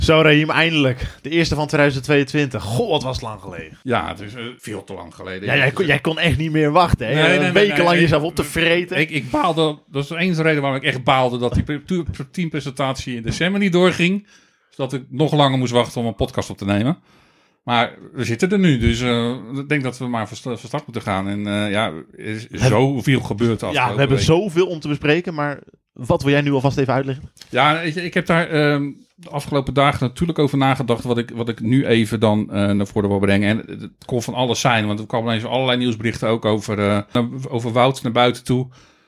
Zo Raheem, eindelijk. De eerste van 2022. Goh, wat was het lang geleden. Ja, het is veel te lang geleden. Ja, jij kon echt niet meer wachten. Hè? Wekenlang jezelf op te vreten. Ik baalde, dat is de enige reden waarom ik echt baalde dat die teampresentatie in december niet doorging. Zodat ik nog langer moest wachten om een podcast op te nemen. Maar we zitten er nu, dus ik denk dat we maar van start moeten gaan. En er is zoveel gebeurd afgelopen Ja, we hebben week. zoveel om te bespreken, maar wat wil jij nu alvast even uitleggen? Ja, ik heb daar de afgelopen dagen natuurlijk over nagedacht wat ik nu even dan naar voren wil brengen. En het kon van alles zijn, want er kwamen ineens allerlei nieuwsberichten ook over Wout naar buiten toe.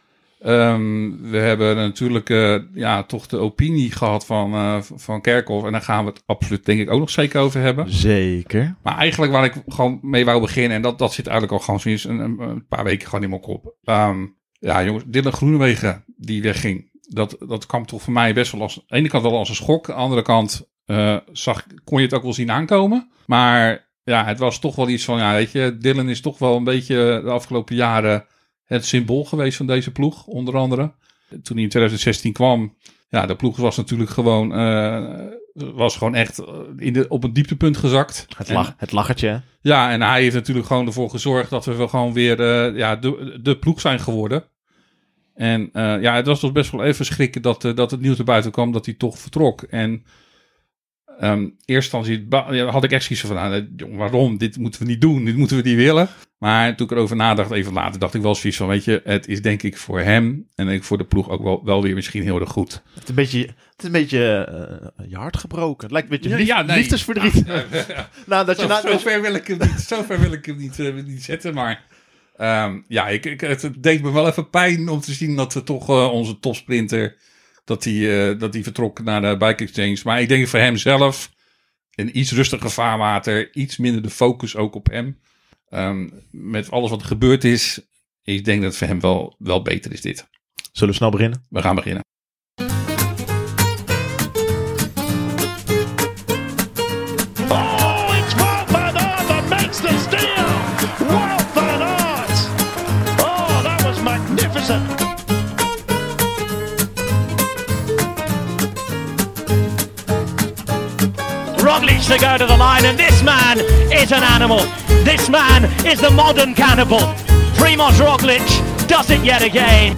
We hebben natuurlijk toch de opinie gehad van Kerkhoff. En daar gaan we het absoluut denk ik ook nog zeker over hebben. Zeker. Maar eigenlijk waar ik gewoon mee wou beginnen, en dat zit eigenlijk al gewoon sinds een paar weken gewoon in mijn kop. Jongens, Dylan Groenewegen die wegging. Dat kwam toch voor mij best wel aan de ene kant wel als een schok. Aan de andere kant kon je het ook wel zien aankomen. Maar ja, het was toch wel iets van, ja, weet je, Dylan is toch wel een beetje de afgelopen jaren het symbool geweest van deze ploeg, onder andere. Toen hij in 2016 kwam, ja, de ploeg was natuurlijk gewoon, was gewoon echt op een dieptepunt gezakt. Het lachertje, hè? Ja, en hij heeft natuurlijk gewoon ervoor gezorgd dat we wel gewoon weer de ploeg zijn geworden. En het was toch best wel even schrikken dat het nieuws naar buiten kwam dat hij toch vertrok. En eerst had ik echt zoiets van, waarom? Dit moeten we niet doen, dit moeten we niet willen. Maar toen ik erover nadacht, even later, dacht ik wel zoiets van, weet je, het is denk ik voor hem en denk ik voor de ploeg ook wel weer misschien heel erg goed. Het is een beetje je hart gebroken. Het lijkt een beetje liefdesverdriet. Zover wil ik hem niet zetten, maar het deed me wel even pijn om te zien dat we toch onze topsprinter, dat die vertrok naar de Bike Exchange. Maar ik denk voor hem zelf een iets rustiger vaarwater, iets minder de focus ook op hem. Met alles wat er gebeurd is, ik denk dat het voor hem wel beter is dit. Zullen we snel beginnen? We gaan beginnen. Oh, it's Wout van Aert that makes the steal! Wout van Aert! Oh, that was magnificent! Roglic to go to the line, and this man is an animal. This man is the modern cannibal. Primož Roglic does it yet again.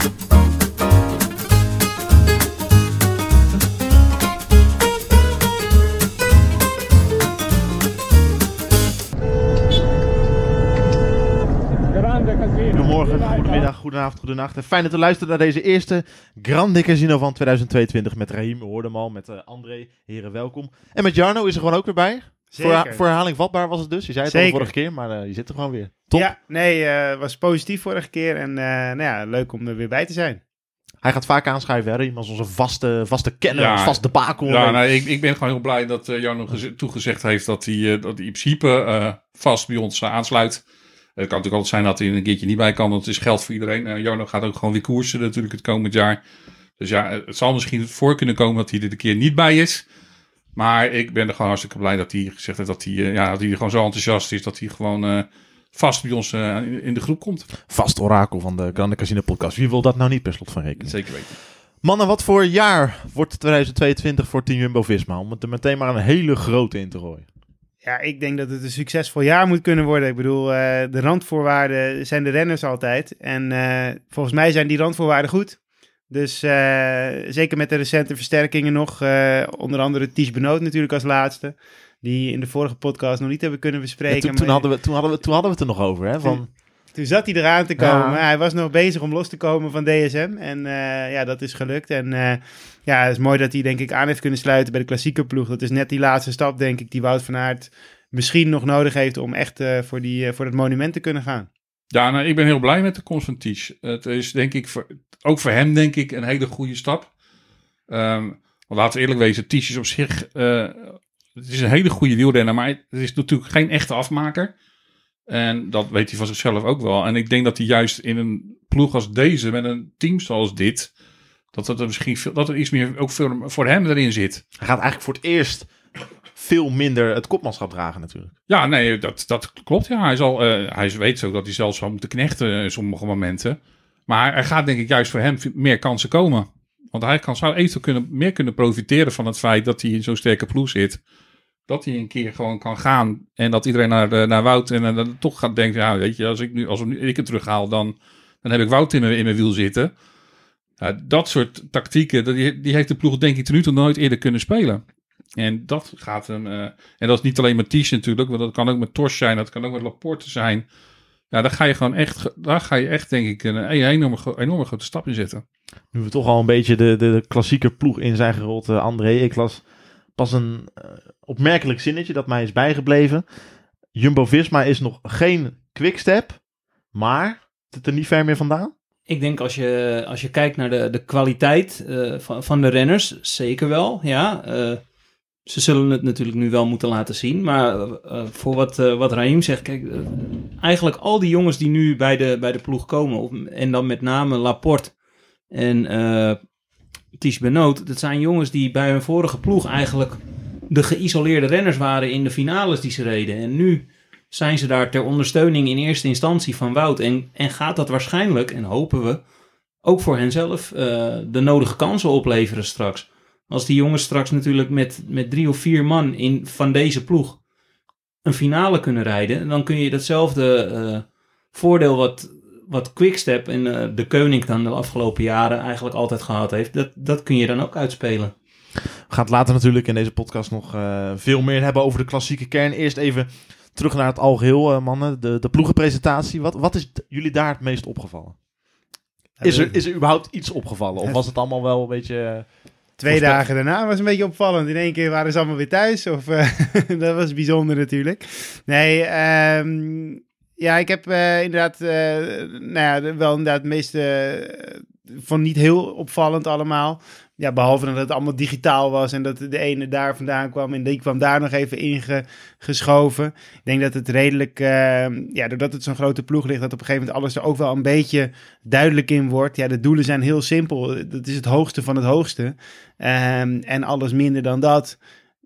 Goedemorgen, goedemiddag, goedenavond, goedenacht. En fijn dat u luistert naar deze eerste Grande Casino van 2022 met Raheem, we hoorden hem al, met André. Heren, welkom. En met Jarno is er gewoon ook weer bij. Voor herhaling vatbaar was het dus. Je zei het al de vorige keer, maar je zit er gewoon weer. Top. Ja, was positief vorige keer en leuk om er weer bij te zijn. Hij gaat vaak aanschuiven, hè, Raheem, als onze vaste kenner, vaste bakel. Ja, ik ben gewoon heel blij dat Jarno toegezegd heeft dat hij in principe vast bij ons aansluit. Het kan natuurlijk altijd zijn dat hij er een keertje niet bij kan, want het is geld voor iedereen. Jarno gaat ook gewoon weer koersen natuurlijk het komend jaar. Dus ja, het zal misschien voor kunnen komen dat hij er een keer niet bij is. Maar ik ben er gewoon hartstikke blij dat hij gezegd heeft dat hij gewoon zo enthousiast is dat hij gewoon vast bij ons in de groep komt. Vast orakel van de Grande Casino podcast. Wie wil dat nou niet per slot van rekening? Zeker weten. Mannen, wat voor jaar wordt 2022 voor Team Jumbo-Visma? Om het er meteen maar een hele grote in te gooien. Ja, ik denk dat het een succesvol jaar moet kunnen worden. Ik bedoel, de randvoorwaarden zijn de renners altijd. En volgens mij zijn die randvoorwaarden goed. Dus zeker met de recente versterkingen nog. Onder andere Tiesj Benoot natuurlijk als laatste. Die in de vorige podcast nog niet hebben kunnen bespreken. Ja, toen hadden we het er nog over. Hè, Toen zat hij eraan te komen. Ja. Hij was nog bezig om los te komen van DSM. En dat is gelukt. En het is mooi dat hij denk ik aan heeft kunnen sluiten bij de klassieke ploeg. Dat is net die laatste stap denk ik die Wout van Aert misschien nog nodig heeft om echt voor het monument te kunnen gaan. Ja, ik ben heel blij met de komst van Tiesj. Het is denk ik ook voor hem denk ik een hele goede stap. Want laten we eerlijk wezen, Tiesj is op zich het is een hele goede wielrenner, maar het is natuurlijk geen echte afmaker. En dat weet hij van zichzelf ook wel. En ik denk dat hij juist in een ploeg als deze, met een team zoals dit, dat er iets meer ook voor hem erin zit. Hij gaat eigenlijk voor het eerst veel minder het kopmanschap dragen natuurlijk. Ja, nee, dat klopt. Ja. Hij weet zo dat hij zelfs zal moeten knechten in sommige momenten. Maar er gaat denk ik juist voor hem meer kansen komen. Want hij zou eventueel meer kunnen profiteren van het feit dat hij in zo'n sterke ploeg zit. Dat hij een keer gewoon kan gaan. En dat iedereen naar Wout en dan toch gaat denken, ja, weet je, als ik het terughaal, dan heb ik Wout in mijn wiel zitten. Dat soort tactieken, die heeft de ploeg denk ik ten nu toe nooit eerder kunnen spelen. En dat gaat hem... en dat is niet alleen met Ties natuurlijk, want dat kan ook met Tosh zijn, dat kan ook met Laporte zijn. Ja, daar ga je echt denk ik een enorme grote stap in zetten. Nu we toch al een beetje de klassieke ploeg in zijn gerold, André. Ik las pas een opmerkelijk zinnetje dat mij is bijgebleven. Jumbo-Visma is nog geen Quickstep, maar zit er niet ver meer vandaan? Ik denk als je kijkt naar de kwaliteit van de renners, zeker wel, ja. Ze zullen het natuurlijk nu wel moeten laten zien. Maar voor wat Raheem zegt, kijk, eigenlijk al die jongens die nu bij de ploeg komen, en dan met name Laporte en Ties Benoot, dat zijn jongens die bij hun vorige ploeg eigenlijk de geïsoleerde renners waren in de finales die ze reden. En nu zijn ze daar ter ondersteuning in eerste instantie van Wout. En gaat dat waarschijnlijk, en hopen we, ook voor henzelf de nodige kansen opleveren straks. Als die jongens straks natuurlijk met 3 of 4 man van deze ploeg een finale kunnen rijden, dan kun je datzelfde voordeel wat Quickstep en de Koning dan de afgelopen jaren eigenlijk altijd gehad heeft, dat kun je dan ook uitspelen. We gaan het later natuurlijk in deze podcast nog veel meer hebben over de klassieke kern. Eerst even terug naar het algeheel, mannen. De ploegenpresentatie. Wat is jullie daar het meest opgevallen? Is er überhaupt iets opgevallen? Of was het allemaal wel een beetje... 2 dagen daarna was een beetje opvallend. In één keer waren ze allemaal weer thuis. Dat was bijzonder natuurlijk. Nee, ja, ik heb inderdaad... wel inderdaad het meeste... vond niet heel opvallend allemaal. Ja, behalve dat het allemaal digitaal was en dat de ene daar vandaan kwam en die kwam daar nog even ingeschoven. Ik denk dat het redelijk, doordat het zo'n grote ploeg ligt, dat op een gegeven moment alles er ook wel een beetje duidelijk in wordt. Ja, de doelen zijn heel simpel. Dat is het hoogste van het hoogste. En alles minder dan dat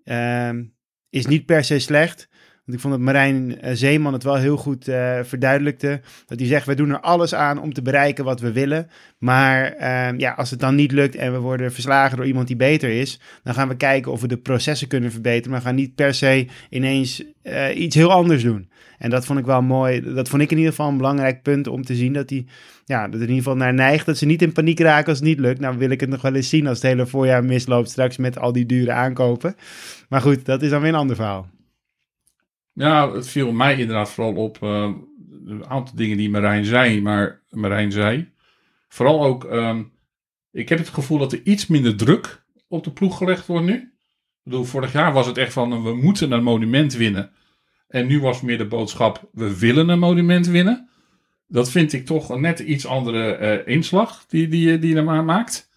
is niet per se slecht. Want ik vond dat Marijn Zeeman het wel heel goed verduidelijkte. Dat hij zegt, we doen er alles aan om te bereiken wat we willen. Maar als het dan niet lukt en we worden verslagen door iemand die beter is, dan gaan we kijken of we de processen kunnen verbeteren. Maar we gaan niet per se ineens iets heel anders doen. En dat vond ik wel mooi. Dat vond ik in ieder geval een belangrijk punt om te zien. Dat hij er in ieder geval naar neigt. Dat ze niet in paniek raken als het niet lukt. Nou wil ik het nog wel eens zien als het hele voorjaar misloopt straks met al die dure aankopen. Maar goed, dat is dan weer een ander verhaal. Ja, het viel mij inderdaad vooral op een aantal dingen die Marijn zei. Vooral ook, ik heb het gevoel dat er iets minder druk op de ploeg gelegd wordt nu. Ik bedoel, vorig jaar was het echt van, we moeten een monument winnen. En nu was meer de boodschap, we willen een monument winnen. Dat vind ik toch een net iets andere inslag die er maar maakt.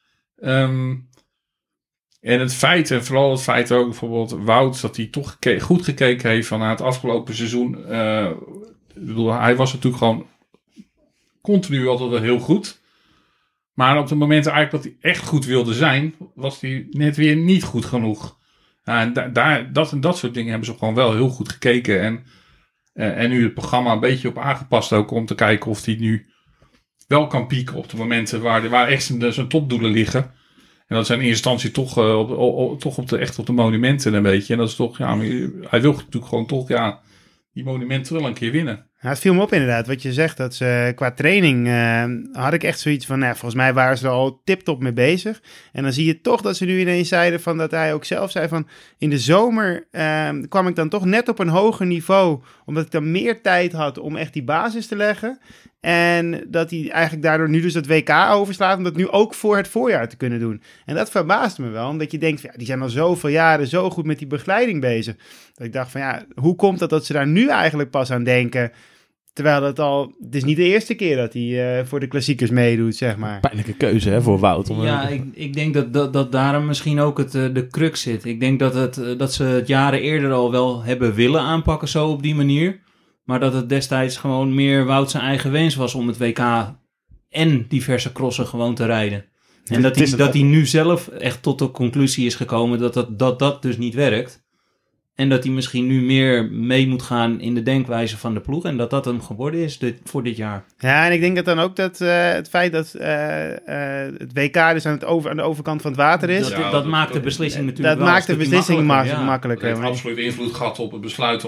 En het feit, en vooral het feit ook bijvoorbeeld Wout, dat hij toch goed gekeken heeft van het afgelopen seizoen. Ik bedoel, hij was natuurlijk gewoon continu altijd wel heel goed. Maar op de momenten eigenlijk dat hij echt goed wilde zijn, was hij net weer niet goed genoeg. En dat soort dingen hebben ze gewoon wel heel goed gekeken. En nu het programma een beetje op aangepast ook om te kijken of hij nu wel kan pieken op de momenten waar echt zijn topdoelen liggen. En dat zijn in eerste instantie toch op de monumenten een beetje. En dat is toch, ja, hij wil natuurlijk gewoon toch, ja, die monumenten wel een keer winnen. Ja, het viel me op inderdaad, wat je zegt, dat ze qua training had ik echt zoiets van, volgens mij waren ze er al tip-top mee bezig. En dan zie je toch dat ze nu ineens zeiden van, dat hij ook zelf zei van, in de zomer kwam ik dan toch net op een hoger niveau, omdat ik dan meer tijd had om echt die basis te leggen. En dat hij eigenlijk daardoor nu dus het WK overslaat, om dat nu ook voor het voorjaar te kunnen doen. En dat verbaast me wel, omdat je denkt, die zijn al zoveel jaren zo goed met die begeleiding bezig. Dat ik dacht van, hoe komt dat ze daar nu eigenlijk pas aan denken? Terwijl het is niet de eerste keer dat hij voor de klassiekers meedoet, zeg maar. Pijnlijke keuze hè, voor Wout. Ik denk dat daarom misschien ook de crux zit. Ik denk dat ze het jaren eerder al wel hebben willen aanpakken zo op die manier. Maar dat het destijds gewoon meer Wout zijn eigen wens was om het WK en diverse crossen gewoon te rijden. En dat hij nu zelf echt tot de conclusie is gekomen dat dus niet werkt. En dat hij misschien nu meer mee moet gaan in de denkwijze van de ploeg. En dat hem geworden is voor dit jaar. Ja, en ik denk dat dan ook dat het feit dat het WK dus aan de overkant van het water is. Dat maakt de beslissing natuurlijk dat maakt de beslissing makkelijker. Het heeft absoluut invloed gehad op het besluit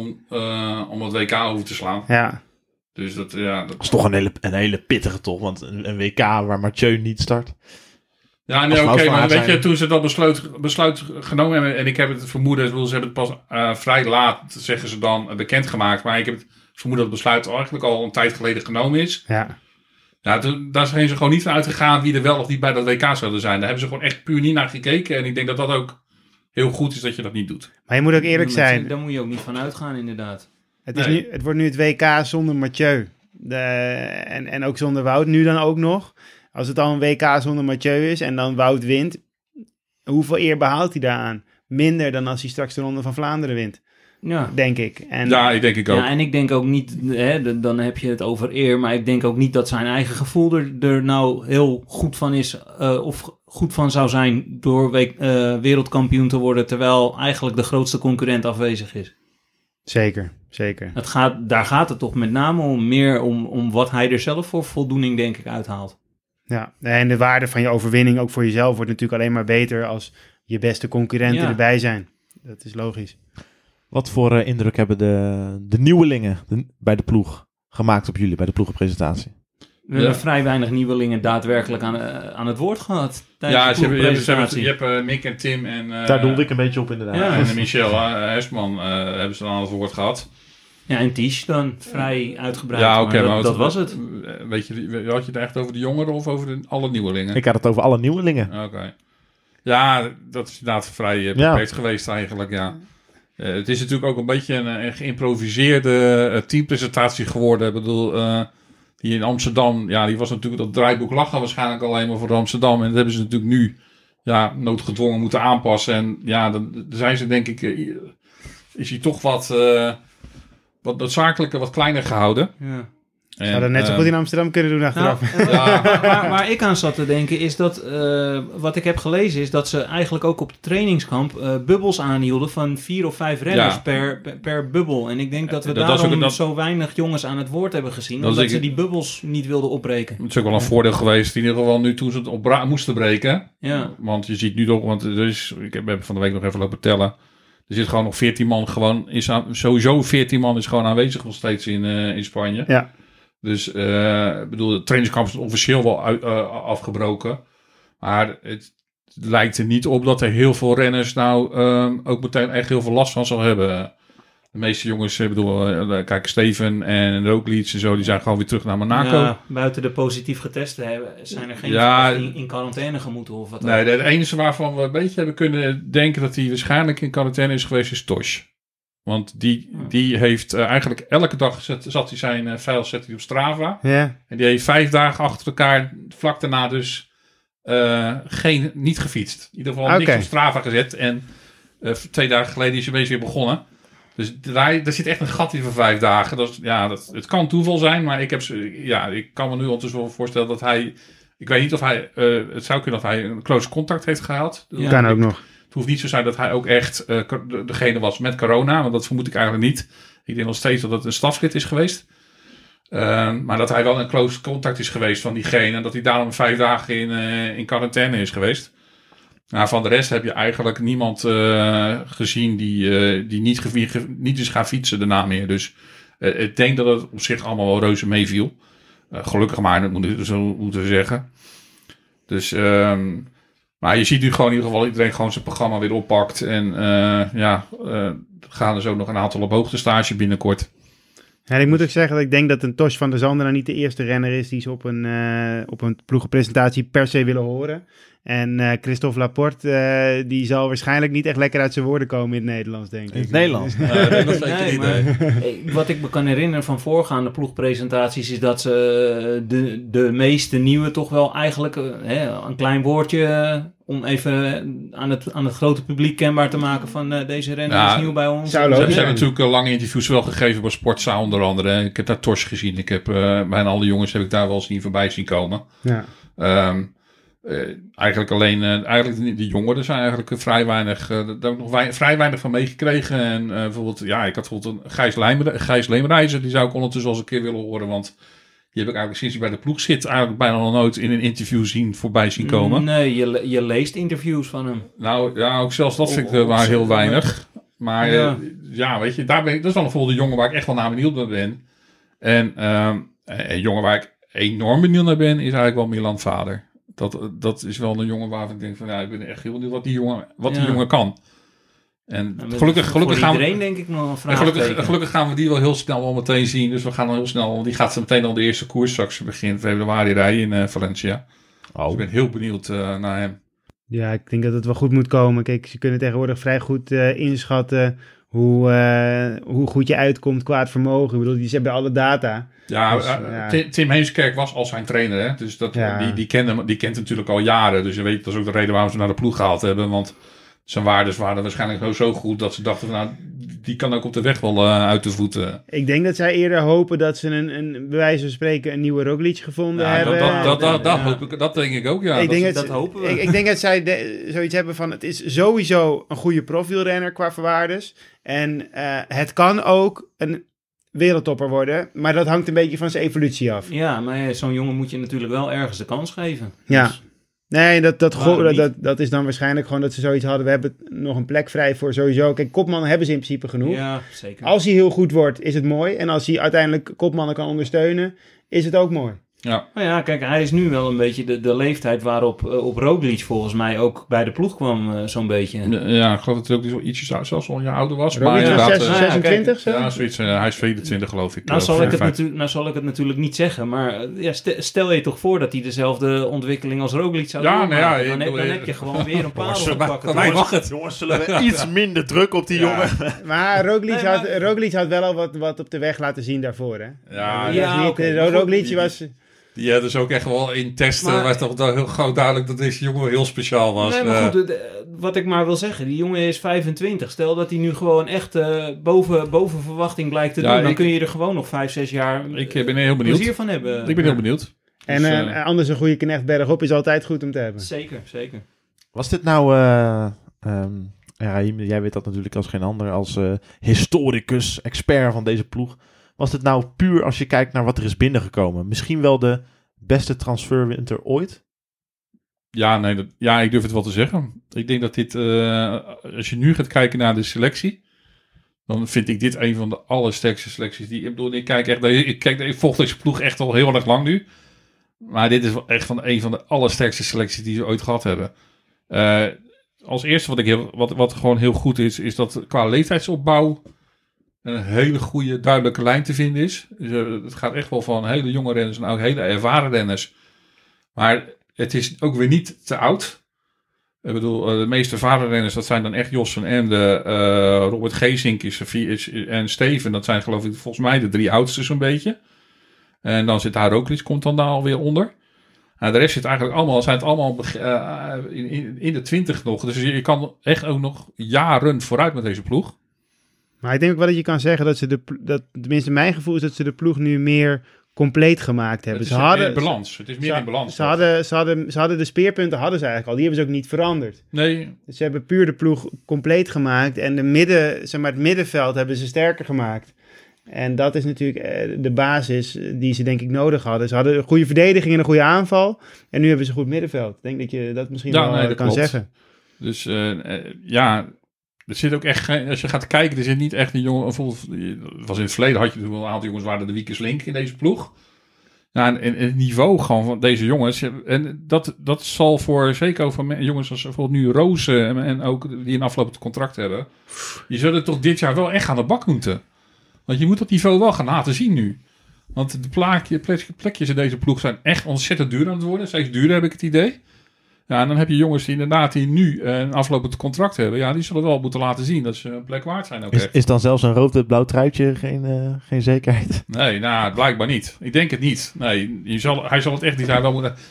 om het WK over te slaan. Ja. Dus dat is toch een hele pittige toch. Want een WK waar Mathieu niet start. Ja, nee, oké, maar weet je, toen ze dat besluit genomen hebben, en ik heb het vermoeden, ze hebben het pas vrij laat, zeggen ze dan, bekendgemaakt, maar ik heb het vermoeden dat het besluit eigenlijk al een tijd geleden genomen is. Ja. Daar zijn ze gewoon niet van uitgegaan wie er wel of niet bij dat WK zouden zijn. Daar hebben ze gewoon echt puur niet naar gekeken en ik denk dat dat ook heel goed is dat je dat niet doet. Maar je moet ook eerlijk zijn. Daar moet je ook niet van uitgaan, inderdaad. Het wordt nu het WK zonder Mathieu. En ook zonder Wout, nu dan ook nog. Als het al een WK zonder Mathieu is en dan Wout wint, hoeveel eer behaalt hij daaraan? Minder dan als hij straks de Ronde van Vlaanderen wint, denk ik. Ik denk ik ook. Ja, en ik denk ook niet, dan heb je het over eer, maar ik denk ook niet dat zijn eigen gevoel er nou heel goed van is, of goed van zou zijn door wereldkampioen te worden, terwijl eigenlijk de grootste concurrent afwezig is. Zeker. Daar gaat het toch met name om, meer om wat hij er zelf voor voldoening, denk ik, uithaalt. Ja, en de waarde van je overwinning ook voor jezelf wordt natuurlijk alleen maar beter als je beste concurrenten erbij zijn. Dat is logisch. Wat voor indruk hebben de nieuwelingen bij de ploeg gemaakt op jullie, bij de ploegenpresentatie? We hebben vrij weinig nieuwelingen daadwerkelijk aan het woord gehad. Ja, je hebt Mick en Tim en... daar doelde ik een beetje op inderdaad. Ja, en Michel Hesman hebben ze dan aan het woord gehad. Ja, en Tisch dan vrij uitgebreid. Ja, oké, maar dat was het. Weet je, had je het echt over de jongeren of over alle nieuwelingen? Ik had het over alle nieuwelingen. Oké. Ja, dat is inderdaad vrij beperkt geweest eigenlijk, ja. Het is natuurlijk ook een beetje een geïmproviseerde teampresentatie geworden. Ik bedoel, die in Amsterdam, die was natuurlijk dat draaiboek lachen waarschijnlijk alleen maar voor Amsterdam. En dat hebben ze natuurlijk nu noodgedwongen moeten aanpassen. En dan zijn ze denk ik, is hij toch wat noodzakelijker, wat kleiner gehouden. Ja. Zou dat net zo goed in Amsterdam kunnen doen achteraf. Waar ik aan zat te denken is dat, wat ik heb gelezen, is dat ze eigenlijk ook op het trainingskamp bubbels aanhielden van 4 of 5 renners per bubbel. En ik denk dat we daarom zo weinig jongens aan het woord hebben gezien, omdat ze die bubbels niet wilden opbreken. Het is ook wel een voordeel geweest, in ieder geval nu toen ze het moesten breken. Ja. Want je ziet nu toch, want ik heb van de week nog even lopen tellen. Er zit gewoon nog 14 man sowieso 14 man is gewoon aanwezig nog steeds in Spanje. Ja. Dus de trainingskamp is officieel wel afgebroken. Maar het lijkt er niet op dat er heel veel renners ook meteen echt heel veel last van zal hebben. De meeste jongens, kijk, Steven en Roglic en zo, die zijn gewoon weer terug naar Monaco. Ja, buiten de positief geteste hebben, zijn er geen in quarantaine gemoeten of wat dan? Nee, het enige waarvan we een beetje hebben kunnen denken dat hij waarschijnlijk in quarantaine is geweest, is Tosh. Want die heeft eigenlijk elke dag zat hij zijn files op Strava. Ja. En die heeft 5 dagen achter elkaar, vlak daarna dus, niet gefietst. In ieder geval niks op Strava gezet. En 2 dagen geleden is hij weer begonnen. Dus daar zit echt een gat in van 5 dagen. Het kan toeval zijn, maar ik kan me nu ondertussen wel voorstellen dat hij... Ik weet niet of hij... het zou kunnen dat hij een close contact heeft gehad. Kan ook nog. Het hoeft niet zo zijn dat hij ook echt degene was met corona. Want dat vermoed ik eigenlijk niet. Ik denk nog steeds dat het een stafrit is geweest. Maar dat hij wel een close contact is geweest van diegene. En dat hij daarom 5 dagen in quarantaine is geweest. Nou, van de rest heb je eigenlijk niemand gezien die niet is gaan fietsen daarna meer. Dus ik denk dat het op zich allemaal wel reuze meeviel. Gelukkig maar, dat moeten we zeggen. Dus... maar je ziet nu gewoon in ieder geval iedereen gewoon zijn programma weer oppakt. En gaan er zo nog een aantal op hoogtestage binnenkort. Ja, ik moet ook zeggen dat ik denk dat een Tosh van der Zanden nou niet de eerste renner is die ze op een ploegenpresentatie per se willen horen. En Christophe Laporte, die zal waarschijnlijk niet echt lekker uit zijn woorden komen in het Nederlands, denk ik. In het Nederlands? Dat zeker niet. Wat ik me kan herinneren van voorgaande ploegpresentaties is dat ze de meeste nieuwe toch wel eigenlijk een klein woordje om even aan het grote publiek kenbaar te maken van deze renner is nieuw bij ons. Ze hebben natuurlijk lange interviews wel gegeven bij Sportza onder andere. Ik heb daar Tosh gezien. Ik heb bijna alle jongens heb ik daar wel voorbij zien komen. Ja. Eigenlijk alleen de jongeren zijn eigenlijk vrij weinig... daar heb ik nog vrij weinig van meegekregen. En bijvoorbeeld, ik had bijvoorbeeld een Gijs Leemreizer. Die zou ik ondertussen al eens een keer willen horen. Want die heb ik eigenlijk sinds hij bij de ploeg zit... eigenlijk bijna nog nooit in een interview voorbij zien komen. Nee, je leest interviews van hem. Nou, ja, ook zelfs dat vind ik maar heel weinig. Maar weet je, dat is wel bijvoorbeeld een jongen waar ik echt wel naar benieuwd naar ben. En een jongen waar ik enorm benieuwd naar ben... is eigenlijk wel Milan Vader. Dat is wel een jongen waarvan ik denk van... ik ben echt heel benieuwd wat die jongen kan. En gelukkig gaan we... iedereen denk ik nog een vraag. Gelukkig gaan we die wel heel snel al meteen zien. Dus we gaan dan heel snel... Want die gaat zo meteen al de eerste koers straks begin februari rijden in Valencia. Dus ik ben heel benieuwd naar hem. Ja, ik denk dat het wel goed moet komen. Kijk, ze kunnen tegenwoordig vrij goed inschatten hoe goed je uitkomt qua het vermogen. Ik bedoel, ze hebben alle data. Ja, Dus, Tim Heemskerk was al zijn trainer, hè? Dus die kent hem natuurlijk al jaren. Dus je weet, dat is ook de reden waarom ze naar de ploeg gehaald hebben. Want zijn waardes waren waarschijnlijk zo goed dat ze dachten van, die kan ook op de weg wel uit de voeten. Ik denk dat zij eerder hopen dat ze een bij wijze van spreken een nieuwe Roglic gevonden hebben. Dat denk ik ook, ja. Dat hopen we. Ik denk dat zij zoiets hebben van, het is sowieso een goede profielrenner qua verwaardes. En het kan ook een wereldtopper worden, maar dat hangt een beetje van zijn evolutie af. Ja, maar zo'n jongen moet je natuurlijk wel ergens de kans geven. Ja. Dus, nee, dat is dan waarschijnlijk gewoon dat ze zoiets hadden. We hebben nog een plek vrij voor sowieso. Kijk, kopmannen hebben ze in principe genoeg. ja, zeker. Als hij heel goed wordt, is het mooi. En als hij uiteindelijk kopmannen kan ondersteunen, is het ook mooi. Ja. Nou ja, kijk, hij is nu wel een beetje de leeftijd waarop op Roglic volgens mij ook bij de ploeg kwam, zo'n beetje. Ja, ik geloof dat hij ook wel ietsjes zelfs al een jaar ouder was. Roglic Maar was inderdaad, 26 zo? ja, zoiets. Hij is 24 geloof ik. Nou zal ik het natuurlijk niet zeggen, maar stel je toch voor dat hij dezelfde ontwikkeling als Roglic zou doen. Dan heb je gewoon weer een paar op pakken. Mij mag het. Jongens, zullen we iets minder druk op die jongen? Maar Roglic had wel wat op de weg laten zien daarvoor, hè? Ja, Roglic was... Ja, dus ook echt wel in testen was toch heel gauw duidelijk dat deze jongen heel speciaal was. Nee, maar goed, wat ik maar wil zeggen, die jongen is 25. Stel dat hij nu gewoon echt boven verwachting blijkt te doen, dan kun je er gewoon nog 5-6 jaar plezier van hebben. Ik ben heel benieuwd. En anders een goede knecht bergop is altijd goed om te hebben. Zeker. Was dit nou... Raheem, jij weet dat natuurlijk als geen ander, als historicus, expert van deze ploeg. Was dit nou puur als je kijkt naar wat er is binnengekomen? Misschien wel de beste transferwinter ooit? Ja, ik durf het wel te zeggen. Ik denk dat dit, als je nu gaat kijken naar de selectie, dan vind ik dit een van de allersterkste selecties. Ik volg deze ploeg echt al heel erg lang nu. Maar dit is wel echt een van de allersterkste selecties die ze ooit gehad hebben. Als eerste wat gewoon heel goed is dat qua leeftijdsopbouw een hele goede, duidelijke lijn te vinden is. Dus, het gaat echt wel van hele jonge renners en ook hele ervaren renners. Maar het is ook weer niet te oud. Ik bedoel, de meeste ervaren renners, dat zijn dan echt Jossen en de Robert Geesink en Steven. Dat zijn geloof ik volgens mij de 3 oudste zo'n beetje. En dan zit daar Roglic, komt dan daar alweer onder. De rest zijn het allemaal in de 20 nog. Dus je kan echt ook nog jaren vooruit met deze ploeg. Maar ik denk ook wel dat je kan zeggen dat tenminste mijn gevoel is dat ze de ploeg nu meer compleet gemaakt hebben. Het is meer in balans. Het is meer in balans. Ze hadden de speerpunten hadden ze eigenlijk al. Die hebben ze ook niet veranderd. Nee. Dus ze hebben puur de ploeg compleet gemaakt. En het middenveld hebben ze sterker gemaakt. En dat is natuurlijk de basis die ze denk ik nodig hadden. Ze hadden een goede verdediging en een goede aanval. En nu hebben ze een goed middenveld. Ik denk dat je dat misschien wel kan zeggen. Dus er zit ook echt geen, als je gaat kijken, er zit niet echt een jongen. Bijvoorbeeld, was in het verleden had je een aantal jongens waren de Wiekers Link in deze ploeg. Nou, en het niveau gewoon van deze jongens. En dat zal voor zeker over jongens als bijvoorbeeld nu Roos en ook die een aflopend contract hebben. Die zullen toch dit jaar wel echt aan de bak moeten. Want je moet dat niveau wel gaan laten zien nu. Want de plekjes in deze ploeg zijn echt ontzettend duur aan het worden. Steeds duurder heb ik het idee. Ja, en dan heb je jongens die nu een aflopend contract hebben. Ja, die zullen wel moeten laten zien dat ze een plek waard zijn. Ook is dan zelfs een rood-blauw truitje geen zekerheid? Nee, blijkbaar niet. Ik denk het niet. Nee, hij zal het echt niet. Hij wel moeten.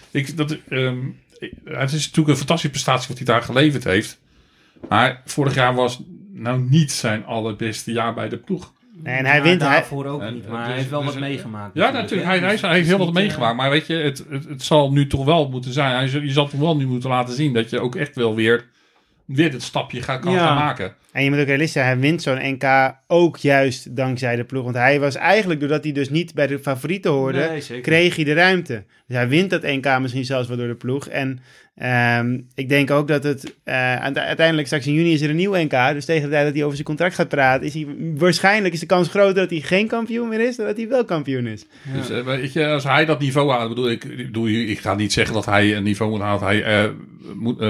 Het is natuurlijk een fantastische prestatie wat hij daar geleverd heeft. Maar vorig jaar was nou niet zijn allerbeste jaar bij de ploeg. Nee, en hij wint... Daarvoor ook niet, maar hij heeft wel wat meegemaakt. Ja, natuurlijk. Hij heeft heel wat meegemaakt. Maar weet je, het zal nu toch wel moeten zijn. Je zal toch wel nu moeten laten zien dat je ook echt wel weer het stapje kan gaan maken. En je moet ook realistisch zijn, hij wint zo'n NK ook juist dankzij de ploeg. Want hij was eigenlijk, doordat hij dus niet bij de favorieten hoorde, kreeg hij de ruimte. Dus hij wint dat NK misschien zelfs wel door de ploeg. En ik denk ook dat het uiteindelijk straks in juni is er een nieuw NK. Dus tegen de tijd dat hij over zijn contract gaat praten, is de kans groter dat hij geen kampioen meer is dan dat hij wel kampioen is. Ja. Dus weet je, als hij dat niveau haalt, ik ga niet zeggen dat hij een niveau moet halen. Hij moet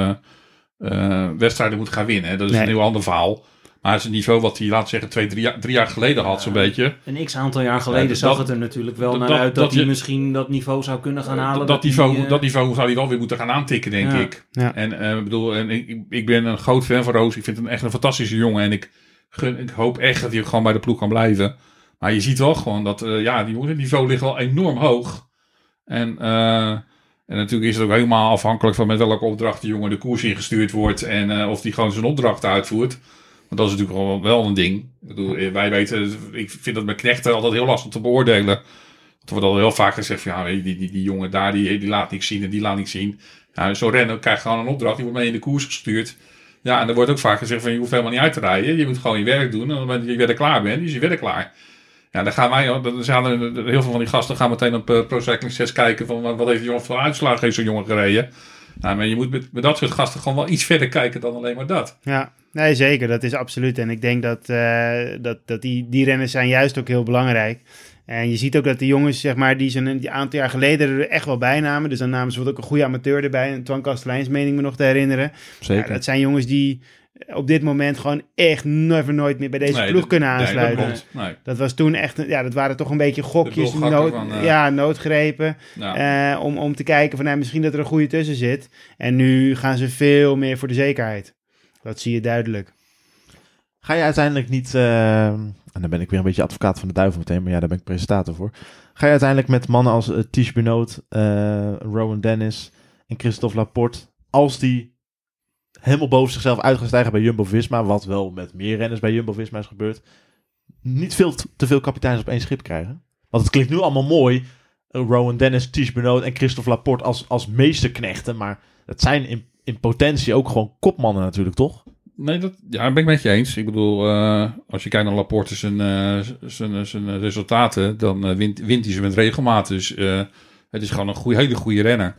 wedstrijden moet gaan winnen. Hè. Dat is een heel ander verhaal. Maar het is een niveau wat hij, laten we zeggen, 3 jaar geleden had, zo'n beetje. Een x-aantal jaar geleden zag het er natuurlijk wel naar uit dat hij misschien dat niveau zou kunnen gaan halen. Dat niveau zou hij wel weer moeten gaan aantikken, denk ik. Ja. En ik ben een groot fan van Roos. Ik vind hem echt een fantastische jongen. En ik hoop echt dat hij gewoon bij de ploeg kan blijven. Maar je ziet wel gewoon dat die niveau ligt wel enorm hoog. En natuurlijk is het ook helemaal afhankelijk van met welke opdracht de jongen de koers ingestuurd wordt. En of die gewoon zijn opdracht uitvoert. Want dat is natuurlijk wel een ding. Ik bedoel, wij weten, ik vind dat met knechten altijd heel lastig te beoordelen. Want er wordt al heel vaak gezegd van die jongen daar, die laat niks zien en die laat niks zien. Nou, zo'n renner krijgt gewoon een opdracht, die wordt mee in de koers gestuurd. Ja, en er wordt ook vaak gezegd van je hoeft helemaal niet uit te rijden. Je moet gewoon je werk doen. En op het moment dat je weer klaar bent, is je werk klaar. Ja, dan gaan wij, heel veel van die gasten gaan meteen op Pro Cycling 6 kijken van wat heeft die jongen voor uitslagen heeft zo'n jongen gereden. Nou, maar je moet met dat soort gasten gewoon wel iets verder kijken dan alleen maar dat. Ja, nee zeker, dat is absoluut. En ik denk dat die renners zijn juist ook heel belangrijk. En je ziet ook dat de jongens, zeg maar, die aantal jaar geleden er echt wel bij namen. Dus dan namen ze ook een goede amateur erbij. En Twan Kasteleins, meen ik me nog te herinneren. Zeker. Ja, dat zijn jongens die op dit moment gewoon echt nooit meer bij deze ploeg kunnen aansluiten. Dat was toen echt, dat waren toch een beetje gokjes, noodgrepen. Ja. Om te kijken van misschien dat er een goede tussen zit. En nu gaan ze veel meer voor de zekerheid. Dat zie je duidelijk. Ga je uiteindelijk niet, en dan ben ik weer een beetje advocaat van de duivel meteen, maar daar ben ik presentator voor. Ga je uiteindelijk met mannen als Tish Benoot, Rowan Dennis en Christophe Laporte, als die helemaal boven zichzelf uit gaan stijgen bij Jumbo-Visma, wat wel met meer renners bij Jumbo-Visma is gebeurd, niet te veel kapiteins op één schip krijgen? Want het klinkt nu allemaal mooi, Rowan Dennis, Tish Benoot en Christophe Laporte als meesterknechten, maar het zijn in potentie ook gewoon kopmannen natuurlijk, toch? Nee, dat ben ik met je eens. Ik bedoel, als je kijkt naar Laporte zijn resultaten, dan wint hij ze met regelmaat. Dus het is gewoon een hele goede renner.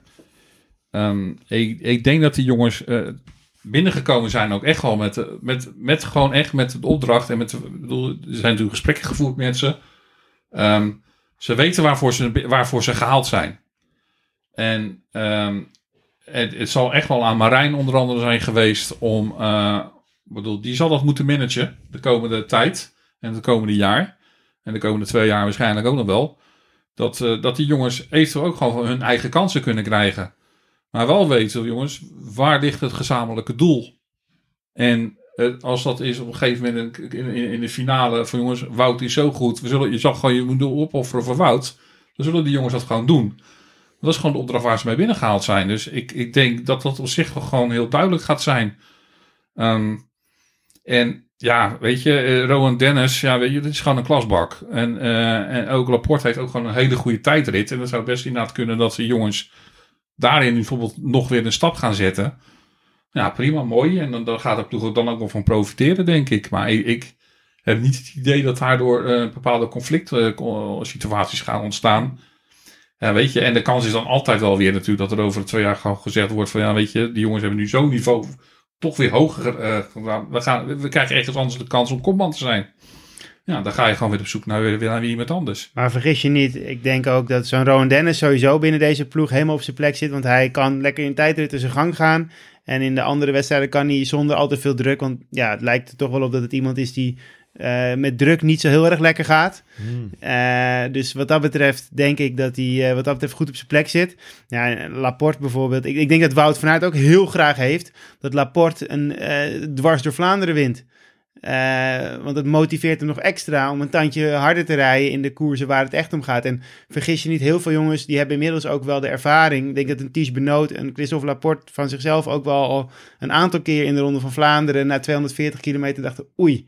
Ik denk dat die jongens binnengekomen zijn ook echt gewoon met de opdracht. En er zijn natuurlijk gesprekken gevoerd met ze. Ze weten waarvoor ze gehaald zijn. En het zal echt wel aan Marijn onder andere zijn geweest om... die zal dat moeten managen de komende tijd en het komende jaar. En de komende 2 jaar waarschijnlijk ook nog wel. Dat die jongens eventueel ook gewoon hun eigen kansen kunnen krijgen. Maar wel weten, jongens, waar ligt het gezamenlijke doel? En als dat is op een gegeven moment in de finale van jongens, Wout is zo goed. Je zal gewoon je doel opofferen voor Wout. Dan zullen die jongens dat gewoon doen. Dat is gewoon de opdracht waar ze mee binnengehaald zijn. Dus ik denk dat dat op zich wel gewoon heel duidelijk gaat zijn. En ja, weet je, Rowan Dennis, dit is gewoon een klasbak. En ook Laporte heeft ook gewoon een hele goede tijdrit. En dat zou best inderdaad kunnen dat de jongens daarin bijvoorbeeld nog weer een stap gaan zetten. Ja, prima, mooi. En dan gaat de ploeg dan ook wel van profiteren, denk ik. Maar ik heb niet het idee dat daardoor bepaalde conflict situaties gaan ontstaan. Ja, weet je, en de kans is dan altijd wel weer natuurlijk dat er over 2 jaar gewoon gezegd wordt van weet je, die jongens hebben nu zo'n niveau toch weer hoger gedaan. We krijgen ergens anders de kans om kopman te zijn. Ja, dan ga je gewoon weer op zoek naar iemand anders. Maar vergis je niet, ik denk ook dat zo'n Rowan Dennis sowieso binnen deze ploeg helemaal op zijn plek zit, want hij kan lekker in tijdritten zijn gang gaan. En in de andere wedstrijden kan hij zonder al te veel druk, want het lijkt er toch wel op dat het iemand is die met druk niet zo heel erg lekker gaat. Dus wat dat betreft denk ik dat hij goed op zijn plek zit. Ja, Laporte bijvoorbeeld. Ik denk dat Wout van Aert ook heel graag heeft dat Laporte een dwars door Vlaanderen wint. Want het motiveert hem nog extra om een tandje harder te rijden in de koersen waar het echt om gaat. En vergis je niet, heel veel jongens die hebben inmiddels ook wel de ervaring. Ik denk dat een Tish Benoot en Christophe Laporte van zichzelf ook wel al een aantal keer in de Ronde van Vlaanderen na 240 kilometer dachten, oei.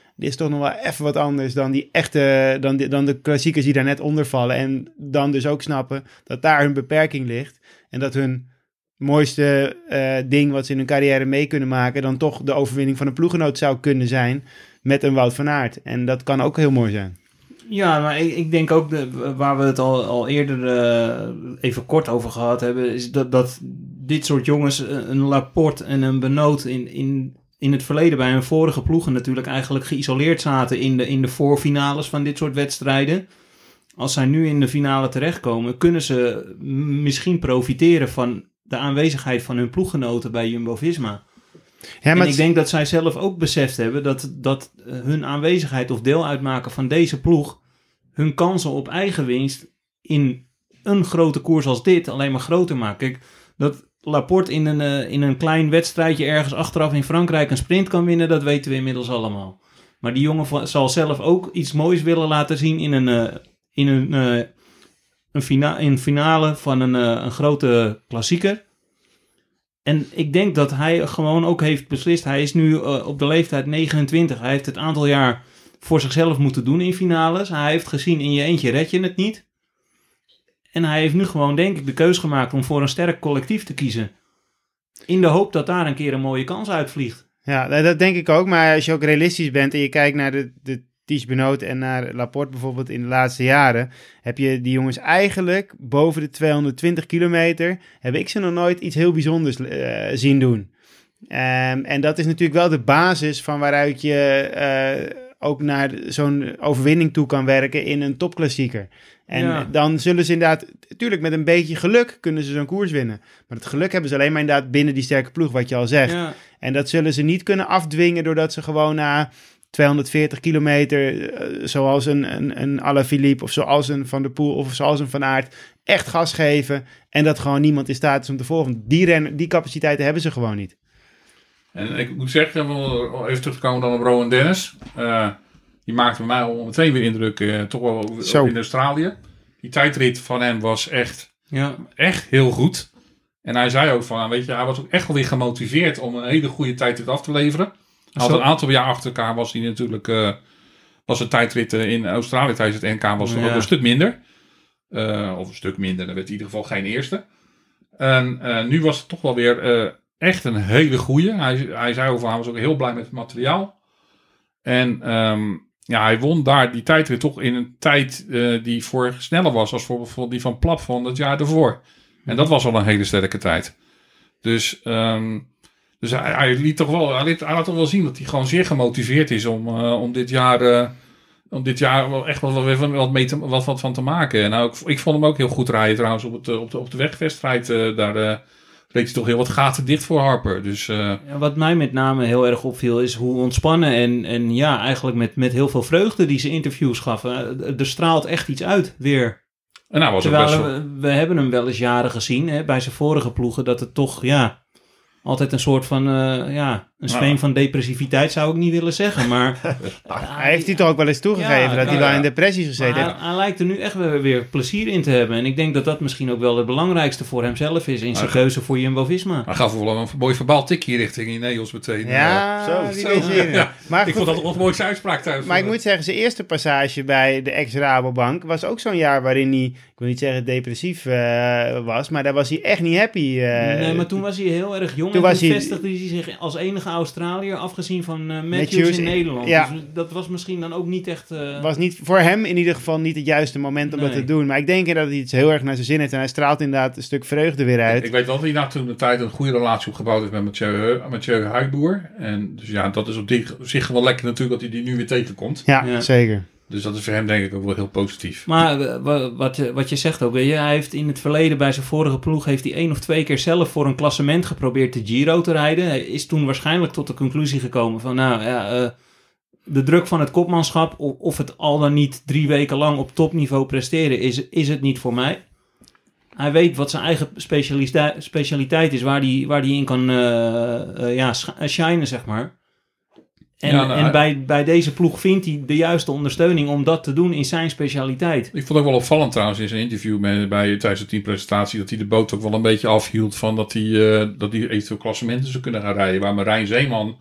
dit is toch nog wel even wat anders dan die echte, dan de klassiekers die daar net onder vallen. En dan dus ook snappen dat daar hun beperking ligt. En dat hun mooiste ding wat ze in hun carrière mee kunnen maken, dan toch de overwinning van een ploeggenoot zou kunnen zijn met een Wout van Aert. En dat kan ook heel mooi zijn. Ja, maar ik denk ook, waar we het al eerder even kort over gehad hebben, is dat dit soort jongens, een Laporte en een Benoot in het verleden bij hun vorige ploegen natuurlijk eigenlijk geïsoleerd zaten in de voorfinales van dit soort wedstrijden. Als zij nu in de finale terechtkomen, kunnen ze misschien profiteren van de aanwezigheid van hun ploeggenoten bij Jumbo-Visma. Ja, en ik denk dat zij zelf ook beseft hebben dat hun aanwezigheid of deel uitmaken van deze ploeg hun kansen op eigen winst in een grote koers als dit alleen maar groter maakt. Kijk, dat Laporte in een klein wedstrijdje ergens achteraf in Frankrijk een sprint kan winnen, dat weten we inmiddels allemaal. Maar die jongen zal zelf ook iets moois willen laten zien in een finale van een grote klassieker. En ik denk dat hij gewoon ook heeft beslist. Hij is nu op de leeftijd 29. Hij heeft het aantal jaar voor zichzelf moeten doen in finales. Hij heeft gezien, in je eentje red je het niet. En hij heeft nu gewoon, denk ik, de keus gemaakt om voor een sterk collectief te kiezen. In de hoop dat daar een keer een mooie kans uitvliegt. Ja, dat denk ik ook. Maar als je ook realistisch bent en je kijkt naar de Tiesj Benoot en naar Laporte bijvoorbeeld in de laatste jaren, heb je die jongens eigenlijk boven de 220 kilometer, heb ik ze nog nooit iets heel bijzonders zien doen. En dat is natuurlijk wel de basis van waaruit je ook naar zo'n overwinning toe kan werken in een topklassieker. En dan zullen ze inderdaad, natuurlijk met een beetje geluk kunnen ze zo'n koers winnen. Maar dat geluk hebben ze alleen maar inderdaad binnen die sterke ploeg, wat je al zegt. Ja. En dat zullen ze niet kunnen afdwingen doordat ze gewoon na 240 kilometer, zoals een Alaphilippe of zoals een Van der Poel of zoals een Van Aert, echt gas geven en dat gewoon niemand in staat is om te volgen. Die capaciteiten hebben ze gewoon niet. En ik moet zeggen, even terug te komen dan op Rowan Dennis. Die maakte bij mij al meteen weer indruk, toch wel in Australië. Die tijdrit van hem was echt heel goed. En hij zei ook van, weet je, hij was ook echt wel weer gemotiveerd om een hele goede tijdrit af te leveren. Hij had een aantal jaar achter elkaar was hij natuurlijk, was de tijdrit in Australië tijdens het NK was ook een stuk minder. Of een stuk minder, dan werd in ieder geval geen eerste. En nu was het toch wel weer echt een hele goeie. Hij zei over, hij was ook heel blij met het materiaal. En hij won daar die tijdrit toch in een tijd die voor sneller was als bijvoorbeeld die van Plap van het jaar ervoor. En dat was al een hele sterke tijd. Dus hij liet toch wel zien dat hij gewoon zeer gemotiveerd is om dit jaar wel echt wat van te maken. En ik vond hem ook heel goed rijden trouwens op de wegwedstrijd. Daar reed hij toch heel wat gaten dicht voor Harper. Dus, wat mij met name heel erg opviel is hoe ontspannen en eigenlijk met heel veel vreugde die ze interviews gaven. Er straalt echt iets uit weer. En nou was terwijl we hebben hem wel eens jaren gezien bij zijn vorige ploegen dat het toch altijd een soort van een zweem van depressiviteit zou ik niet willen zeggen, maar hij heeft hij toch ook wel eens toegegeven dat hij wel in depressies gezeten heeft. Hij lijkt er nu echt weer plezier in te hebben en ik denk dat dat misschien ook wel het belangrijkste voor hemzelf is in zijn keuze voor Jumbo-Visma. Hij gaf wel een mooi verbaal tikje richting Ineos meteen. Maar ik vond dat een mooiste uitspraak thuis. Maar ik moet zeggen, zijn eerste passage bij de ex-Rabobank was ook zo'n jaar waarin hij, ik wil niet zeggen depressief was, maar daar was hij echt niet happy. Nee, maar toen was hij heel erg jong. Toen vestigde hij zich als enige Australiër, afgezien van Matthews in Nederland. Ja. Dus dat was misschien dan ook niet echt was niet voor hem in ieder geval niet het juiste moment om dat te doen. Maar ik denk dat hij iets heel erg naar zijn zin heeft. En hij straalt inderdaad een stuk vreugde weer uit. Ik weet wel dat hij toen de tijd een goede relatie opgebouwd heeft met Mathieu Huijboer. En dus dat is op zich wel lekker natuurlijk dat hij die nu weer tegenkomt. Ja, zeker. Dus dat is voor hem denk ik ook wel heel positief. Maar wat je zegt ook, hij heeft in het verleden bij zijn vorige ploeg heeft hij 1 of 2 keer zelf voor een klassement geprobeerd de Giro te rijden. Hij is toen waarschijnlijk tot de conclusie gekomen van de druk van het kopmanschap of het al dan niet 3 weken lang op topniveau presteren is het niet voor mij. Hij weet wat zijn eigen specialiteit is, waar die in kan shinen, zeg maar. En bij deze ploeg vindt hij de juiste ondersteuning om dat te doen in zijn specialiteit. Ik vond ook wel opvallend trouwens in zijn interview tijdens de teampresentatie dat hij de boot ook wel een beetje afhield van dat hij eventueel klassementen zou kunnen gaan rijden. Waar Marijn Zeeman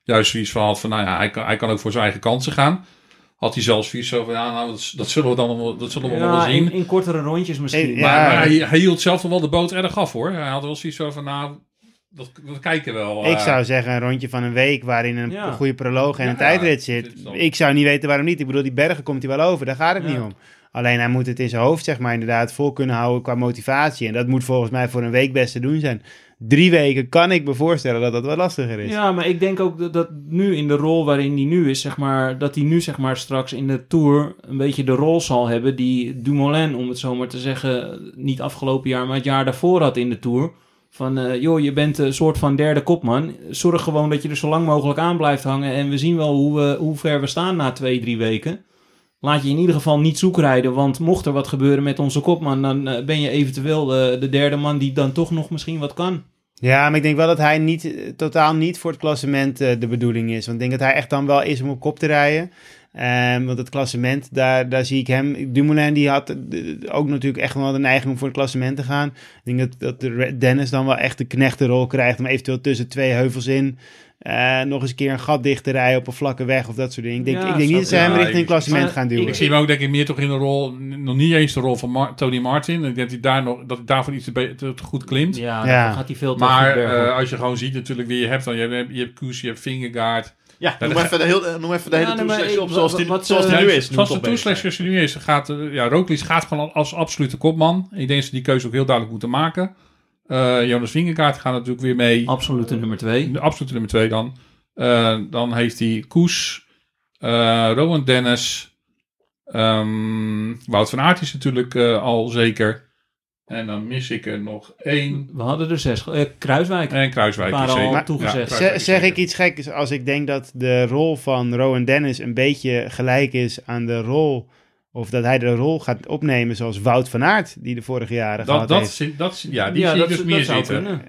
juist zoiets van had van, nou ja, hij kan ook voor zijn eigen kansen gaan. Had hij zelfs zoiets van, ja, nou, dat zullen we dan wel zien. In kortere rondjes misschien. Maar hij hield zelf wel de boot erg af, hoor. Hij had wel zoiets van, nou, we kijken wel. Ik zou zeggen een rondje van een week waarin een goede proloog en een tijdrit zit. Ik zou niet weten waarom niet. Ik bedoel, die bergen komt hij wel over. Daar gaat het niet om. Alleen hij moet het in zijn hoofd, zeg maar, inderdaad vol kunnen houden qua motivatie. En dat moet volgens mij voor een week best te doen zijn. 3 weken kan ik me voorstellen dat dat wat lastiger is. Ja, maar ik denk ook dat nu in de rol waarin hij nu is, zeg maar, dat hij nu, zeg maar, straks in de Tour een beetje de rol zal hebben die Dumoulin, om het zo maar te zeggen, niet afgelopen jaar, maar het jaar daarvoor had in de Tour. Van, joh, je bent een soort van derde kopman. Zorg gewoon dat je er zo lang mogelijk aan blijft hangen. En we zien wel hoe ver we staan na 2-3 weken. Laat je in ieder geval niet zoekrijden. Want mocht er wat gebeuren met onze kopman, dan ben je eventueel de derde man die dan toch nog misschien wat kan. Ja, maar ik denk wel dat hij totaal niet voor het klassement de bedoeling is. Want ik denk dat hij echt dan wel is om op kop te rijden. Want het klassement, daar zie ik hem. Dumoulin die had ook natuurlijk echt wel de neiging om voor het klassement te gaan. Ik denk dat Dennis dan wel echt de knechtenrol krijgt om eventueel tussen 2 heuvels in nog eens een keer een gat dicht te rijden op een vlakke weg of dat soort dingen. Ik denk niet dat ze hem richting het klassement gaan duwen. Ik zie hem ook denk ik meer toch in de rol, nog niet eens de rol van Tony Martin. Ik denk dat hij daarvoor iets te goed klimt. Ja, dan gaat hij veel te Maar als je gewoon ziet natuurlijk wie je hebt, dan je hebt Koes, je hebt Vingegaard. Ja, noem even de hele toeselectie op zoals die nu is. Zoals de toeselectie nu is. Roglic gaat gewoon als absolute kopman. Ik denk dat ze die keuze ook heel duidelijk moeten maken. Jonas Vingegaard gaat natuurlijk weer mee. Absolute nummer 2. De absolute nummer 2 dan. Dan heeft hij Koes, Rowan Dennis, Wout van Aert is natuurlijk al zeker. En dan mis ik er nog 1. We hadden er 6. Kruiswijk. En Kruiswijk. Waren al toegezegd. Ja, zeg ik iets geks als ik denk dat de rol van Rowan Dennis een beetje gelijk is aan de rol, of dat hij de rol gaat opnemen zoals Wout van Aert, die de vorige jaren gehad heeft. Die zie ik dus meer zitten.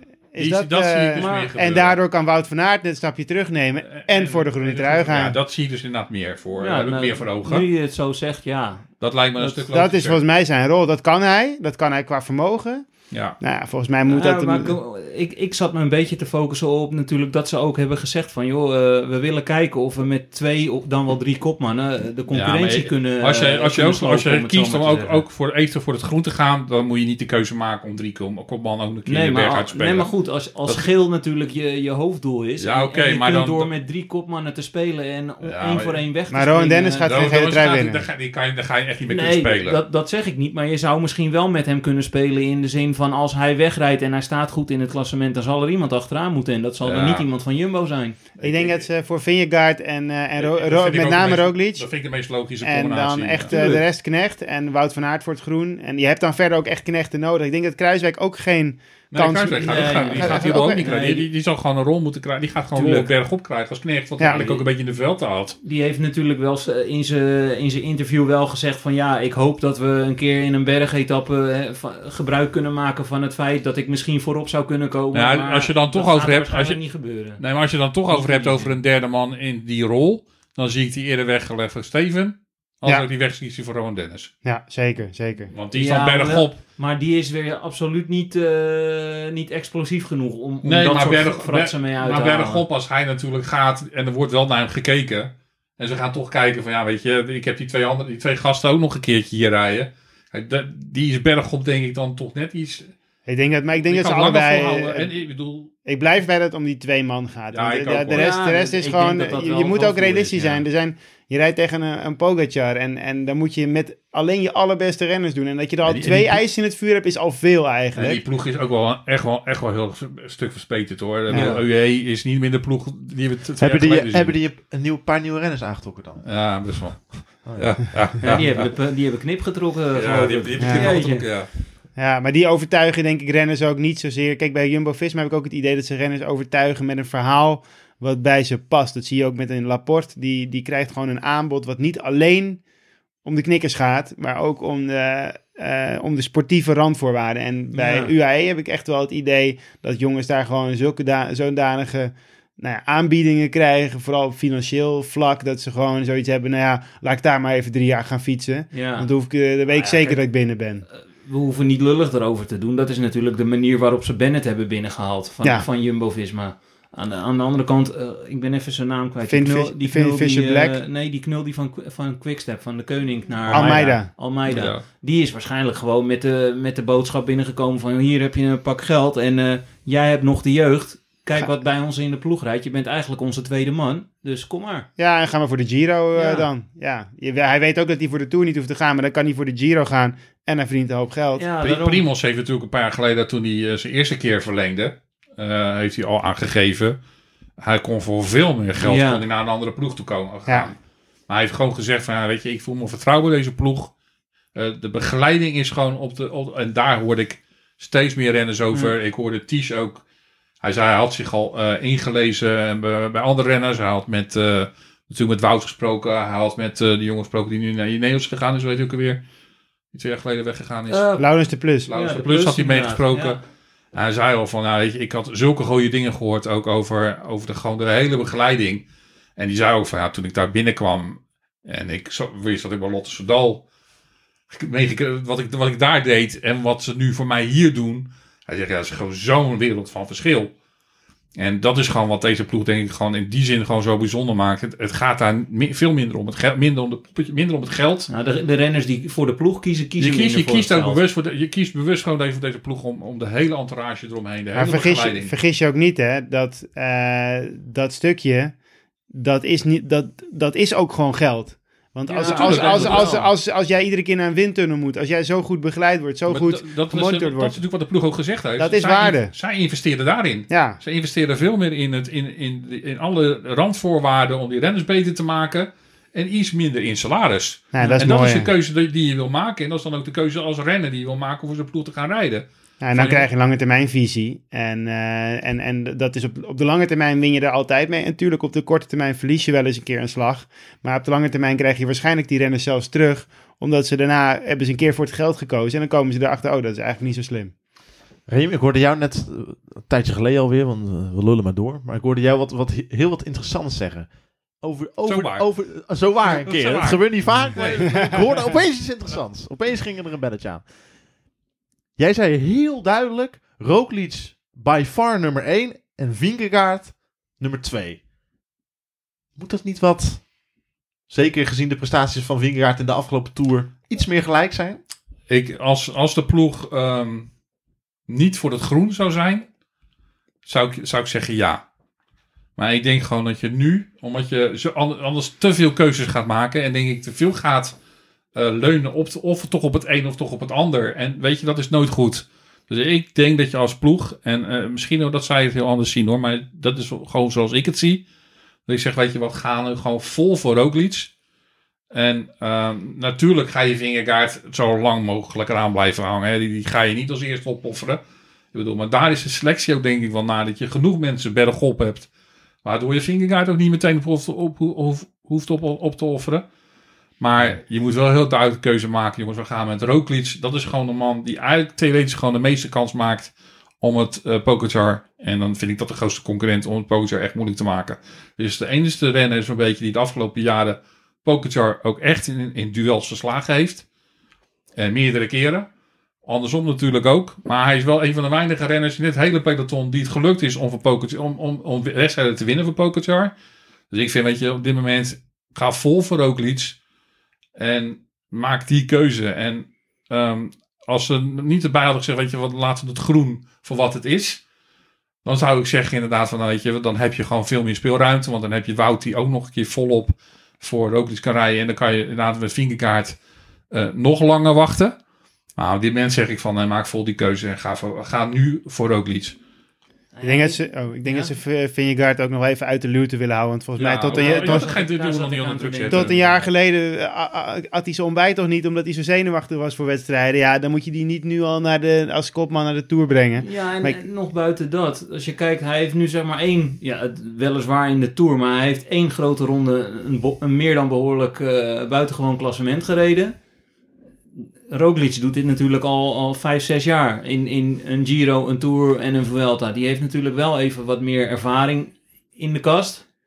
En daardoor kan Wout van Aert net een stapje terugnemen en voor de groene trui gaan. Ja, dat zie je dus inderdaad meer voor. Heb ik meer voor ogen. Nu je het zo zegt, ja. Dat lijkt me een stuk logischer. Dat is volgens mij zijn rol. Dat kan hij qua vermogen. Ja. Nou, volgens mij moet dat... Maar ik zat me een beetje te focussen op natuurlijk dat ze ook hebben gezegd van, joh, we willen kijken of we met 2 of dan wel 3 kopmannen de concurrentie kunnen... Als je kiest om ook voor het groen te gaan, dan moet je niet de keuze maken om 3 kopmannen ook een keer in de berg uit te spelen. Nee, maar goed, als geel natuurlijk je hoofddoel is, en je kunt door met 3 kopmannen te spelen en 1 voor 1 weg te maar Rowan Dennis gaat geen gele trui winnen. Daar ga je echt niet mee kunnen spelen. Dat zeg ik niet, maar je zou misschien wel met hem kunnen spelen in de zin van als hij wegrijdt en hij staat goed in het klassement, dan zal er iemand achteraan moeten. En dat zal er niet iemand van Jumbo zijn. Ik denk dat ze voor Vingegaard en met name Roglic. Dat vind ik de meest logische combinatie. En dan echt de rest knecht en Wout van Aert voor het groen. En je hebt dan verder ook echt knechten nodig. Ik denk dat Kruiswijk ook geen kans... Die gaat hier ook niet krijgen. Die zal gewoon een rol moeten krijgen. Die gaat gewoon een rol bergop krijgen als knecht. Wat eigenlijk ook een beetje in de veld haalt. Die heeft natuurlijk wel in zijn interview wel gezegd van ja, ik hoop dat we een keer in een bergetappe gebruik kunnen maken van het feit dat ik misschien voorop zou kunnen komen. Ja, maar als je dan toch over hebt, niet gebeuren. Nee, maar als je dan toch over hebt over een derde man in die rol, dan zie ik die eerder weggelegd voor Steven. Als ook die wegkiezen voor Rowan Dennis. Ja, zeker. Want die is dan bergop. Maar die is weer absoluut niet explosief genoeg om dat soort fratsen mee uit te halen. Maar bergop, als hij natuurlijk gaat en er wordt wel naar hem gekeken. En ze gaan toch kijken van ja, weet je, ik heb die twee gasten ook nog een keertje hier rijden. Die is bergop denk ik dan toch net iets... Ik denk dat ze allebei... Ik blijf bij dat het om die 2 man gaat. Ja, de rest is gewoon... Je moet ook realistisch zijn. Je rijdt tegen een Pogacar en dan moet je met alleen je allerbeste renners doen. En dat je er al 2 ijs in het vuur hebt, is al veel eigenlijk. En die ploeg is ook wel echt wel heel een stuk verspeterd hoor. De UE is niet meer de ploeg die we het hebben die een paar nieuwe renners aangetrokken dan? Ja, best wel. Die hebben knip getrokken. Ja, die hebben knip getrokken, ja. Ja, maar die overtuigen denk ik renners ook niet zozeer. Kijk, bij Jumbo-Visma heb ik ook het idee dat ze renners overtuigen met een verhaal wat bij ze past. Dat zie je ook met een Laporte. Die krijgt gewoon een aanbod wat niet alleen om de knikkers gaat, maar ook om de sportieve randvoorwaarden. En bij UAE heb ik echt wel het idee dat jongens daar gewoon zodanige aanbiedingen krijgen, vooral op financieel vlak, dat ze gewoon zoiets hebben, laat ik daar maar even 3 jaar gaan fietsen. Ja. Want dan hoef ik de week zeker dat ik binnen ben. We hoeven niet lullig erover te doen. Dat is natuurlijk de manier waarop ze Bennett hebben binnengehaald van Jumbo-Visma. Aan de andere kant, ik ben even zijn naam kwijt. Die knul die van Quickstep, van de Koning naar Almeida. Ja. Die is waarschijnlijk gewoon met de boodschap binnengekomen van hier heb je een pak geld en jij hebt nog de jeugd. Kijk wat bij ons in de ploeg rijdt. Je bent eigenlijk onze tweede man, dus kom maar. Ja, en gaan we voor de Giro dan. Ja. Hij weet ook dat hij voor de Tour niet hoeft te gaan, maar dan kan hij voor de Giro gaan en hij verdient een hoop geld. Ja, Primoz heeft natuurlijk een paar jaar geleden, toen hij zijn eerste keer verlengde, heeft hij al aangegeven. Hij kon voor veel meer geld kon hij naar een andere ploeg toe gaan. Ja. Maar hij heeft gewoon gezegd van, weet je, ik voel me vertrouwen bij deze ploeg. De begeleiding is gewoon en daar hoorde ik steeds meer renners over. Ik hoorde Ties ook. Hij zei, hij had zich al ingelezen bij andere renners. Hij had natuurlijk met Wout gesproken. Hij had met de jongen gesproken die nu naar Ineos gegaan is, weet je ook alweer. Die 2 jaar geleden weggegaan is. Laurens de Plus. Laurens de Plus had hij meegesproken. Ja. Hij zei al van, weet je, ik had zulke goede dingen gehoord ook over de hele begeleiding. En die zei ook van, toen ik daar binnenkwam en ik wist dat ik bij Lotto Soudal, wat ik daar deed en wat ze nu voor mij hier doen. Hij zegt, dat is gewoon zo'n wereld van verschil. En dat is gewoon wat deze ploeg denk ik gewoon in die zin gewoon zo bijzonder maakt. Het gaat daar veel minder om het geld, minder om het geld. Nou, de renners die voor de ploeg kiezen je kiest bewust gewoon even voor deze ploeg om de hele entourage eromheen, de hele begeleiding. Vergis je ook niet, hè, dat stukje, dat is ook gewoon geld. Want als jij iedere keer naar een windtunnel moet, als jij zo goed begeleid wordt, goed gemonitord wordt. Dat is natuurlijk wat de ploeg ook gezegd heeft. Dat is waarde. Zij investeren daarin. Ja. Zij investeren veel meer in alle randvoorwaarden om die renners beter te maken. En iets minder in salaris. Ja, dat is de keuze die je wil maken. En dat is dan ook de keuze als renner die je wil maken voor zijn ploeg te gaan rijden. Ja, en dan krijg je lange termijn visie. En dat is op de lange termijn win je er altijd mee. En natuurlijk op de korte termijn verlies je wel eens een keer een slag. Maar op de lange termijn krijg je waarschijnlijk die renners zelfs terug. Omdat ze daarna hebben ze een keer voor het geld gekozen. En dan komen ze erachter, dat is eigenlijk niet zo slim. Reem, ik hoorde jou net een tijdje geleden alweer, want we lullen maar door. Maar ik hoorde jou heel wat interessants zeggen. Zo waar een keer. Dat gebeurt niet vaak. Maar ik hoorde opeens iets interessants. Opeens ging er een belletje aan. Jij zei heel duidelijk, Roglic by far nummer 1 en Vingegaard nummer 2. Moet dat niet wat, zeker gezien de prestaties van Vingegaard in de afgelopen Tour, iets meer gelijk zijn? Als de ploeg niet voor het groen zou zijn, zou ik zeggen ja. Maar ik denk gewoon dat je nu, omdat je anders te veel keuzes gaat maken en denk ik te veel gaat leunen of toch op het een of toch op het ander. En weet je, dat is nooit goed. Dus ik denk dat je als ploeg, en misschien dat zij het heel anders zien hoor, maar dat is gewoon zoals ik het zie. Dat ik zeg, weet je wat, gaan gewoon vol voor Roglic. En natuurlijk ga je Vingegaard zo lang mogelijk eraan blijven hangen. Hè. Die ga je niet als eerste opofferen. Ik bedoel, maar daar is de selectie ook denk ik wel naar dat je genoeg mensen bergop hebt. Waardoor je Vingegaard ook niet meteen hoeft op te offeren. Maar je moet wel heel duidelijk keuze maken. Jongens, we gaan met Roglic. Dat is gewoon de man die eigenlijk theoretisch gewoon de meeste kans maakt om het Pogačar. En dan vind ik dat de grootste concurrent om het Pogačar echt moeilijk te maken. Dus de enige renner is een beetje die de afgelopen jaren Pogačar ook echt in duels verslagen heeft. Meerdere keren. Andersom natuurlijk ook. Maar hij is wel een van de weinige renners in dit hele peloton die het gelukt is om wedstrijden te winnen voor Pogačar. Dus ik vind, weet je, op dit moment ga vol voor Roglic. En maak die keuze. En als ze niet erbij hadden gezegd, weet je wat, laten we het groen voor wat het is. Dan zou ik zeggen inderdaad van, weet je, dan heb je gewoon veel meer speelruimte. Want dan heb je Wout die ook nog een keer volop voor Roglic kan rijden. En dan kan je inderdaad met Vingegaard nog langer wachten. Maar op dit moment zeg ik van, maak vol die keuze en ga nu voor Roglic. Ik denk dat ze Vingegaard ook nog even uit de luwte willen houden. Want volgens mij tot een jaar geleden had hij zijn ontbijt toch niet, omdat hij zo zenuwachtig was voor wedstrijden. Ja, dan moet je die niet nu al als kopman naar de Tour brengen. Ja, en nog buiten dat. Als je kijkt, hij heeft nu zeg maar weliswaar in de Tour, maar hij heeft 1 grote ronde een meer dan behoorlijk buitengewoon klassement gereden. Roglic doet dit natuurlijk al 5-6 jaar in een Giro, een Tour en een Vuelta. Die heeft natuurlijk wel even wat meer ervaring in de kast.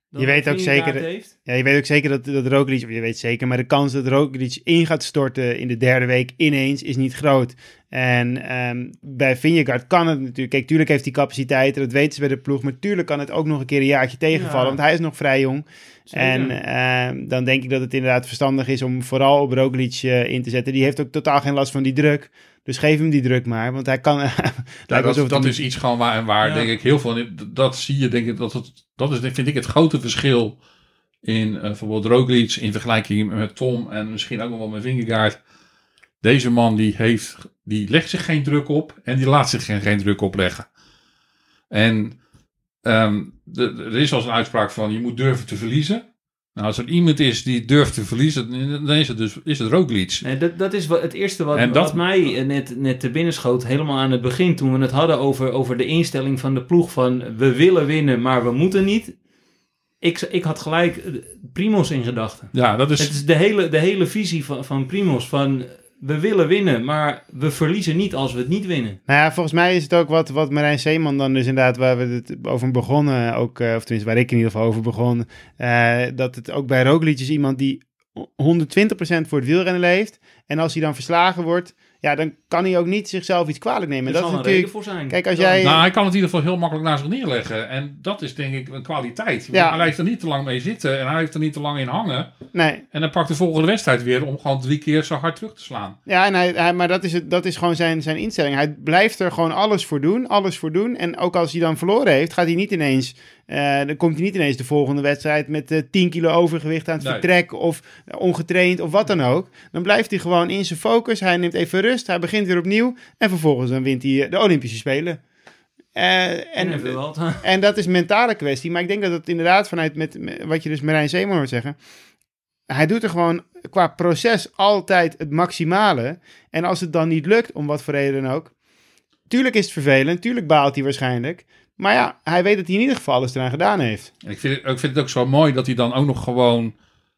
dan Je weet ook Vingegaard zeker, heeft. ja, je weet ook zeker dat Roglic, of je weet zeker, maar de kans dat Roglic in gaat storten in de derde week ineens is niet groot. En bij Vingegaard kan het natuurlijk, kijk, tuurlijk heeft hij capaciteiten, dat weten ze bij de ploeg, maar tuurlijk kan het ook nog een keer een jaartje tegenvallen, want hij is nog vrij jong. Zeker. En dan denk ik dat het inderdaad verstandig is om vooral op Roglic in te zetten. Die heeft ook totaal geen last van die druk. Dus geef hem die druk maar, want hij kan... dat is iets gewoon waar denk ik heel veel... Dat zie je, denk ik, dat is vind ik het grote verschil in bijvoorbeeld Roglic in vergelijking met Tom en misschien ook nog wel met Vingegaard. Deze man die legt zich geen druk op en die laat zich geen druk opleggen. En er is als een uitspraak van je moet durven te verliezen. Nou, als er iemand is die durft te verliezen, dan is het Roglic. Nee, dat is het eerste wat mij net te binnen schoot, helemaal aan het begin, toen we het hadden over de instelling van de ploeg van we willen winnen, maar we moeten niet. Ik had gelijk Primoz in gedachten. Ja, dat is... Het is de hele visie van Primoz van we willen winnen, maar we verliezen niet als we het niet winnen. Nou ja, volgens mij is het ook wat Marijn Zeeman dan dus inderdaad, waar we het over begonnen, ook, of tenminste waar ik in ieder geval over begon, dat het ook bij Roglic is iemand die 120% voor het wielrennen leeft. En als hij dan verslagen wordt, ja, dan kan hij ook niet zichzelf iets kwalijk nemen. Er dat zal is een natuurlijk reden voor zijn. Kijk, als jij... Nou, hij kan het in ieder geval heel makkelijk naast zich neerleggen. En dat is denk ik een kwaliteit. Ja. Hij heeft er niet te lang mee zitten en hij heeft er niet te lang in hangen. Nee. En dan pakt de volgende wedstrijd weer om gewoon 3 keer zo hard terug te slaan. Ja, en maar dat is gewoon zijn instelling. Hij blijft er gewoon alles voor doen. En ook als hij dan verloren heeft, gaat hij niet ineens... dan komt hij niet ineens de volgende wedstrijd met 10 kilo overgewicht aan het vertrek of ongetraind of wat dan ook. Dan blijft hij gewoon in zijn focus. Hij neemt even rust, hij begint weer opnieuw en vervolgens dan wint hij de Olympische Spelen. En dat is een mentale kwestie. Maar ik denk dat het inderdaad vanuit met wat je dus Marijn Zeeman hoort zeggen, hij doet er gewoon qua proces altijd het maximale. En als het dan niet lukt, om wat voor reden dan ook, tuurlijk is het vervelend, tuurlijk baalt hij waarschijnlijk. Maar ja, hij weet dat hij in ieder geval alles eraan gedaan heeft. Ik vind het ook zo mooi dat hij dan ook nog gewoon...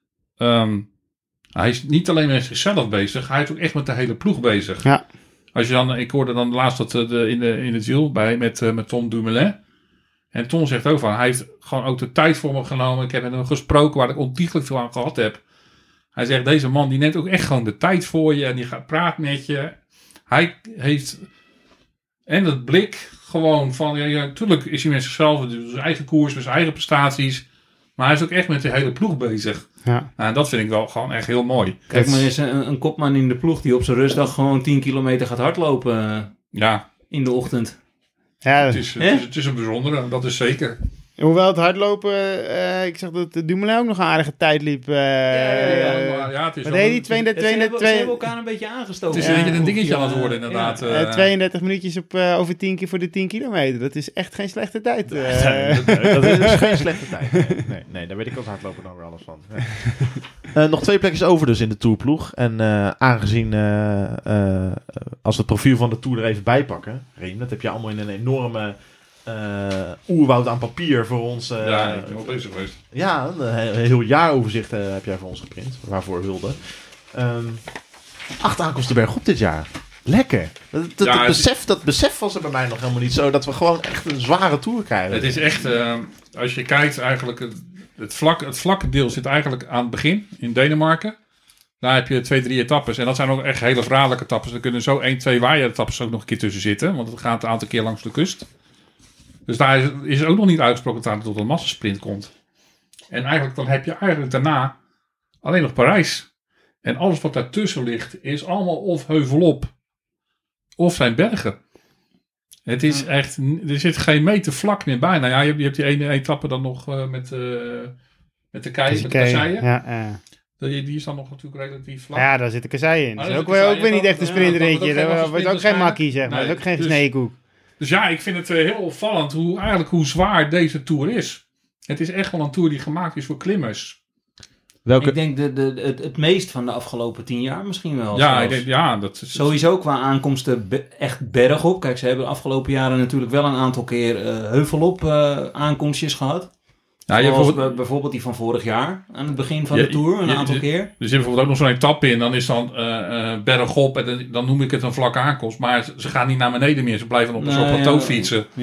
hij is niet alleen met zichzelf bezig, hij is ook echt met de hele ploeg bezig. Ja. Als je dan, ik hoorde dan laatst dat in het wiel met Tom Dumoulin. En Tom zegt ook van, hij heeft gewoon ook de tijd voor me genomen. Ik heb met hem gesproken waar ik ontiegelijk veel aan gehad heb. Hij zegt, deze man die neemt ook echt gewoon de tijd voor je en die gaat praten met je. Hij heeft... En dat blik gewoon van... Ja, natuurlijk is hij met zichzelf, met zijn eigen koers, met zijn eigen prestaties. Maar hij is ook echt met de hele ploeg bezig. Ja. En dat vind ik wel gewoon echt heel mooi. Kijk, maar er is een kopman in de ploeg die op zijn rustdag gewoon 10 kilometer gaat hardlopen in de ochtend. Ja, het is een bijzondere, dat is zeker. Hoewel het hardlopen, ik zag dat Dumoulin ook nog een aardige tijd liep. Het is wat deed hij? Ze hebben elkaar een beetje aangestoken. Het is een dingetje aan het worden, inderdaad. 32 minuutjes over 10 keer voor de 10 kilometer. Dat is echt geen slechte tijd. Dat is dus geen slechte tijd. Nee, daar weet ik als hardloper dan weer alles van. Nee. Nog 2 plekjes over dus in de Tourploeg. En aangezien, als we het profiel van de Tour er even bij pakken, Reem, dat heb je allemaal in een enorme... oerwoud aan papier voor ons. Ja, ik ben wel bezig geweest. Ja, een heel jaaroverzicht heb jij voor ons geprint. Waarvoor wilde. 8 aankomsten bergop dit jaar. Lekker. Dat besef was er bij mij nog helemaal niet zo. Dat we gewoon echt een zware Tour krijgen. Het is echt, als je kijkt eigenlijk... Het vlakke deel zit eigenlijk aan het begin in Denemarken. Daar heb je 2-3 etappes. En dat zijn ook echt hele verraderlijke etappes. Er kunnen zo 1-2 waaien-etappes ook nog een keer tussen zitten. Want het gaat een aantal keer langs de kust. Dus daar is het ook nog niet uitgesproken dat er een massasprint komt. En eigenlijk dan heb je eigenlijk daarna alleen nog Parijs. En alles wat daartussen ligt is allemaal of heuvelop of zijn bergen. Het is echt, er zit geen meter vlak meer bij. Nou ja, je hebt die ene etappe dan nog met de kasseien. Ja. Die is dan nog natuurlijk relatief vlak. Ja, daar zit de kasseien in. Dat is ook weer niet echt een sprintritje. Dat wordt ook geen makkie, zeg maar. Dat is ook geen gesneden koek. Dus ja, ik vind het heel opvallend hoe zwaar deze Tour is. Het is echt wel een Tour die gemaakt is voor klimmers. Ik denk het meest van de afgelopen 10 jaar misschien wel. Ja, ik denk, dat is... Sowieso qua aankomsten echt bergop. Kijk, ze hebben de afgelopen jaren natuurlijk wel een aantal keer heuvelop aankomstjes gehad. Ja, bijvoorbeeld die van vorig jaar, aan het begin van de Tour, een aantal keer. Dus je hebt bijvoorbeeld ook nog zo'n etappe in, dan is dan bergop en dan noem ik het een vlakke aankomst. Maar ze gaan niet naar beneden meer, ze blijven op zo'n plateau fietsen. Ja.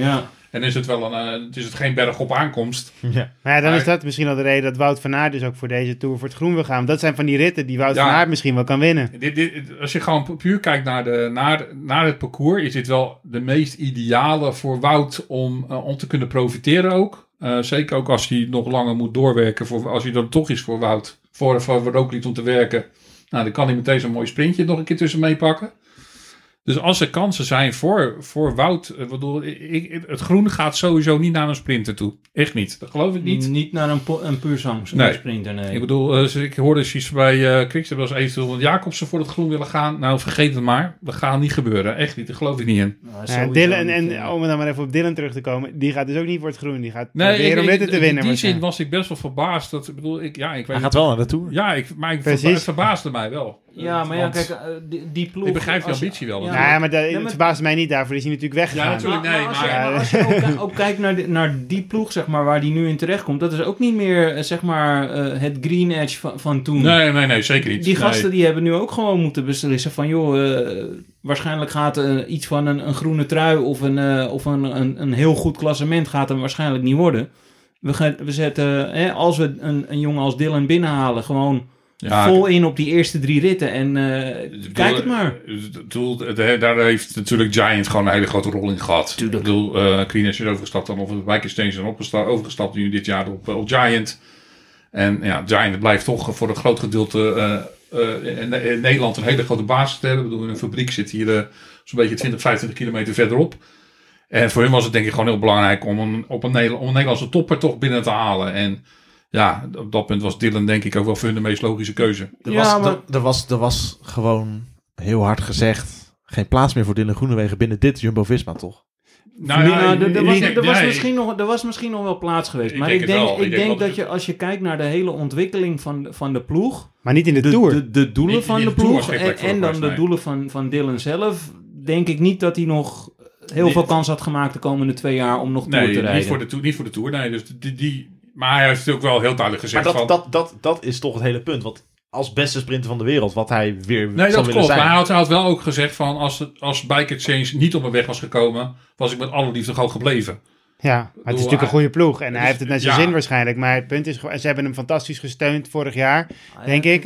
En is het wel is het geen berg op aankomst. Ja. Maar ja, dan is dat misschien al de reden dat Wout van Aert dus ook voor deze Tour voor het groen wil gaan. Want dat zijn van die ritten die Wout van Aert misschien wel kan winnen. Als je gewoon puur kijkt naar het parcours, is dit wel de meest ideale voor Wout om te kunnen profiteren ook. Zeker ook als hij nog langer moet doorwerken. Als hij dan toch is voor Wout, voor Roglic om te werken. Nou, dan kan hij meteen zo'n mooi sprintje nog een keer tussen meepakken. Dus als er kansen zijn voor Wout... het groen gaat sowieso niet naar een sprinter toe. Echt niet. Dat geloof ik niet. Niet naar een puur sprinter, nee. Ik bedoel, ik hoorde eens bij Quickstep als eventueel Jacobsen voor het groen willen gaan. Nou, vergeet het maar. Dat gaat niet gebeuren. Echt niet. Daar geloof ik niet in. Nou, Dylan, om dan maar even op Dylan terug te komen. Die gaat dus ook niet voor het groen. Die gaat proberen om dit te winnen. In die zin was ik best wel verbaasd. Hij gaat wel naar de Tour. Ja, het verbaasde mij wel. Ja, maar ja, kijk, die ploeg... Ik begrijp die ambitie wel. Ja, maar het verbaast mij niet. Daarvoor is hij natuurlijk weggegaan. Ja, natuurlijk. Nee, maar als je ook kijkt naar die ploeg, zeg maar, waar die nu in terecht komt, dat is ook niet meer, zeg maar, het green edge van toen. Nee, zeker niet. Die gasten die hebben nu ook gewoon moeten beslissen van, joh, waarschijnlijk gaat iets van een groene trui of een heel goed klassement gaat hem waarschijnlijk niet worden. We zetten, als we een jongen als Dylan binnenhalen, gewoon... vol in op die eerste 3 ritten en kijk het maar. Daar heeft natuurlijk Giant gewoon een hele grote rol in gehad. Tuurlijk. Ik bedoel, Krienes is overgestapt dan of Wijke Steens zijn overgestapt nu dit jaar op Giant. En ja, Giant blijft toch voor een groot gedeelte in Nederland een hele grote basis te hebben. Ik bedoel, in een fabriek zit hier zo'n beetje 20, 25 kilometer verderop. En voor hun was het denk ik gewoon heel belangrijk om een Nederlandse topper toch binnen te halen. En ja, op dat punt was Dylan denk ik ook wel voor hun de meest logische keuze. Er was gewoon heel hard gezegd... geen plaats meer voor Dylan Groenewegen binnen dit Jumbo-Visma, toch? Er was misschien nog wel plaats geweest. Maar ik denk dat je, als je kijkt naar de hele ontwikkeling van de ploeg... Maar niet in de Tour. De doelen van de ploeg en dan de doelen van Dylan zelf... denk ik niet dat hij nog heel veel kans had gemaakt de komende 2 jaar om nog Tour te rijden. Niet voor de Tour, nee. Dus maar hij heeft ook wel heel duidelijk gezegd... Maar dat is toch het hele punt. Want als beste sprinter van de wereld, wat hij weer zou willen klopt, zijn. Maar hij had wel ook gezegd van... als Bike Exchange niet op mijn weg was gekomen... was ik met alle liefde gewoon gebleven. Ja, maar het is natuurlijk een goede ploeg. En hij heeft het naar zijn zin waarschijnlijk. Maar het punt is, ze hebben hem fantastisch gesteund vorig jaar, denk ik.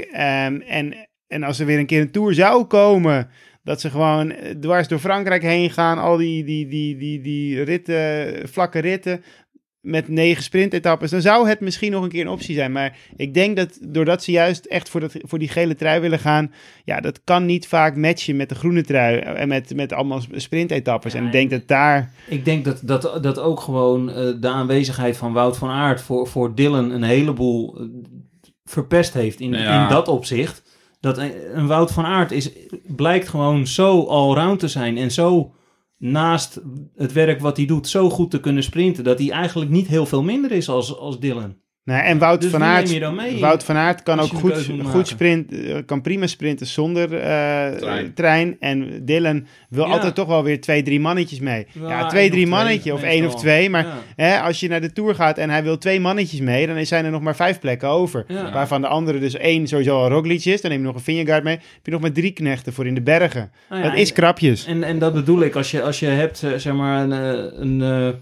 En als er weer een keer een Tour zou komen... dat ze gewoon dwars door Frankrijk heen gaan... al die ritten, vlakke ritten... met 9 sprintetappes, dan zou het misschien nog een keer een optie zijn. Maar ik denk dat doordat ze juist echt voor die gele trui willen gaan... ja, dat kan niet vaak matchen met de groene trui en met allemaal sprintetappes. Ja, en ik denk dat daar... Ik denk dat ook gewoon de aanwezigheid van Wout van Aert voor Dylan een heleboel verpest heeft in dat opzicht. Dat een Wout van Aert blijkt gewoon zo allround te zijn en zo... naast het werk wat hij doet, zo goed te kunnen sprinten... dat hij eigenlijk niet heel veel minder is als Dylan. Nee, en Wout van Aert kan ook goed sprinten, kan prima sprinten zonder trein. En Dylan wil altijd toch wel weer 2-3 mannetjes mee. Ja, 2-3 mannetje of 1 of 2. Maar als je naar de Tour gaat en hij wil 2 mannetjes mee... dan zijn er nog maar 5 plekken over. Ja. Waarvan de andere dus 1 sowieso al Roglic is. Dan neem je nog een Vingegaard mee. Heb je nog maar 3 knechten voor in de bergen. Dat is krapjes. En dat bedoel ik. Als je hebt, zeg maar, een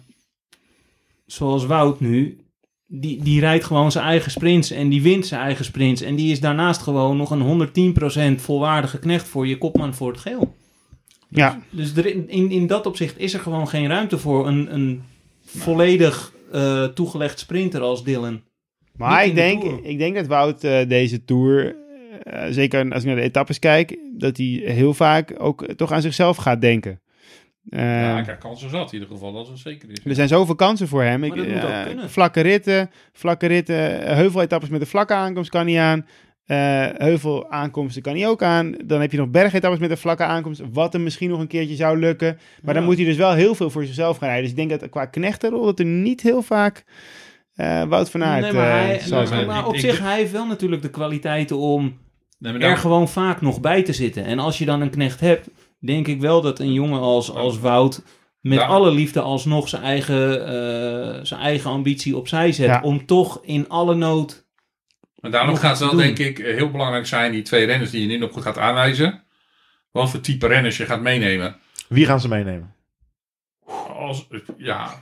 zoals Wout nu... Die rijdt gewoon zijn eigen sprints en die wint zijn eigen sprints. En die is daarnaast gewoon nog een 110% volwaardige knecht voor je kopman voor het geel. Ja. Dus in dat opzicht is er gewoon geen ruimte voor een volledig toegelegd sprinter als Dylan. Maar ik denk dat Wout deze Tour, zeker als ik naar de etappes kijk, dat hij heel vaak ook toch aan zichzelf gaat denken. Hij krijgt kansen zat in ieder geval, dat is zeker is. Er zijn zoveel kansen voor hem. Vlakke ritten, heuveletappes met een vlakke aankomst kan hij aan. Heuvelaankomsten kan hij ook aan. Dan heb je nog bergetappes met een vlakke aankomst, wat hem misschien nog een keertje zou lukken. Maar dan moet hij dus wel heel veel voor zichzelf gaan rijden. Dus ik denk dat qua knechtenrol dat er niet heel vaak Wout van Aert zal zijn. Maar op zich, hij heeft wel natuurlijk de kwaliteiten om er gewoon vaak nog bij te zitten. En als je dan een knecht hebt, denk ik wel dat een jongen als Wout met alle liefde alsnog zijn eigen ambitie opzij zet. Om toch in alle nood... Maar daarom gaat het wel, denk ik, heel belangrijk zijn, die 2 renners die je nu nog gaat aanwijzen. Wat voor type renners je gaat meenemen. Wie gaan ze meenemen?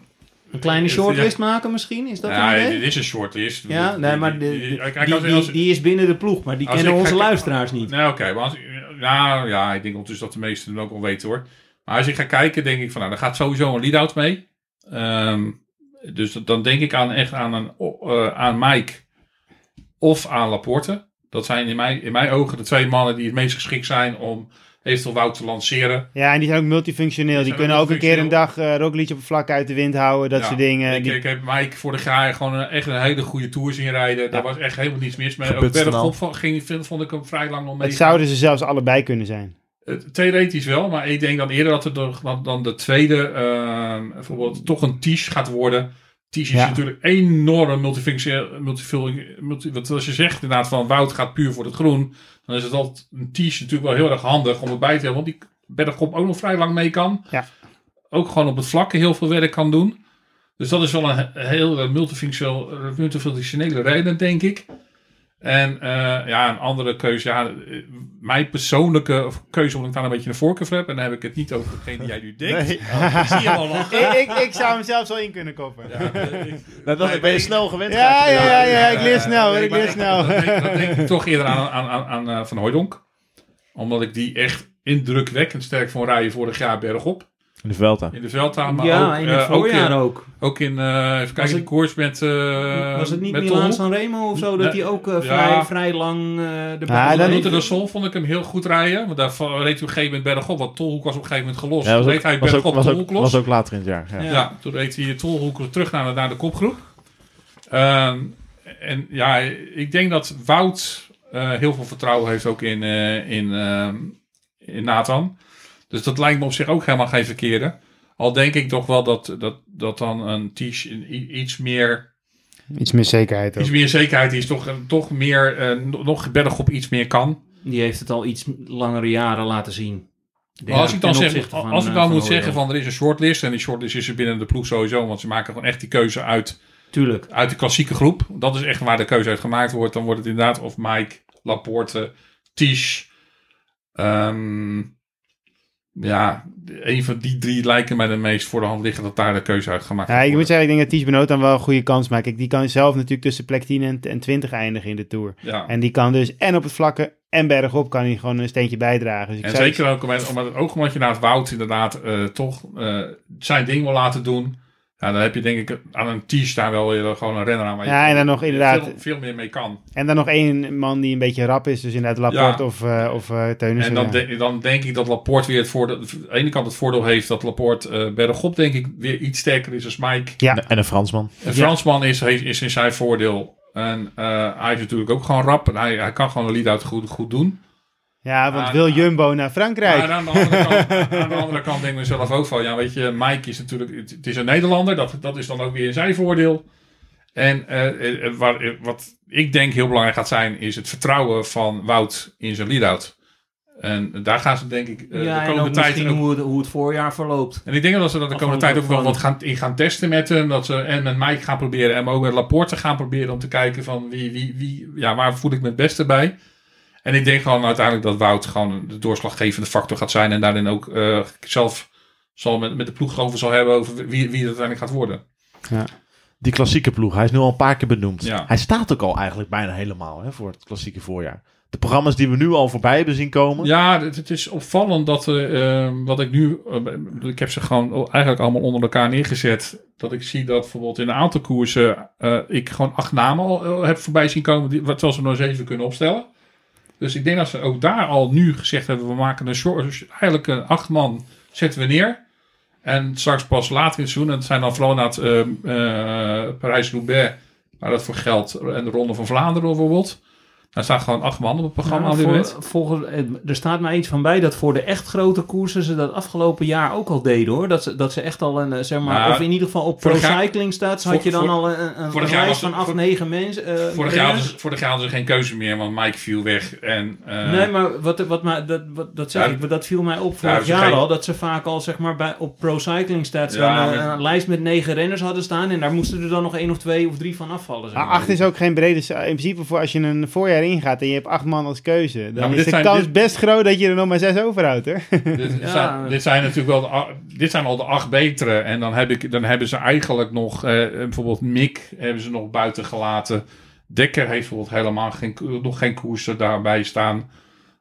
Een kleine shortlist maken misschien? Is dat een idee? Dit is een shortlist. Ja, nee, maar die is binnen de ploeg, maar die kennen onze luisteraars niet. Nee, oké. Ik denk ondertussen dat de meesten het ook al weten hoor. Maar als ik ga kijken, denk ik van, daar gaat sowieso een lead-out mee. Dus dan denk ik aan Mike of aan Laporte. Dat zijn in mijn ogen de 2 mannen die het meest geschikt zijn om eventueel Wout te lanceren. Ja, en die zijn ook multifunctioneel. Die kunnen ook een keer een dag Roglic op een vlak uit de wind houden. Dat soort dingen. Ik heb Mike vorig jaar gewoon echt een hele goede tour zien rijden. Daar was echt helemaal niets mis mee. Ook bergop vond ik hem vrij lang nog mee. Het zouden ze zelfs allebei kunnen zijn. Theoretisch wel, maar ik denk dan eerder dat het dan de tweede bijvoorbeeld toch een Tisch gaat worden. Tisch is natuurlijk enorm multifunctioneel. Wat als je zegt inderdaad van Wout gaat puur voor het groen, dan is het altijd een Tisch natuurlijk wel heel erg handig om erbij te hebben, want die bergop ook nog vrij lang mee kan. Ja. Ook gewoon op het vlakke heel veel werk kan doen. Dus dat is wel een heel multifunctionele reden, denk ik. En een andere keuze. Ja, mijn persoonlijke keuze, omdat ik daar een beetje een voorkeur voor heb. En dan heb ik het niet over degene die jij nu denkt. Nee. Ik zie hem al lachen. Ik zou hem zelfs wel in kunnen koppen. Ja, ben je snel gewend. Ja, ik leer snel. Dat denk ik toch eerder aan Van Hooijdonk. Omdat ik die echt indrukwekkend sterk vond rijden vorig jaar bergop. In de Vuelta. Maar ook, in het voorjaar ook. Ook in, even kijken, de koers met was het niet Milaan Sanremo of zo, dat hij ook vrij lang Route de Sol vond ik hem heel goed rijden. Want daar reed hij op een gegeven moment bergop, want Tolhoek was op een gegeven moment gelost. Ja, reed hij bergop Tolhoek los. Was ook later in het jaar. Ja, toen reed hij Tolhoek terug naar de kopgroep. Ik denk dat Wout heel veel vertrouwen heeft ook in Nathan. Dus dat lijkt me op zich ook helemaal geen verkeerde. Al denk ik toch wel dat dan een Tisch iets meer zekerheid ook. Iets meer zekerheid is toch meer, nog bergop iets meer kan. Die heeft het al iets langere jaren laten zien. Als ik dan moet zeggen van er is een shortlist. En die shortlist is er binnen de ploeg sowieso. Want ze maken gewoon echt die keuze uit de klassieke groep. Dat is echt waar de keuze uit gemaakt wordt. Dan wordt het inderdaad of Mike, Laporte, Tisch. Een van die 3 lijken mij de meest voor de hand liggen dat daar de keuze uit gemaakt wordt. Ik moet zeggen, ik denk dat Tisch Benoot dan wel een goede kans maakt. Die kan zelf natuurlijk tussen plek 10 en 20 eindigen in de Tour. Ja. En die kan dus en op het vlakke en bergop kan hij gewoon een steentje bijdragen. Dus zeker ook omdat je na het Wout inderdaad toch zijn ding wil laten doen. Ja, dan heb je denk ik aan een Tisch daar wel weer gewoon een renner aan waar je en dan nog inderdaad veel meer mee kan. En dan nog 1 man die een beetje rap is, dus inderdaad Laporte of Teunissen. En dan denk ik dat Laporte weer aan de ene kant het voordeel heeft dat Laporte bergop denk ik weer iets sterker is als Mike. Ja. En een Fransman. Een Fransman is in zijn voordeel. En hij is natuurlijk ook gewoon rap. En hij kan gewoon een lead-out goed doen. Ja, want wil Jumbo naar Frankrijk? Maar aan de andere kant denk ik mezelf ook van... Ja, weet je, Mike is natuurlijk... Het is een Nederlander. Dat is dan ook weer in zijn voordeel. En wat ik denk heel belangrijk gaat zijn... is het vertrouwen van Wout in zijn lead-out. En daar gaan ze denk ik de komende tijd... misschien hoe het voorjaar verloopt. En ik denk dat ze dat de komende tijd ook wel wat gaan testen met hem. Dat ze en met Mike gaan proberen. En ook met Laporte gaan proberen om te kijken van waar voel ik me het beste bij... En ik denk gewoon uiteindelijk dat Wout gewoon de doorslaggevende factor gaat zijn. En daarin ook zelf zal met de ploeg over zal hebben over wie het uiteindelijk gaat worden. Ja. Die klassieke ploeg, hij is nu al een paar keer benoemd. Ja. Hij staat ook al eigenlijk bijna helemaal voor het klassieke voorjaar. De programma's die we nu al voorbij hebben zien komen. Ja, het is opvallend dat wat ik nu... ik heb ze gewoon eigenlijk allemaal onder elkaar neergezet. Dat ik zie dat bijvoorbeeld in een aantal koersen... ik gewoon 8 namen al heb voorbij zien komen. Terwijl ze nog 7 kunnen opstellen. Dus ik denk dat ze ook daar al nu gezegd hebben... we maken eigenlijk een 8 man zetten we neer. En straks pas later in het seizoen... en het zijn dan vooral naar het Parijs-Roubaix... waar dat voor geldt. En de Ronde van Vlaanderen bijvoorbeeld... Daar staan gewoon 8 man op het programma. Er staat mij iets van bij dat voor de echt grote koersen ze dat afgelopen jaar ook al deden hoor. Dat ze echt al een, zeg maar, of in ieder geval op Pro Cycling Stats had je dan al een lijst van 8-9 mensen. Vorig jaar hadden ze geen keuze meer, want Mike viel weg. En, nee, maar dat viel mij op vorig jaar al. Dat ze vaak al zeg maar op Pro Cycling Stats een lijst met 9 renners hadden staan. En daar moesten er dan nog 1 of 2 of 3 van afvallen. Zeg maar. 8 is ook geen brede... In principe voor als je een voorjaar ver ingaat en je hebt 8 man als keuze, dan maar is de kans best groot dat je er nog maar 6 overhoudt, hoor. Dit zijn natuurlijk wel dit zijn al de 8 betere. En dan hebben ze eigenlijk nog, bijvoorbeeld Mick hebben ze nog buiten gelaten. Dekker heeft bijvoorbeeld helemaal nog geen koersen daarbij staan.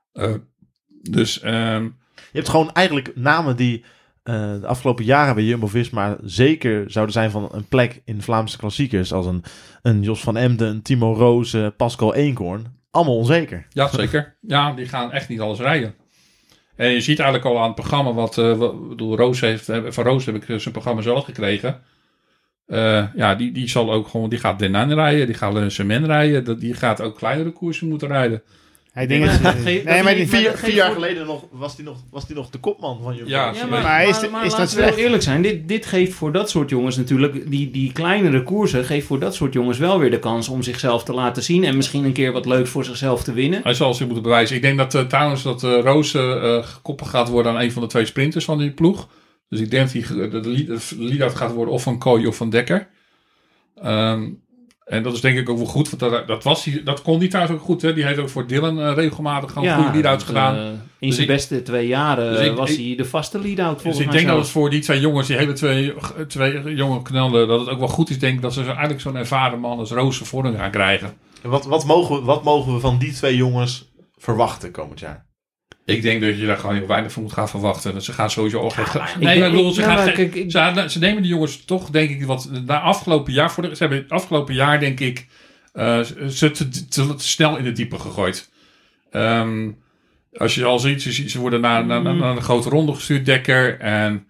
Je hebt gewoon eigenlijk namen die de afgelopen jaren bij Jumbo-Visma zeker zouden zijn van een plek in Vlaamse klassiekers. Als een Jos van Emden, een Timo Roos, Pascal Eenkhoorn. Allemaal onzeker. Ja, zeker. Ja, die gaan echt niet alles rijden. En je ziet eigenlijk al aan het programma van Roos heb ik zijn programma zelf gekregen. Die zal ook gewoon, die gaat Denan rijden, die gaat Le Semen rijden, die gaat ook kleinere koersen moeten rijden. Hij denkt vier jaar geleden was die nog de kopman van Jumbo. Maar laten we wel eerlijk zijn. Dit geeft voor dat soort jongens natuurlijk, die kleinere koersen, geeft voor dat soort jongens wel weer de kans om zichzelf te laten zien en misschien een keer wat leuks voor zichzelf te winnen. Hij zal zich moeten bewijzen. Ik denk dat trouwens dat Roos gekoppeld gaat worden aan een van de 2 sprinters van die ploeg. Dus ik denk dat de lead-out gaat worden of van Kooi of van Dekker. En dat is denk ik ook wel goed, want dat kon die trouwens ook goed. Hè? Die heeft ook voor Dylan regelmatig gewoon goede lead-outs gedaan. In zijn beste 2 jaren was hij de vaste lead-out volgens mij. Dus ik denk dat het voor die 2 jongens, die hele twee jonge knallen, dat het ook wel goed is, denk ik, dat ze eigenlijk zo'n ervaren man als Roos voor gaan krijgen. En wat mogen we van die 2 jongens verwachten komend jaar? Ik denk dat je daar gewoon heel weinig van moet gaan verwachten. Ze gaan sowieso al ze nemen die jongens toch, denk ik, wat na afgelopen jaar. Ze hebben het afgelopen jaar, denk ik, ze te snel in het diepe gegooid. Als je al ziet, ze worden naar een grote ronde gestuurd, Dekker. En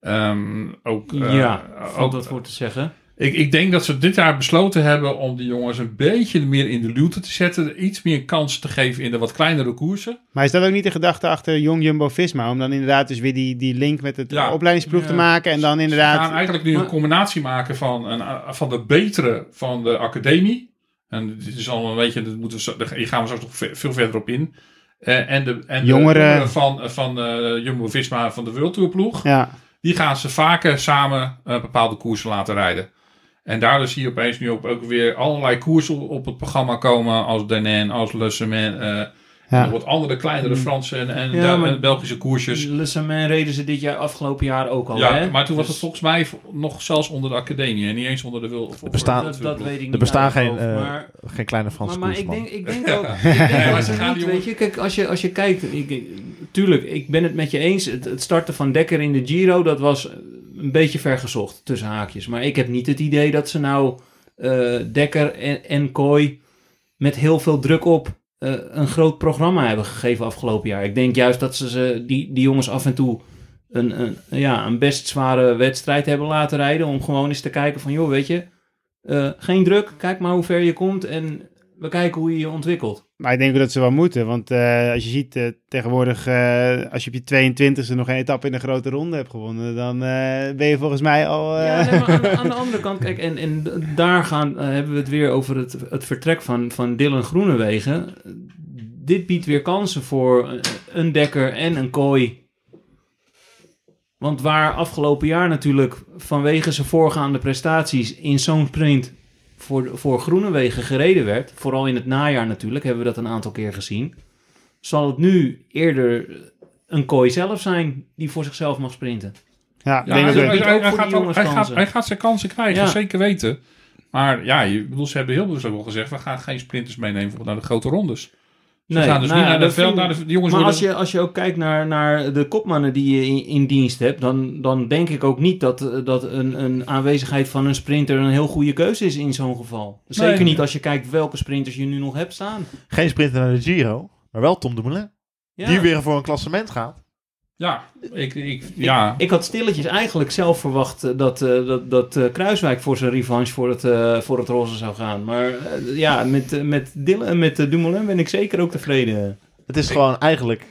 ook dat voor te zeggen. Ik denk dat ze dit jaar besloten hebben om die jongens een beetje meer in de luwte te zetten. Iets meer kans te geven in de wat kleinere koersen. Maar is dat ook niet de gedachte achter Jong Jumbo-Visma? Om dan inderdaad dus weer die link met het opleidingsploeg te maken. En dan inderdaad... Ze gaan eigenlijk nu een combinatie maken van de betere van de academie. En dit is al een beetje... Hier gaan we straks nog veel verder op in. En de jongeren van Jumbo-Visma van de World Tour ploeg. Ja. Die gaan ze vaker samen bepaalde koersen laten rijden. En daardoor zie je opeens nu ook weer allerlei koersen op het programma komen. Als Denain, als Le Semen. En wat andere kleinere Franse en Belgische koersjes. Le Semen reden ze dit afgelopen jaar ook al. Ja, hè? maar toen was het volgens mij nog zelfs onder de academie. En niet eens onder de World. Dat weet ik niet. Er bestaan geen kleine Franse koers. Maar ik denk ook... weet je, kijk, als je kijkt... Tuurlijk, ik ben het met je eens. Het starten van Dekker in de Giro, dat was een beetje vergezocht, tussen haakjes. Maar ik heb niet het idee dat ze nou Dekker en Kooi met heel veel druk op een groot programma hebben gegeven afgelopen jaar. Ik denk juist dat ze die jongens af en toe een best zware wedstrijd hebben laten rijden, om gewoon eens te kijken van, joh, weet je, geen druk, kijk maar hoe ver je komt en we kijken hoe je je ontwikkelt. Maar ik denk dat ze wel moeten, want als je ziet tegenwoordig, als je op je 22e nog een etappe in een grote ronde hebt gewonnen, dan ben je volgens mij al... maar aan de andere kant, kijk, en daar hebben we het weer over het vertrek van Dylan Groenewegen. Dit biedt weer kansen voor een Dekker en een Kooi. Want waar afgelopen jaar natuurlijk vanwege zijn voorgaande prestaties in zo'n sprint voor Groenewegen gereden werd, vooral in het najaar natuurlijk, hebben we dat een aantal keer gezien, zal het nu eerder een Kooi zelf zijn die voor zichzelf mag sprinten. Ja, hij gaat zijn kansen krijgen, zeker weten. Maar ja, ze hebben heel bewust ook al gezegd, we gaan geen sprinters meenemen naar de grote rondes. Ze gaan dus niet naar het veld, de jongens maar als je ook kijkt naar de kopmannen die je in dienst hebt, dan denk ik ook niet dat een aanwezigheid van een sprinter een heel goede keuze is in zo'n geval. Zeker niet als je kijkt welke sprinters je nu nog hebt staan. Geen sprinter naar de Giro, maar wel Tom Dumoulin. Ja. Die weer voor een klassement gaat. Ja, ik had stilletjes eigenlijk zelf verwacht dat Kruiswijk voor zijn revanche voor het roze zou gaan. Maar met Dumoulin ben ik zeker ook tevreden. Het is gewoon eigenlijk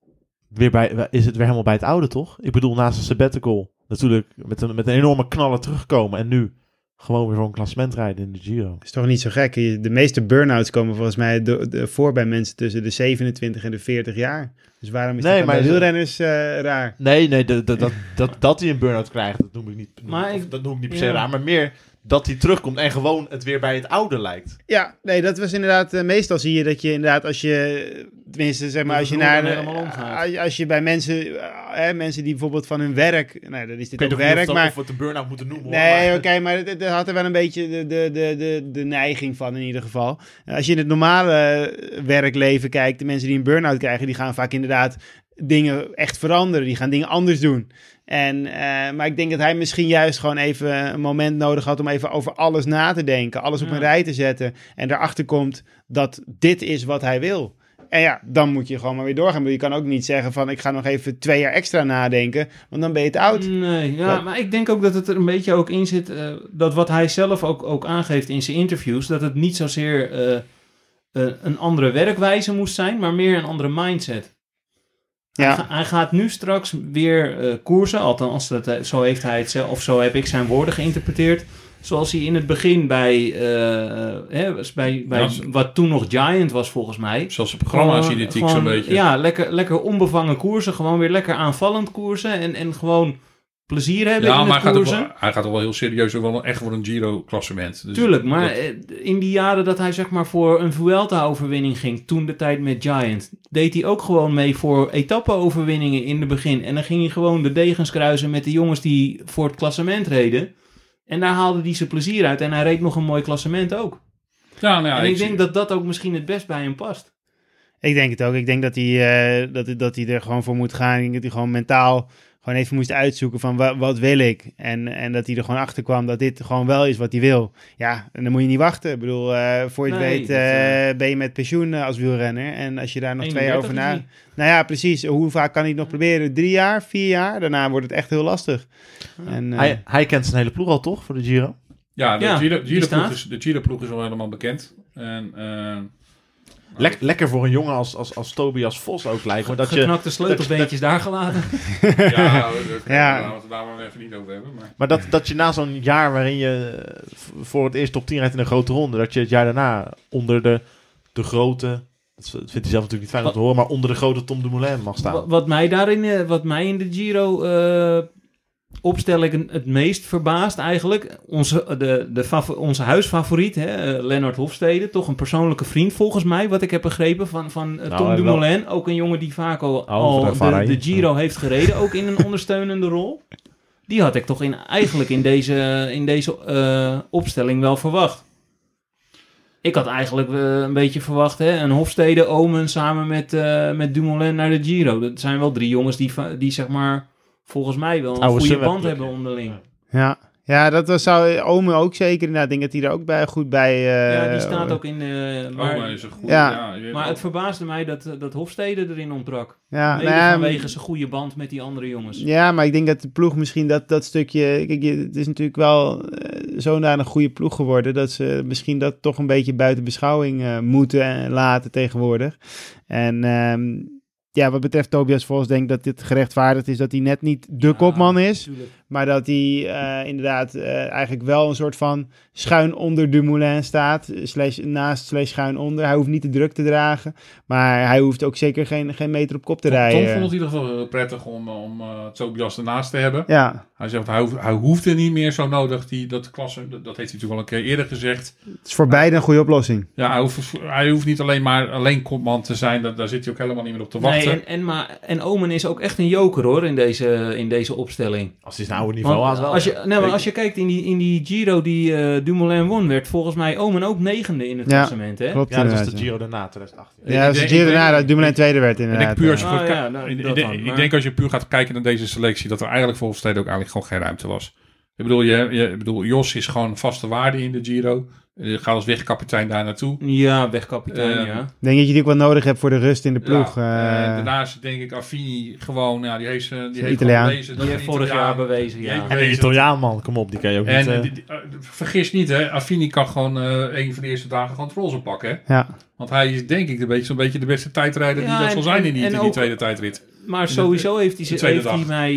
is het weer helemaal bij het oude, toch? Ik bedoel, naast een sabbatical natuurlijk met een enorme knallen terugkomen en nu gewoon weer voor een klassement rijden in de Giro. Dat is toch niet zo gek? De meeste burn-outs komen volgens mij voor bij mensen tussen de 27 en de 40 jaar. Dus waarom is dat bij wielrenners raar? Nee, dat die een burn-out krijgen, dat noem ik niet per se raar. Maar meer dat hij terugkomt en gewoon het weer bij het oude lijkt. Ja, nee, dat was inderdaad... meestal zie je dat je inderdaad als je... Tenminste, zeg maar, als je bij mensen die bijvoorbeeld van hun werk... Nou, dat is dit ook werk, maar... Of we het een burn-out moeten noemen. Nee, oké, maar dat had er wel een beetje de neiging van in ieder geval. Als je in het normale werkleven kijkt, de mensen die een burn-out krijgen, die gaan vaak inderdaad dingen echt veranderen. Die gaan dingen anders doen. Maar ik denk dat hij misschien juist gewoon even een moment nodig had om even over alles na te denken. Alles op een rij te zetten. En erachter komt dat dit is wat hij wil. En ja, dan moet je gewoon maar weer doorgaan. Maar je kan ook niet zeggen van ik ga nog even 2 jaar extra nadenken. Want dan ben je te oud. Nee, ja, maar ik denk ook dat het er een beetje ook in zit. Dat wat hij zelf ook aangeeft in zijn interviews. Dat het niet zozeer een andere werkwijze moest zijn. Maar meer een andere mindset. Ja. Hij gaat nu straks weer koersen. Althans, zo heeft hij het zelf, of zo heb ik zijn woorden geïnterpreteerd. Zoals hij in het begin bij wat toen nog Giant was volgens mij. Zoals het programma's identiek zo'n beetje. Ja, lekker onbevangen koersen. Gewoon weer lekker aanvallend koersen. En gewoon plezier hebben in het koersen. Hij gaat toch wel heel serieus wel echt voor een Giro-klassement. Dus tuurlijk, maar in die jaren dat hij zeg maar voor een Vuelta-overwinning ging, toen de tijd met Giant, deed hij ook gewoon mee voor etappe-overwinningen in het begin. En dan ging hij gewoon de degens kruisen met de jongens die voor het klassement reden. En daar haalde hij zijn plezier uit. En hij reed nog een mooi klassement ook. Ja, nou ja, en ik denk dat dat ook misschien het best bij hem past. Ik denk het ook. Ik denk dat hij er gewoon voor moet gaan. Ik denk dat hij gewoon mentaal gewoon even moest uitzoeken van wat wil ik. En dat hij er gewoon achter kwam dat dit gewoon wel is wat hij wil. Ja, en dan moet je niet wachten. Ik bedoel, voor je het weet ben je met pensioen als wielrenner. En als je daar nog 2 jaar over na... Nou ja, precies. Hoe vaak kan hij het nog proberen? 3 jaar? 4 jaar? Daarna wordt het echt heel lastig. Ja. En, hij kent zijn hele ploeg al, toch? Voor de Giro? Ja, de Giro-ploeg is al helemaal bekend. En... Lekker voor een jongen als Tobias Vos ook lijkt me. Dat geknakte sleutelbeentjes daar gelaten. Laten we het daar maar even niet over hebben. Maar dat je na zo'n jaar waarin je voor het eerst top 10 rijdt in een grote ronde, dat je het jaar daarna onder de grote, dat vindt hij zelf natuurlijk niet fijn om te horen, maar onder de grote Tom Dumoulin mag staan. Wat mij in de Giro opstelling het meest verbaast eigenlijk. Onze huisfavoriet, Lennart Hofstede. Toch een persoonlijke vriend volgens mij, wat ik heb begrepen van Tom Dumoulin. Ook een jongen die vaak al de Giro heeft gereden. Ook in een ondersteunende rol. Die had ik toch eigenlijk in deze opstelling wel verwacht. Ik had eigenlijk een beetje verwacht, een Hofstede, Omen samen met Dumoulin naar de Giro. Dat zijn wel 3 jongens die zeg maar volgens mij wel een goede band hebben onderling. Ja, dat zou Ome ook zeker. Nou, ik denk dat hij er ook goed bij... ja, die staat ook in... Ome is een goede... maar het verbaasde mij dat Hofstede erin ontbrak. Ja, vanwege zijn goede band met die andere jongens. Ja, maar ik denk dat de ploeg misschien dat stukje... Kijk, het is natuurlijk wel zo'n een goede ploeg geworden... dat ze misschien dat toch een beetje buiten beschouwing moeten laten tegenwoordig. En... ja, wat betreft Tobias Vos denk ik dat dit gerechtvaardigd is dat hij net niet de kopman is. Tuurlijk. Maar dat hij inderdaad eigenlijk wel een soort van schuin onder Dumoulin staat. /schuin onder. Hij hoeft niet de druk te dragen. Maar hij hoeft ook zeker geen meter op kop te rijden. Tom vond het in ieder geval heel prettig om Tobias ernaast te hebben. Ja. Hij zegt hij hoeft er niet meer zo nodig. Dat klasse, dat heeft hij natuurlijk al een keer eerder gezegd. Het is voor beide een goede oplossing. Ja, hij hoeft niet alleen kopman te zijn. Daar zit hij ook helemaal niet meer op te wachten. Nee, en Omen is ook echt een joker hoor in deze opstelling. Als hij zijn oude niveau had wel. Als je kijkt in die Giro die Dumoulin won, werd volgens mij Omen ook 9e in het klassement. Hè? Klopt, ja, dat was de Giro daarna, 2018. Ja, dat was de Giro daarna dat Dumoulin 2e werd inderdaad. Ik denk als je puur gaat kijken naar deze selectie, dat er eigenlijk voor Hofstede ook eigenlijk gewoon geen ruimte was. Ik bedoel, Jos is gewoon een vaste waarde in de Giro. Je gaat als wegkapitein daar naartoe. Ja, wegkapitein, ja. Ik denk dat je die ook wel nodig hebt voor de rust in de ploeg. Daarnaast denk ik Affini gewoon, die heeft Italiaan. Die heeft vorig jaar bewezen, ja. En een Italiaan, man, kom op, die kan je ook niet... vergis niet, hè, Affini kan gewoon een van de eerste dagen gewoon het roze pakken, hè. Ja. Want hij is denk ik zo'n beetje de beste tijdrijder die dat zal zijn in die tweede tijdrit. Maar sowieso heeft hij mij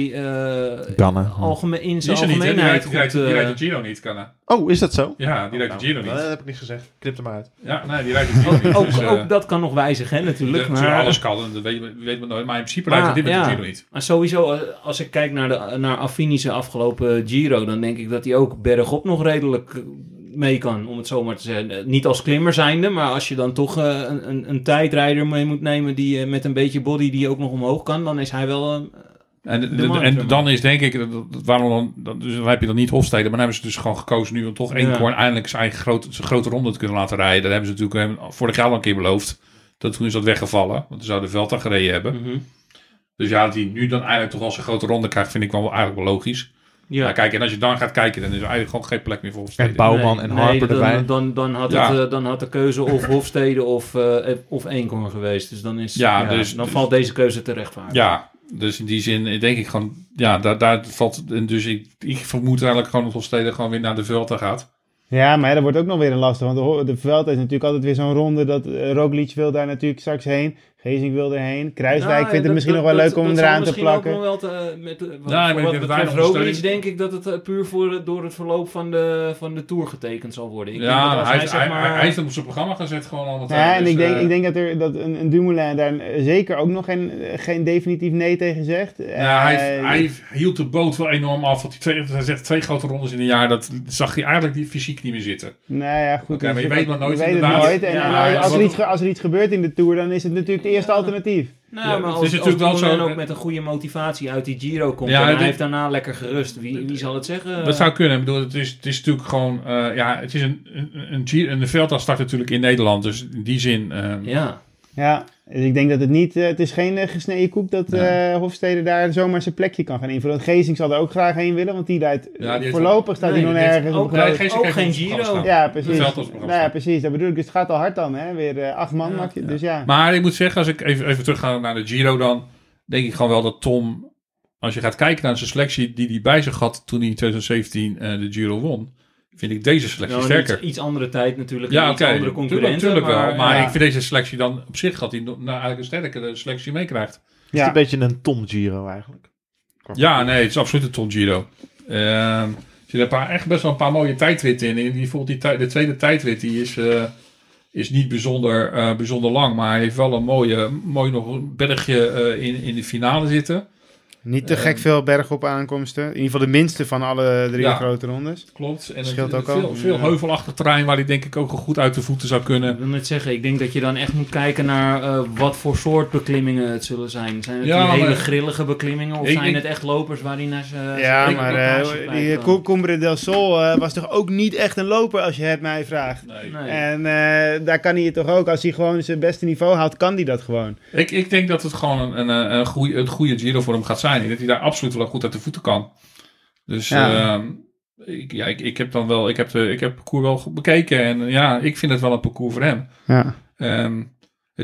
in zijn algemeenheid goed... Die rijdt de Giro niet, Ganna. Oh, is dat zo? Ja, die rijdt de Giro niet. Dat heb ik niet gezegd. Knip er maar uit. Ja, nee, die rijdt de Giro niet. Ook dat kan nog wijzigen, hè, natuurlijk. Maar alles kan, dat weet men nooit. Maar in principe rijdt hij dit met de Giro niet. Maar sowieso, als ik kijk naar Affini's afgelopen Giro, dan denk ik dat hij ook bergop nog redelijk mee kan, om het zo maar te zeggen. Niet als klimmer zijnde, maar als je dan toch een tijdrijder mee moet nemen die met een beetje body die ook nog omhoog kan, dan is hij wel... En dan is denk ik, waarom dus dan heb je dan niet Hofstede, maar dan hebben ze dus gewoon gekozen nu om toch Eenkhoorn eindelijk zijn grote ronde te kunnen laten rijden. Dat hebben ze natuurlijk vorig jaar al een keer beloofd. Toen is dat weggevallen, want toen zou de Vuelta gereden hebben. Mm-hmm. Dus ja, dat hij nu dan eigenlijk toch al zijn grote ronde krijgt, vind ik eigenlijk wel logisch. Ja. Nou, kijk, en als je dan gaat kijken, dan is er eigenlijk gewoon geen plek meer voor Hofstede. En Bouwman en Harper erbij. Dan had de keuze of Hofstede of Eenkhoorn geweest. Dus dan dan valt deze keuze te rechtvaardigen. Ja. Dus in die zin denk ik gewoon, ja, daar valt. Dus ik vermoed eigenlijk gewoon dat Hofstede gewoon weer naar de Vuelta gaat. Ja, maar dat wordt ook nog weer een lastig. Want de Vuelta is natuurlijk altijd weer zo'n ronde dat Roglic wil daar natuurlijk straks heen. Geesink wil erheen. Kruiswijk vindt het misschien nog wel leuk om hem eraan te plakken. Ook nog wel wat betreft Roglic denk ik dat het puur door het verloop van de Tour getekend zal worden. Hij heeft hem op zijn programma gezet gewoon al. Ja, en ik denk dat een Dumoulin daar zeker ook nog geen definitief nee tegen zegt. Ja, hij hield de boot wel enorm af. Hij zegt 2 grote rondes in een jaar. Dat zag hij eigenlijk die fysiek niet meer zitten. Nou ja, goed. Okay, maar je weet maar nooit. Je weet het nooit. En als er iets gebeurt in de Tour, dan is het natuurlijk het eerste alternatief. Nou, maar als Dumoulin ook met een goede motivatie uit die Giro komt en hij heeft daarna lekker gerust, wie zal het zeggen? Dat zou kunnen. Ik bedoel, het is natuurlijk gewoon, het is een Vuelta start natuurlijk in Nederland, dus in die zin. Ja, dus ik denk dat het is geen gesneden koek dat Hofstede daar zomaar zijn plekje kan gaan invullen. Geesink zal er ook graag heen willen, want die voorlopig staat hij nog nergens. Ook geen Giro. Ja, precies. Precies, dat bedoel ik. Dus het gaat al hard dan, hè? Weer 8 man maak je, dus ja. Maar ik moet zeggen, als ik even terug ga naar de Giro dan, denk ik gewoon wel dat Tom, als je gaat kijken naar zijn selectie die hij bij zich had toen hij in 2017 de Giro won, vind ik deze selectie sterker. Iets andere tijd natuurlijk. Ja, iets andere concurrenten. Natuurlijk wel. Maar ik vind deze selectie dan op zich dat hij eigenlijk een sterkere selectie meekrijgt. Is het een beetje een Tom Giro eigenlijk? Ja, nee, het is absoluut een Tom Giro. Er zitten echt best wel een paar mooie tijdritten in. Bijvoorbeeld de tweede tijdrit die is niet bijzonder lang. Maar hij heeft wel een mooi nog een bergje in de finale zitten. Niet te gek veel bergop aankomsten. In ieder geval de minste van alle 3 grote rondes. Klopt. En scheelt ook veel heuvelachtig terrein waar hij denk ik ook goed uit de voeten zou kunnen. Ik wil net zeggen, ik denk dat je dan echt moet kijken naar wat voor soort beklimmingen het zullen zijn. Zijn het die hele grillige beklimmingen of zijn het echt lopers waar hij naar zijn... maar die Cumbre del Sol was toch ook niet echt een loper als je het mij vraagt. Nee. En daar kan hij het toch ook, als hij gewoon zijn beste niveau haalt, kan hij dat gewoon. Ik denk dat het gewoon een goede Giro voor hem gaat zijn. Ik denk dat hij daar absoluut wel goed uit de voeten kan. Dus ik heb dan wel, ik heb het parcours wel bekeken en ik vind het wel een parcours voor hem. Ja. Het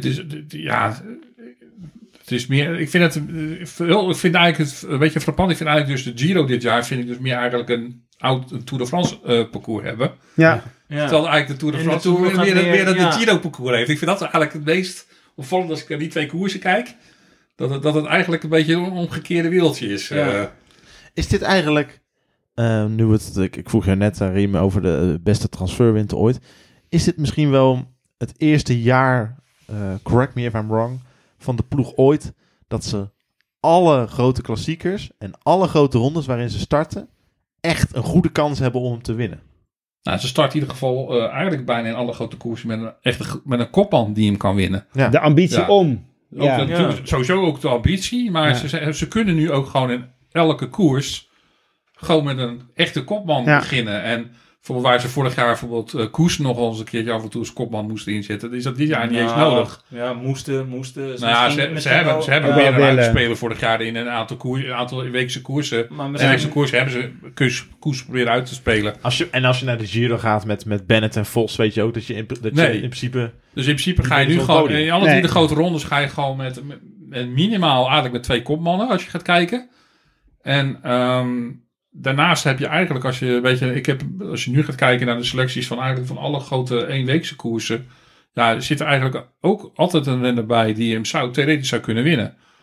is meer, ik vind eigenlijk het een beetje frappant. Ik vind eigenlijk dus de Giro dit jaar vind ik dus meer eigenlijk een Tour de France parcours hebben. Ja. Terwijl eigenlijk de Tour de France meer een Giro parcours heeft. Ik vind dat eigenlijk het meest opvallend als ik naar die 2 koersen kijk. Dat het eigenlijk een beetje een omgekeerde wereldje is. Ja. Is dit eigenlijk, ik vroeg jou net, Riem, over de beste transferwinter ooit. Is dit misschien wel het eerste jaar, correct me if I'm wrong, van de ploeg ooit, dat ze alle grote klassiekers en alle grote rondes waarin ze starten, echt een goede kans hebben om hem te winnen? Nou, ze starten in ieder geval eigenlijk bijna in alle grote koersen met een kopman die hem kan winnen. Ja. De ambitie om... Sowieso ook de ambitie, maar ze kunnen nu ook gewoon in elke koers gewoon met een echte kopman beginnen. En waar ze vorig jaar bijvoorbeeld Koes nog eens een keertje af en toe als kopman moesten inzetten, is dat dit jaar niet eens nodig. Ja, moesten. Ze hebben weer een uitspelen vorig jaar in een aantal weekse koersen. Maar in weekse koersen hebben ze Koes proberen uit te spelen. Als je naar de Giro gaat met Bennett en Vos, weet je ook dat je in principe... Dus in principe ga je nu gewoon, in alle 3 de grote rondes ga je gewoon met minimaal eigenlijk met 2 kopmannen als je gaat kijken. En daarnaast heb je eigenlijk, als je nu gaat kijken naar de selecties van alle grote eenweekse koersen, zit er eigenlijk ook altijd een renner bij die hem theoretisch zou kunnen winnen.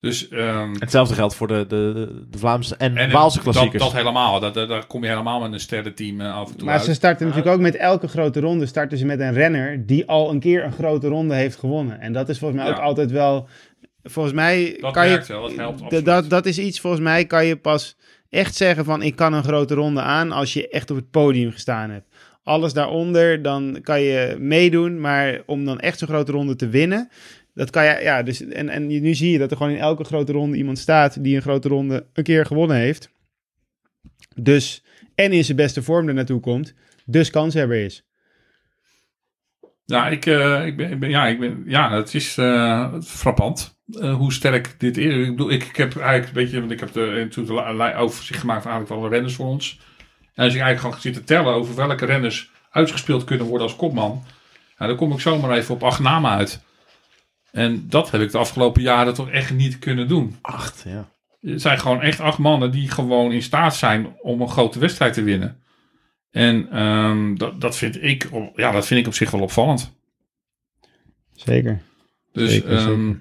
Dus, hetzelfde geldt voor de Vlaamse en Waalse klassiekers. Dat helemaal. Daar kom je helemaal met een sterrenteam af en toe Maar uit. ze starten natuurlijk ook met elke grote ronde starten ze met een renner die al een keer een grote ronde heeft gewonnen. En dat is volgens mij ook altijd wel... Volgens mij Dat kan werkt je... wel, dat helpt absoluut. Dat is iets, volgens mij kan je pas echt zeggen van ik kan een grote ronde aan als je echt op het podium gestaan hebt. Alles daaronder, dan kan je meedoen, maar om dan echt zo'n grote ronde te winnen... Dat kan je, ja, dus, en nu zie je dat er gewoon in elke grote ronde iemand staat die een grote ronde een keer gewonnen heeft. Dus, en in zijn beste vorm er naartoe komt, dus kanshebber is. Ja, het is frappant hoe sterk dit is. Ik bedoel, ik heb eigenlijk een beetje, want ik heb een overzicht gemaakt van eigenlijk alle renners voor ons. En als ik eigenlijk gewoon zit te tellen over welke renners uitgespeeld kunnen worden als kopman, dan kom ik zomaar even op 8 namen uit. En dat heb ik de afgelopen jaren toch echt niet kunnen doen. 8, ja. Het zijn gewoon echt 8 mannen die gewoon in staat zijn om een grote wedstrijd te winnen. En dat vind ik op zich wel opvallend. Zeker. Dus Zeker.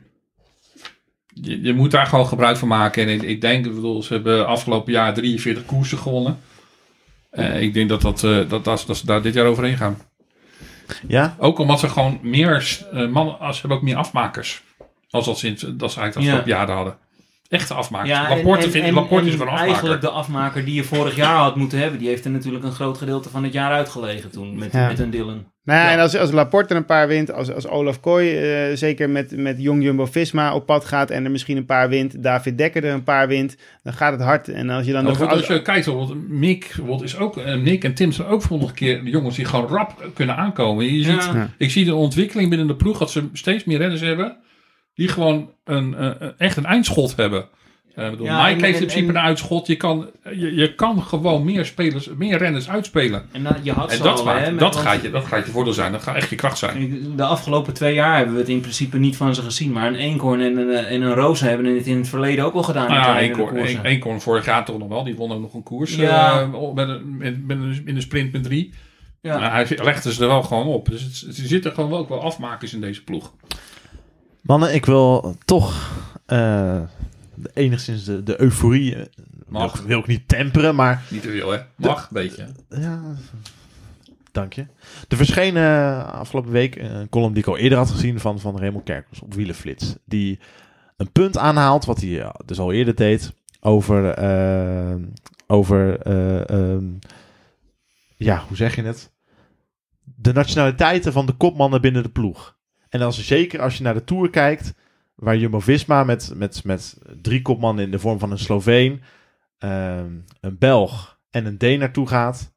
je moet daar gewoon gebruik van maken. En ik denk, ze hebben afgelopen jaar 43 koersen gewonnen. Ik denk dat ze daar dit jaar overheen gaan. Ja? Ook omdat ze gewoon meer mannen, ze hebben ook meer afmakers. Als dat ze eigenlijk de afgelopen jaren hadden. Echte afmakers. Ja, Laporte is gewoon een afmaker. Eigenlijk de afmaker die je vorig jaar had moeten hebben, die heeft er natuurlijk een groot gedeelte van het jaar uitgelegen toen met een Dylan. Nou ja, en als Laporte een paar wint, als Olaf Kooi zeker met Jong Jumbo-Visma op pad gaat en er misschien een paar wint, David Dekker er een paar wint, dan gaat het hard. En als je dan als je kijkt, Mick en Tim zijn ook volgende keer de jongens die gewoon rap kunnen aankomen. Je ziet, ik zie de ontwikkeling binnen de ploeg dat ze steeds meer renners hebben die gewoon echt een eindschot hebben. Mike heeft in principe een uitschot. Je kan gewoon meer renners uitspelen. En je had dat gaat je voordeel zijn. Dat gaat echt je kracht zijn. De afgelopen 2 jaar hebben we het in principe niet van ze gezien. Maar een Eenkorn en een Roos hebben het in het verleden ook al gedaan. Eenkorn vorig jaar toch nog wel. Die won ook nog een koers. In de sprint met 3. Ja. Maar hij legde ze er wel gewoon op. Dus er zitten gewoon ook wel afmakers in deze ploeg. Mannen, ik wil toch... enigszins de euforie wil ik niet temperen, maar... Niet te veel, hè? Mag, een beetje. Ja, dank je. Er verscheen afgelopen week een column die ik al eerder had gezien van Raymond Kerkers op Wielenflits. Die een punt aanhaalt, wat hij dus al eerder deed, over hoe zeg je het? De nationaliteiten van de kopmannen binnen de ploeg. En dan zeker als je naar de Tour kijkt, waar Jumbo-Visma met 3 kopmannen in de vorm van een Sloveen, een Belg en een Deen naartoe gaat,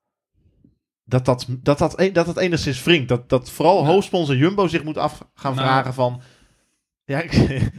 dat enigszins wringt. Dat vooral hoofdsponsor Jumbo zich moet gaan vragen van... Ja, ik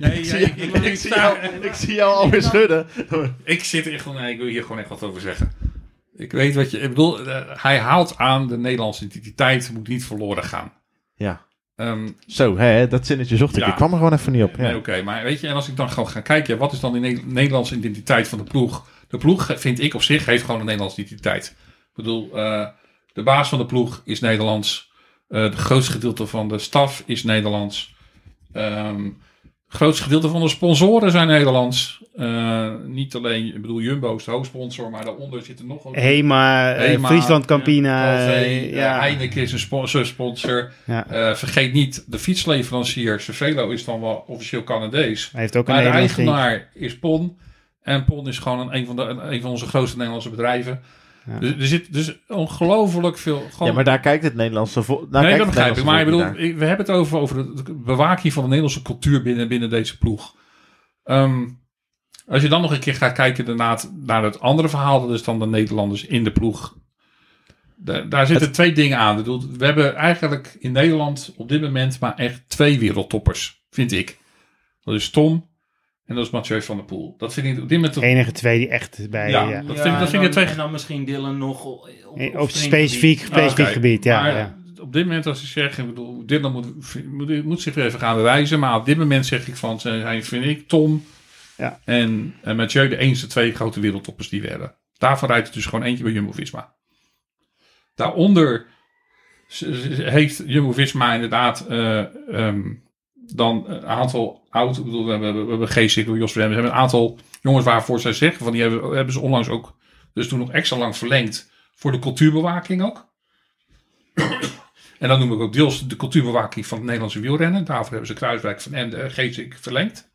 zie jou alweer schudden. Ik zit echt ik wil hier gewoon echt wat over zeggen. Ik weet wat je... Ik bedoel, hij haalt aan de Nederlandse identiteit moet niet verloren gaan. Ja. Dat zinnetje zocht ik. Ja. Ik kwam er gewoon even niet op. Ja. Nee, oké. Maar weet je, en als ik dan gewoon ga kijken, wat is dan die Nederlandse identiteit van de ploeg? De ploeg, vind ik op zich, heeft gewoon een Nederlandse identiteit. Ik bedoel, de baas van de ploeg is Nederlands. Het grootste gedeelte van de staf is Nederlands. Het grootste gedeelte van de sponsoren zijn Nederlands. Niet alleen, ik bedoel, Jumbo is de hoofdsponsor, maar daaronder zit er nog een... Hema, Friesland Campina. Heineken is een sponsor. Ja. Vergeet niet, de fietsleverancier, Cervelo is dan wel officieel Canadees. Hij heeft ook maar de eigenaar is PON. En PON is gewoon een van onze grootste Nederlandse bedrijven. Ja. Dus er zit dus ongelooflijk veel... Ja, maar daar kijkt het Nederlandse... Nee, dat begrijp ik. Maar ik bedoel, we hebben het over de bewaking van de Nederlandse cultuur binnen deze ploeg. Als je dan nog een keer gaat kijken naar het andere verhaal, dat is dan de Nederlanders in de ploeg. Daar zitten 2 dingen aan. We hebben eigenlijk in Nederland op dit moment maar echt 2 wereldtoppers, vind ik. Dat is Tom en dat is Mathieu van der Poel. Dat vind ik op dit moment... De enige 2 die echt bij... Ja, dat vind ik 2... En dan misschien Dylan nog op specifiek gebied, ja. Maar op dit moment, als ik zeg... Ik bedoel, Dylan moet zich weer even gaan bewijzen. Maar op dit moment zeg ik van... vind ik Tom en Mathieu de enige 2 grote wereldtoppers die we hebben. Daarvan rijdt het dus gewoon eentje bij Jumbo-Visma. Daaronder heeft Jumbo-Visma inderdaad... dan een aantal oud... Ik bedoel, we hebben Geesink, Jos Remmers. We hebben een aantal jongens waarvoor zij zeggen... van die hebben ze onlangs ook... dus toen nog extra lang verlengd... voor de cultuurbewaking ook. En dan noem ik ook deels de cultuurbewaking van het Nederlandse wielrennen. Daarvoor hebben ze Kruiswijk van Emden en Geesink verlengd.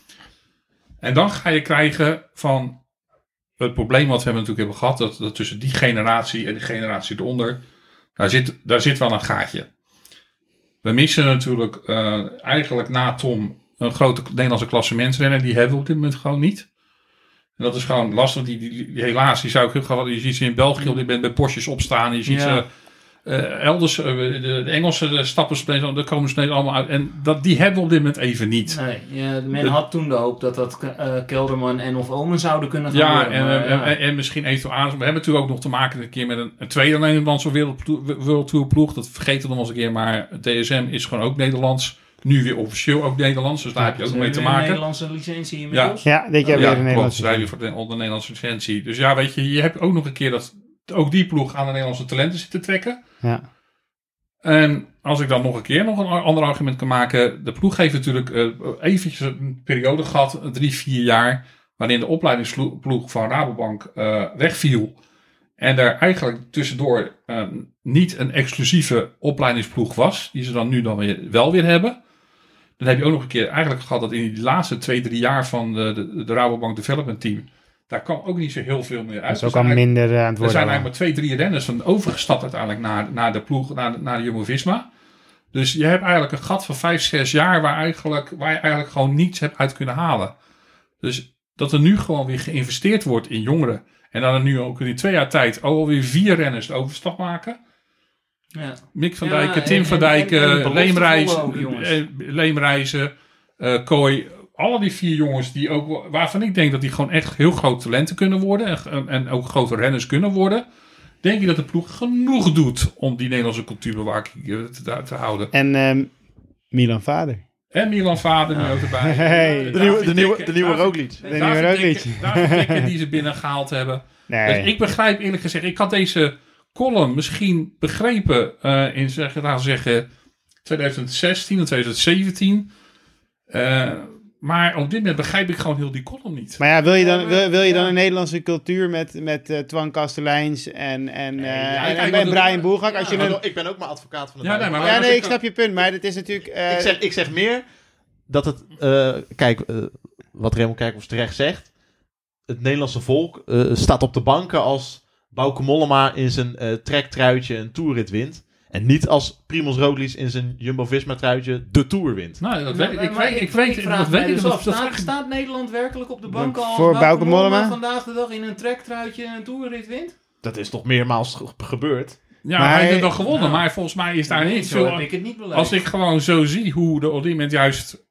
En dan ga je krijgen van... het probleem wat we natuurlijk hebben gehad... dat tussen die generatie en de generatie eronder... daar zit wel een gaatje. We missen natuurlijk eigenlijk na Tom... een grote Nederlandse klassementsrenner. Die hebben we op dit moment gewoon niet. En dat is gewoon lastig. Die helaas, die zou ik heel graag... Je ziet ze in België op dit moment bij Porsches opstaan. Je ziet ze elders... de Engelse stappen... daar komen ze allemaal uit. En die hebben we op dit moment even niet. Nee, men had toen de hoop dat Kelderman en of Omen zouden kunnen gaan worden. En misschien eventueel aan. We hebben natuurlijk ook nog te maken een keer met een tweede Nederlandse wereldtourploeg. Dat vergeten we nog eens een keer. Maar DSM is gewoon ook Nederlands. Nu weer officieel ook Nederlands. Dus daar heb je ook mee te maken. Een Nederlandse licentie inmiddels. Ja, dit jaar weer een Nederlandse licentie. Voor de Nederlandse licentie. Dus ja, weet je hebt ook nog een keer dat ook die ploeg aan de Nederlandse talenten zit te trekken. Ja. En als ik dan nog een ander argument kan maken. De ploeg heeft natuurlijk eventjes een periode gehad, 3-4 jaar, waarin de opleidingsploeg van Rabobank wegviel. En er eigenlijk tussendoor niet een exclusieve opleidingsploeg was, die ze dan nu wel weer hebben. Dan heb je ook nog een keer eigenlijk gehad dat in die laatste 2-3 jaar van de Rabobank Development Team, daar kwam ook niet zo heel veel meer uit. Dat is ook al minder aan het worden. Er zijn eigenlijk maar 2-3 renners van overgestapt uiteindelijk naar de ploeg, naar de Jumbo-Visma. Dus je hebt eigenlijk een gat van 5-6 jaar waar je eigenlijk gewoon niets hebt uit kunnen halen. Dus dat er nu gewoon weer geïnvesteerd wordt in jongeren. En dan er nu ook in 2 jaar tijd alweer 4 renners de overstap maken. Ja. Mick van Dijken, Tim van Dijken, Leemreizen, Kooi. Alle die 4 jongens die ook, waarvan ik denk dat die gewoon echt heel grote talenten kunnen worden. En ook grote renners kunnen worden. Denk je dat de ploeg genoeg doet om die Nederlandse cultuurbewaking te houden. En Milan Vader. En Milan Vader nu ook erbij. Hey. De nieuwe Roglic. David die ze binnengehaald hebben. Nee. Dus ik begrijp eerlijk gezegd, ik had deze column misschien begrepen in 2016 of 2017. Maar op dit moment begrijp ik gewoon heel die column niet. Maar ja, wil je dan een Nederlandse cultuur met Twan Kasteleins en Brian Boelgak? Ik ben ook maar advocaat van de ik snap je punt, maar het is natuurlijk... Ik zeg meer dat het... wat Raymond Kerkhoffs terecht zegt. Het Nederlandse volk staat op de banken als Bauke Mollema in zijn trektruitje een toerrit wint. En niet als Primož Roglič in zijn Jumbo-Visma-truitje de Tour wint. Nou, dat weet ik. Staat Nederland werkelijk op de bank als voor Bauke Mollema vandaag de dag in een trektruitje een toerrit wint? Dat is toch meermaals gebeurd? Ja, maar hij heeft het dan gewonnen. Maar volgens mij is daar niet veel... Heb ik het niet beleefd. Als ik gewoon zo zie hoe de op dit moment juist...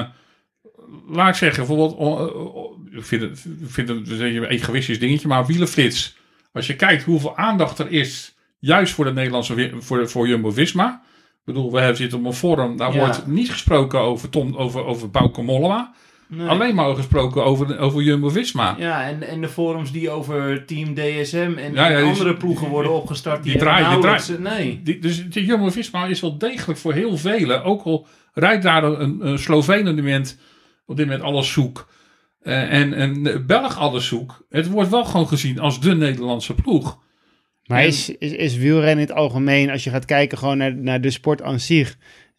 laat ik zeggen, bijvoorbeeld... ik vind het een egoïstisch dingetje, maar Wielerflits. Als je kijkt hoeveel aandacht er is... Juist voor de Nederlandse voor Jumbo-Visma. Ik bedoel, we zitten op een forum. Daar wordt niet gesproken over Bauke Mollema. Nee. Alleen maar gesproken over Jumbo-Visma. Ja, en de forums die over Team DSM en andere ploegen worden opgestart. Die draaien. Nee. Dus de Jumbo-Visma is wel degelijk voor heel velen. Ook al rijdt daar een Sloveen op dit moment alles zoek. En een Belg alles zoek. Het wordt wel gewoon gezien als de Nederlandse ploeg. Maar is wielrennen in het algemeen, als je gaat kijken gewoon naar de sport aan zich,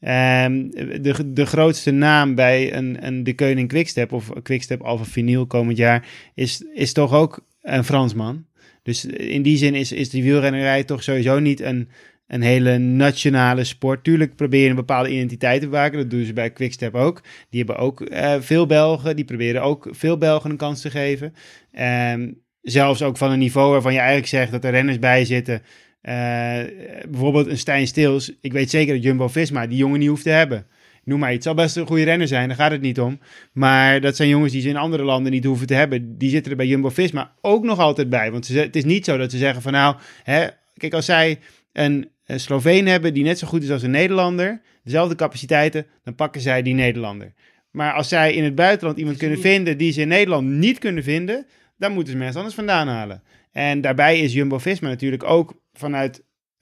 de grootste naam bij de Koning Quickstep of Quickstep Alpha Vinyl komend jaar is toch ook een Fransman. Dus in die zin is die wielrennerij toch sowieso niet een hele nationale sport. Tuurlijk proberen een bepaalde identiteit te bewaken. Dat doen ze bij Quickstep ook. Die hebben ook veel Belgen. Die proberen ook veel Belgen een kans te geven. Zelfs ook van een niveau waarvan je eigenlijk zegt dat er renners bij zitten. Bijvoorbeeld een Stijn Stils. Ik weet zeker dat Jumbo-Visma die jongen niet hoeft te hebben. Noem maar iets. Het zal best een goede renner zijn, daar gaat het niet om. Maar dat zijn jongens die ze in andere landen niet hoeven te hebben. Die zitten er bij Jumbo-Visma ook nog altijd bij. Want het is niet zo dat ze zeggen van nou... kijk, als zij een Sloveen hebben die net zo goed is als een Nederlander... dezelfde capaciteiten, dan pakken zij die Nederlander. Maar als zij in het buitenland iemand kunnen vinden die ze in Nederland niet kunnen vinden... dan moeten ze mensen anders vandaan halen. En daarbij is Jumbo-Visma natuurlijk ook vanuit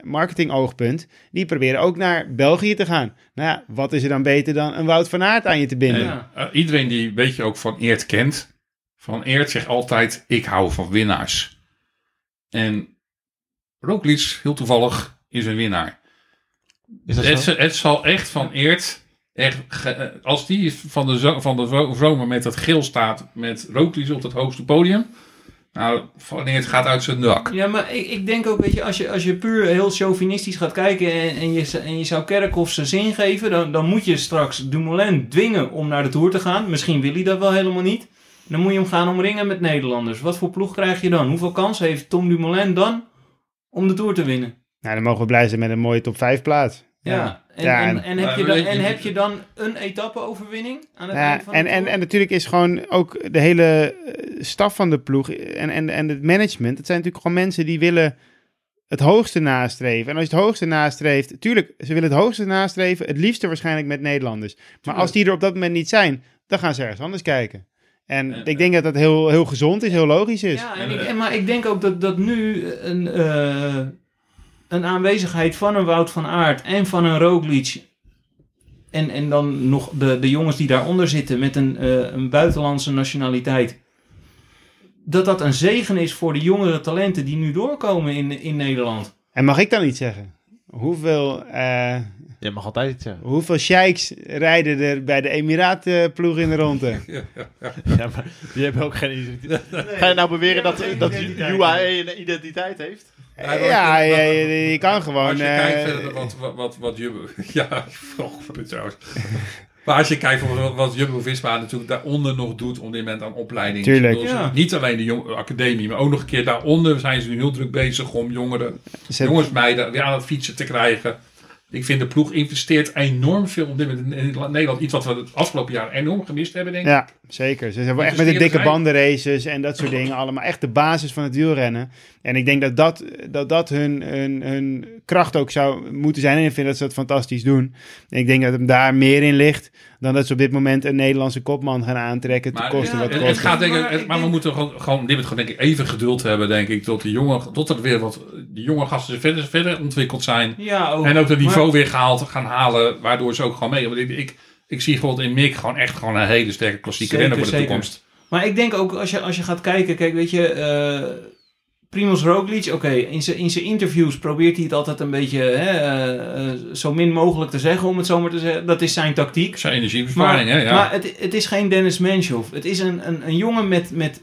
marketing-oogpunt, die proberen ook naar België te gaan. Nou ja, wat is er dan beter dan een Wout van Aert aan je te binden? Iedereen die weet je ook Van Aert kent. Van Aert zegt altijd, ik hou van winnaars. En Roglic, heel toevallig, is een winnaar. Het zal echt Van Aert... als die van de zomer met dat geel staat, met Roglic op het hoogste podium, nou, Van Aert gaat uit zijn dak. Ja, maar ik denk ook, weet je, als je puur heel chauvinistisch gaat kijken en je zou Kerkhoff zijn zin geven, dan moet je straks Dumoulin dwingen om naar de Tour te gaan. Misschien wil hij dat wel helemaal niet. Dan moet je hem gaan omringen met Nederlanders. Wat voor ploeg krijg je dan? Hoeveel kans heeft Tom Dumoulin dan om de Tour te winnen? Nou, dan mogen we blij zijn met een mooie top 5 plaats. Ja. En heb je dan een etappe-overwinning aan het eind van de Tour? En natuurlijk is gewoon ook de hele staf van de ploeg en het management. Het zijn natuurlijk gewoon mensen die willen het hoogste nastreven. En als je het hoogste nastreeft... Tuurlijk, ze willen het hoogste nastreven. Het liefste waarschijnlijk met Nederlanders. Maar als die er op dat moment niet zijn, dan gaan ze ergens anders kijken. En ik denk dat dat heel, heel gezond is, heel logisch is. Ja, maar ik denk ook dat nu een aanwezigheid van een Wout van Aert en van een Roglic en dan nog de jongens die daaronder zitten met een buitenlandse nationaliteit, dat een zegen is voor de jongere talenten die nu doorkomen in Nederland. En mag ik dan iets zeggen? Hoeveel... Je mag altijd iets zeggen. Hoeveel sheiks rijden er bij de Emiratenploeg in de ronde? Ja, maar die hebben ook geen identiteit. Ga je nou beweren dat UAE een identiteit heeft? Je kan gewoon... Als je kijkt wat Jumbo... Ja, punt trouwens. Maar als je kijkt wat Jumbo-Visma natuurlijk daaronder nog doet op dit moment aan opleiding. Tuurlijk. Niet alleen de academie, maar ook nog een keer daaronder zijn ze nu heel druk bezig om jongens, meiden weer aan het fietsen te krijgen. Ik vind de ploeg investeert enorm veel op dit moment in Nederland. Iets wat we het afgelopen jaar enorm gemist hebben, denk ik. Ja, zeker. Ze hebben echt met de dikke bandenraces en dat soort dingen allemaal echt de basis van het wielrennen. En ik denk dat hun kracht ook zou moeten zijn. En ik vind dat ze dat fantastisch doen. En ik denk dat hem daar meer in ligt dan dat ze op dit moment een Nederlandse kopman gaan aantrekken. Te kosten wat kost. Het gaat maar we moeten gewoon denk ik even geduld hebben, denk ik, tot de jonge gasten verder ontwikkeld zijn. Ja, en ook het niveau weer gaan halen, waardoor ze ook gewoon mee. Want ik zie gewoon in Mick gewoon een hele sterke klassieke renner voor de toekomst. Maar ik denk ook, als je gaat kijken, kijk, weet je, Primož Roglic, in zijn interviews probeert hij het altijd een beetje zo min mogelijk te zeggen, om het zo maar te zeggen. Dat is zijn tactiek. Zijn energiebesparing, hè? Ja. Maar het is geen Dennis Menchov. Het is een jongen met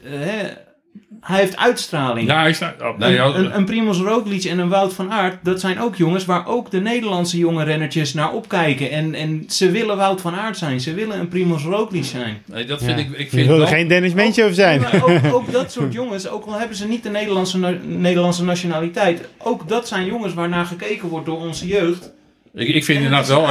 hij heeft uitstraling. Ja, een Primož Roglic en een Wout van Aert, dat zijn ook jongens waar ook de Nederlandse jonge rennertjes naar opkijken. En ze willen Wout van Aert zijn. Ze willen een Primož Roglic zijn. Nee, dat vind ik vind willen geen Dennis Menchov zijn. Ook dat soort jongens, ook al hebben ze niet de Nederlandse nationaliteit, ook dat zijn jongens waarnaar gekeken wordt door onze jeugd. Ik vind inderdaad wel,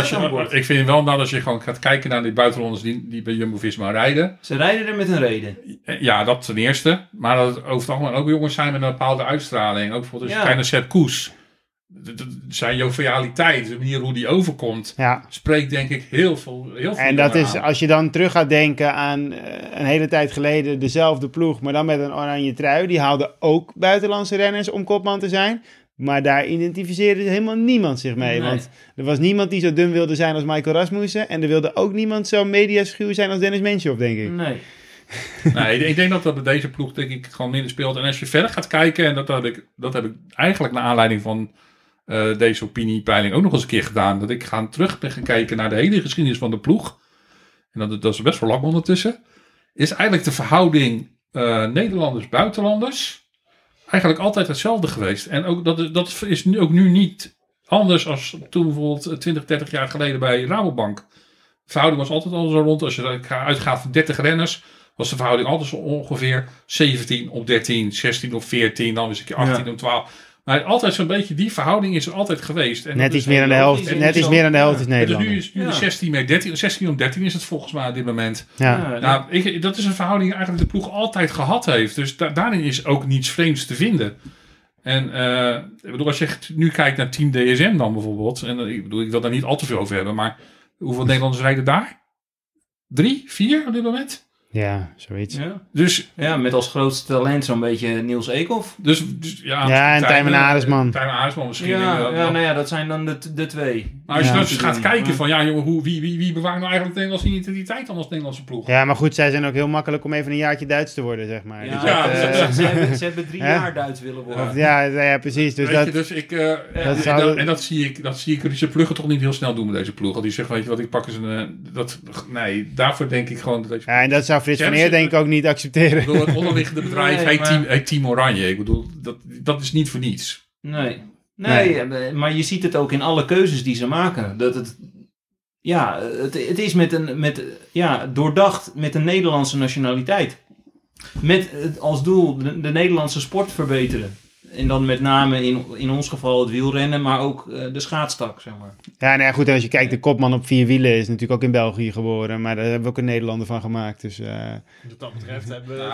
als je gewoon gaat kijken naar die buitenlanders die bij Jumbo-Visma rijden. Ze rijden er met een reden. Ja, dat ten eerste. Maar dat het over het algemeen ook jongens zijn met een bepaalde uitstraling. Ook bijvoorbeeld als je kijkt naar Sepp Kuss. Zijn jovialiteit, de manier hoe die overkomt, spreekt denk ik heel veel en dat is, als je dan terug gaat denken aan een hele tijd geleden dezelfde ploeg, maar dan met een oranje trui. Die haalden ook buitenlandse renners om kopman te zijn. Maar daar identificeerde helemaal niemand zich mee. Nee. Want er was niemand die zo dun wilde zijn als Michael Rasmussen. En er wilde ook niemand zo mediaschuw zijn als Dennis Menchov, denk ik. Nee, ik denk dat bij deze ploeg denk ik gewoon minder speelt. En als je verder gaat kijken, en dat heb ik eigenlijk naar aanleiding van deze opiniepeiling ook nog eens een keer gedaan. Dat ik terug ben gaan kijken naar de hele geschiedenis van de ploeg. En dat is best wel lang ondertussen. Is eigenlijk de verhouding Nederlanders-buitenlanders eigenlijk altijd hetzelfde geweest. En ook dat is nu ook nu niet anders als toen bijvoorbeeld 20, 30 jaar geleden bij Rabobank. De verhouding was altijd al zo rond. Als je uitgaat van 30 renners, was de verhouding altijd zo ongeveer 17 op 13, 16 op 14, dan eens een keer 18 op 12. Maar altijd zo'n beetje, die verhouding is er altijd geweest. En net iets meer dan de helft. Net iets meer dan de helft is Nederland. Dus nu 16 op 13 is het volgens mij op dit moment. Ja. Nou, dat is een verhouding die eigenlijk de ploeg altijd gehad heeft. Dus daarin is ook niets vreemds te vinden. En als je nu kijkt naar Team DSM dan bijvoorbeeld. En ik wil daar niet al te veel over hebben. Maar hoeveel Nederlanders rijden daar? 3, 4 op dit moment? Ja, zoiets. Ja. Dus Met als grootste talent zo'n beetje Niels Eekhoff. Dus en Tijmen Aresman. Tijmen Aresman misschien. Dat zijn dan de twee. Maar als je nou eens gaat kijken van, jongen, wie bewaart nou eigenlijk de Nederlandse identiteit dan als Nederlandse ploeg? Ja, maar goed, zij zijn ook heel makkelijk om even een jaartje Duits te worden, zeg maar. Ze hebben 3 jaar Duits willen worden. Ja, precies. Dus dat zie ik Richard Plugge toch niet heel snel doen met deze ploeg. Want die zegt, weet je wat, ik pak eens nee, daarvoor denk ik gewoon dat deze... Ja, en dat zou Frits van Eer denk ik ook niet accepteren. Ik bedoel, het onderliggende bedrijf heet Team Oranje. Ik bedoel, dat is niet voor niets. Nee, maar je ziet het ook in alle keuzes die ze maken. Dat het is doordacht met een Nederlandse nationaliteit. Met als doel de Nederlandse sport verbeteren. En dan met name in ons geval het wielrennen, maar ook de schaatstak, zeg maar. Ja, goed, en als je kijkt, de kopman op 4 wielen is natuurlijk ook in België geboren. Maar daar hebben we ook een Nederlander van gemaakt. Dus, wat dat betreft hebben we...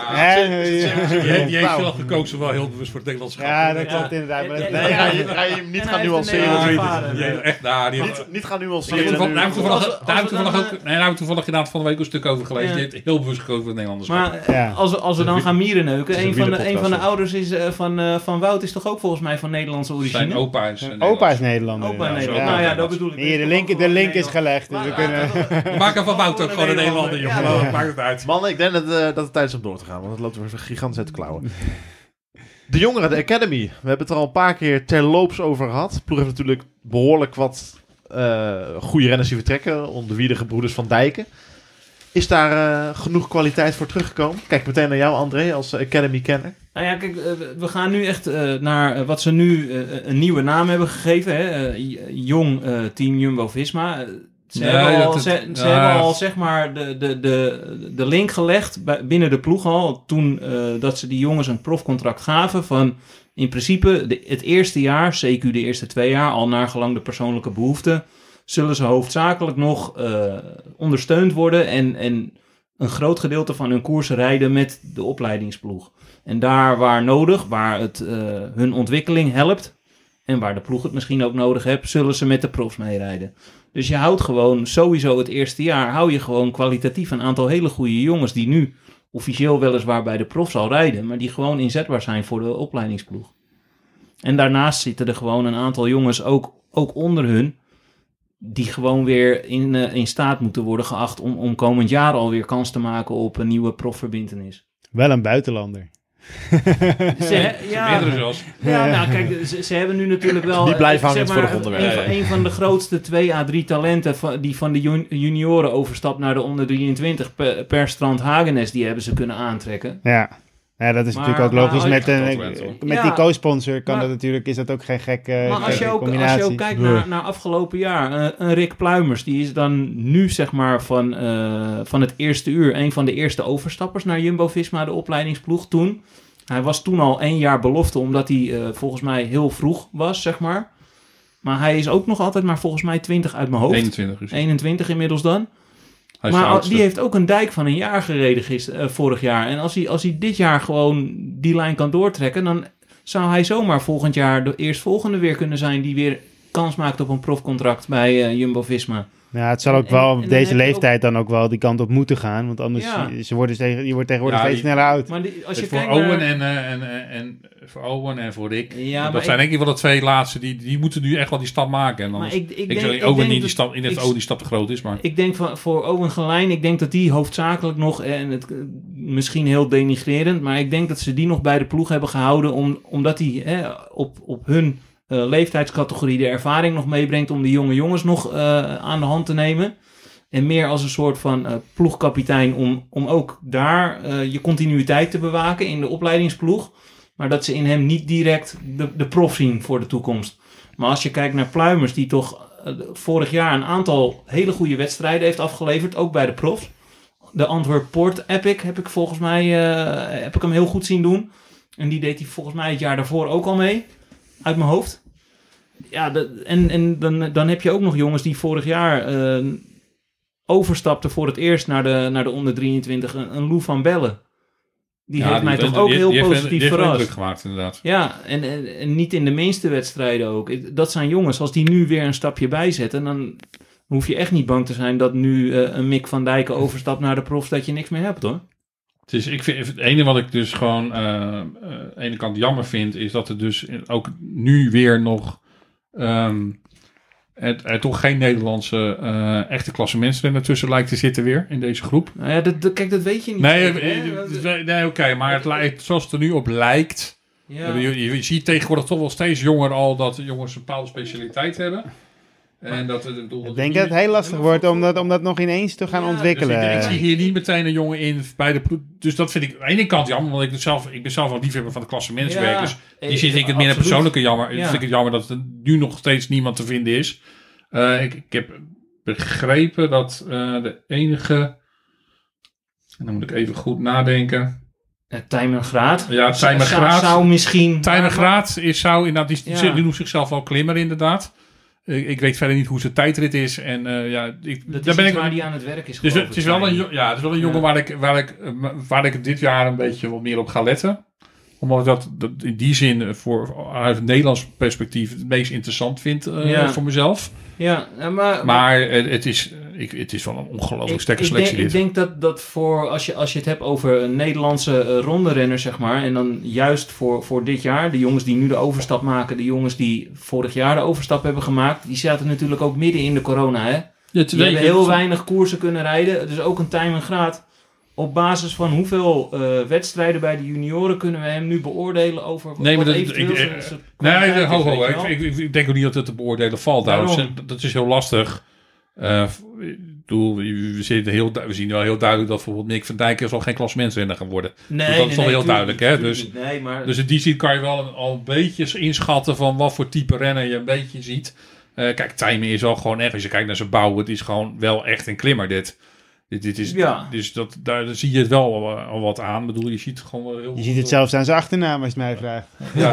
Die heeft wel gekozen wel heel bewust voor het Nederlandse schap. Ja, dat klopt inderdaad. Ga je hem niet gaan nuanceren. Niet gaan nuanceren. Daar hebben we toevallig gedaan van de week een stuk over gelezen. Die heeft heel bewust gekozen voor het Nederlandse schap. Maar als we dan gaan mierenneuken, een van de ouders is van Wout is toch ook volgens mij van Nederlandse origine? Zijn opa is Nederlander. Opa Nederlander. Nou ja, dat bedoel ik. Hier, de link is gelegd. Dus we kunnen... Maken van Wout ook gewoon een Nederlander, jongen. Maakt het uit. Man, ik denk dat het tijd is om door te gaan. Want het loopt weer gigantisch uit de klauwen. De jongeren, de Academy. We hebben het er al een paar keer terloops over gehad. De ploeg heeft natuurlijk behoorlijk wat goede renners die vertrekken. Onder wie de gebroeders Van Dijken. Is daar genoeg kwaliteit voor teruggekomen? Kijk meteen naar jou, André, als Academy-kenner. Nou ja, kijk, we gaan nu echt naar wat ze nu een nieuwe naam hebben gegeven. Hè? Jong Team Jumbo-Visma. Ze hebben al zeg maar de link gelegd binnen de ploeg al. Toen dat ze die jongens een profcontract gaven van in principe het eerste jaar, CQ de eerste 2 jaar, al naar gelang de persoonlijke behoeften, zullen ze hoofdzakelijk nog ondersteund worden en een groot gedeelte van hun koersen rijden met de opleidingsploeg. En daar waar nodig, waar het hun ontwikkeling helpt en waar de ploeg het misschien ook nodig heeft, zullen ze met de profs meerijden. Dus je houdt gewoon sowieso het eerste jaar, hou je gewoon kwalitatief een aantal hele goede jongens die nu officieel weliswaar bij de profs al rijden, maar die gewoon inzetbaar zijn voor de opleidingsploeg. En daarnaast zitten er gewoon een aantal jongens ook onder hun, die gewoon weer in staat moeten worden geacht om komend jaar alweer kans te maken op een nieuwe profverbintenis. Wel een buitenlander. Meerdere zelfs. Ja, nou kijk, ze hebben nu natuurlijk wel... Die blijven hangen voor de onderwerp. Een van de grootste 2 à 3 talenten die van de junioren overstapt naar de onder 23 per Strand Hagenes, die hebben ze kunnen aantrekken. Ja, dat is natuurlijk ook logisch. Met die co-sponsor is dat ook geen gekke combinatie. Als je ook kijkt naar afgelopen jaar, een Rick Pluimers, die is dan nu zeg maar van het eerste uur een van de eerste overstappers naar Jumbo-Visma, de opleidingsploeg toen. Hij was toen al 1 jaar belofte, omdat hij volgens mij heel vroeg was, zeg maar. Maar hij is ook nog altijd maar volgens mij 20 uit mijn hoofd. 21 inmiddels dan. Maar die heeft ook een dijk van 1 jaar gereden vorig jaar. En als hij dit jaar gewoon die lijn kan doortrekken, dan zou hij zomaar volgend jaar de eerstvolgende weer kunnen zijn die weer kans maakt op een profcontract bij Jumbo-Visma. Ja, het zal ook wel op deze leeftijd dan ook wel die kant op moeten gaan. Want anders je wordt tegenwoordig steeds sneller oud. Maar als je voor Owen en voor Owen en voor Rick. Ja, dat zijn denk ik wel de 2 laatste. Die moeten nu echt wel die stap maken. En anders, ik denk Owen niet die stap te groot is. Maar. Ik denk voor Owen Gelijn, ik denk dat die hoofdzakelijk nog, en het misschien heel denigrerend, maar ik denk dat ze die nog bij de ploeg hebben gehouden omdat hij op hun leeftijdscategorie de ervaring nog meebrengt om de jonge jongens nog aan de hand te nemen. En meer als een soort van ploegkapitein om ook daar je continuïteit te bewaken in de opleidingsploeg. Maar dat ze in hem niet direct de prof zien voor de toekomst. Maar als je kijkt naar Pluimers, die toch vorig jaar een aantal hele goede wedstrijden heeft afgeleverd, ook bij de profs. De Antwerp Port Epic heb ik volgens mij heb ik hem heel goed zien doen. En die deed hij volgens mij het jaar daarvoor ook al mee. Uit mijn hoofd. Ja, en dan heb je ook nog jongens die vorig jaar overstapten voor het eerst naar de onder 23. Een Lou van Bellen. Die heeft mij toch ook heel positief verrast. Die gemaakt, inderdaad. Ja, en niet in de minste wedstrijden ook. Dat zijn jongens, als die nu weer een stapje bijzetten, dan hoef je echt niet bang te zijn dat nu een Mick van Dijk overstapt naar de profs dat je niks meer hebt, hoor. Dus ik vind, het ene wat ik dus gewoon aan de ene kant jammer vind, is dat er dus ook nu weer nog er toch geen Nederlandse echte klassementsrenner tussen lijkt te zitten weer in deze groep. Nou ja, kijk, dat weet je niet. Nee, oké, maar het lijkt, zoals het er nu op lijkt. Ja. Je ziet tegenwoordig toch wel steeds jonger al dat jongens een bepaalde specialiteit hebben. En dat, ik denk dat het heel lastig wordt om dat nog ineens te gaan ontwikkelen. Dus ik zie hier niet meteen een jongen in bij de ploeg. Dus dat vind ik aan de ene kant jammer, want ik ben zelf wel liefhebber van de klassementswerk. Ja, dus die vind ik het meer een persoonlijke jammer. Ja. Vind ik het jammer dat er nu nog steeds niemand te vinden is. Ik heb begrepen dat de enige... En dan moet ik even goed nadenken. Tijmen Graat. Ja, Tijmen Graat. Zou misschien... Tijmen Graat zou inderdaad... Die noemt zichzelf wel klimmer inderdaad. Ik weet verder niet hoe zijn tijdrit is. En daar ben ik waar die aan het werk is. Dus het is wel een jongen waar ik dit jaar een beetje wat meer op ga letten. Omdat ik dat in die zin uit het Nederlands perspectief het meest interessant vind voor mezelf. Ja, maar het is wel een ongelooflijk sterke selectie. Ik denk dat voor als je het hebt over een Nederlandse ronderrenner, zeg maar, en dan juist voor dit jaar, de jongens die nu de overstap maken, de jongens die vorig jaar de overstap hebben gemaakt, die zaten natuurlijk ook midden in de corona, hè? Die hebben heel weinig koersen kunnen rijden, dus ook een Tijmen Graat. Op basis van hoeveel wedstrijden bij de junioren kunnen we hem nu beoordelen over wat eventueel ik denk ook niet dat het te beoordelen valt. Dat is heel lastig. We zien wel heel duidelijk dat bijvoorbeeld Mick van Dijk al geen klassementsrenner gaan worden. Dat is toch heel duidelijk. Hè? Dus in die zin kan je wel al een beetje inschatten van wat voor type renner je een beetje ziet. Kijk, Tijmen is wel gewoon echt, als je kijkt naar zijn bouw, het is gewoon wel echt een klimmer dit. Dit is, dus daar zie je het wel al wat aan. Ik bedoel, je ziet het gewoon wel heel... Je ziet het zelfs aan zijn achternaam, als je het mij vraagt.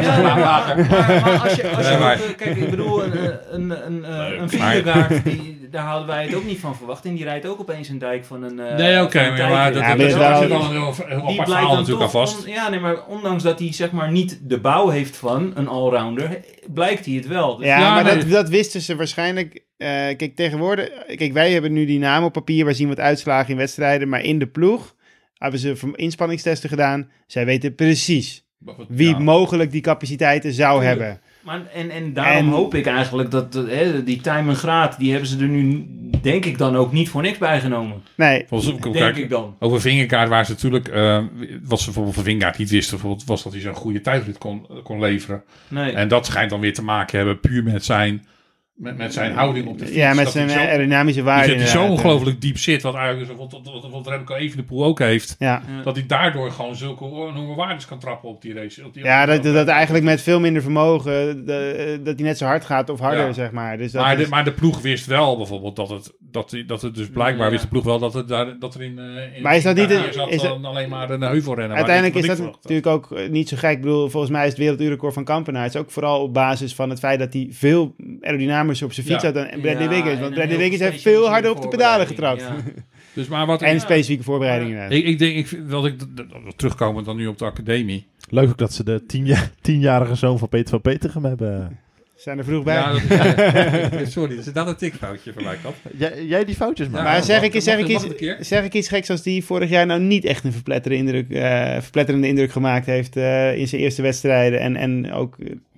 Maar als je kijk, ik bedoel, een Vingegaard, daar hadden wij het ook niet van verwacht. En die rijdt ook opeens een dijk van een... maar dat is wel een heel apart verhaal natuurlijk aan vast. Maar ondanks dat hij zeg maar niet de bouw heeft van een allrounder, blijkt hij het wel. Dus maar dat wisten ze waarschijnlijk... Kijk, tegenwoordig... Kijk, wij hebben nu die naam op papier. Wij zien wat uitslagen in wedstrijden. Maar in de ploeg hebben ze inspanningstesten gedaan. Zij weten precies wie mogelijk die capaciteiten zou hebben. Maar, en daarom hoop ik eigenlijk dat die Tijmen Graat, die hebben ze er nu, denk ik dan ook niet voor niks bijgenomen. Nee. Denk ik dan. Over Vingegaard waren ze natuurlijk, wat ze bijvoorbeeld van Vingegaard niet wisten, was dat hij zo'n goede tijdrit kon leveren. Nee. En dat schijnt dan weer te maken hebben puur met zijn houding op de fiets. Ja, met zijn aerodynamische waarde. Dat hij zo ongelooflijk diep zit, wat eigenlijk wat Remco Evenepoel ook heeft. Ja. Dat hij daardoor gewoon zulke enorme waardes kan trappen op die race. Dat eigenlijk met veel minder vermogen, dat hij net zo hard gaat of harder, zeg maar. Dus maar de ploeg wist wel bijvoorbeeld dat het dus blijkbaar wist de ploeg wel dat er in maar is dat niet alleen maar een heuvelrennen. Uiteindelijk is dat natuurlijk ook niet zo gek. Ik bedoel, volgens mij is het werelduurrecord van Kampenaerts ook vooral op basis van het feit dat hij veel aerodynamisch op zijn fiets had dan Bradley Wiggins. Want Bradley Wiggins heeft veel harder op de pedalen getrapt. Ja. Dus en specifieke voorbereidingen. Ik denk, terugkomen dan nu op de academie. Leuk ook dat ze de 10-jarige zoon van Peter van Petergem hebben. Zijn er vroeg bij. Ja, sorry, is dat een tikfoutje van mij kant? Jij die foutjes maakt. Maar zeg ik iets geks als die vorig jaar nou niet echt een verpletterende indruk gemaakt heeft in zijn eerste wedstrijden en ook...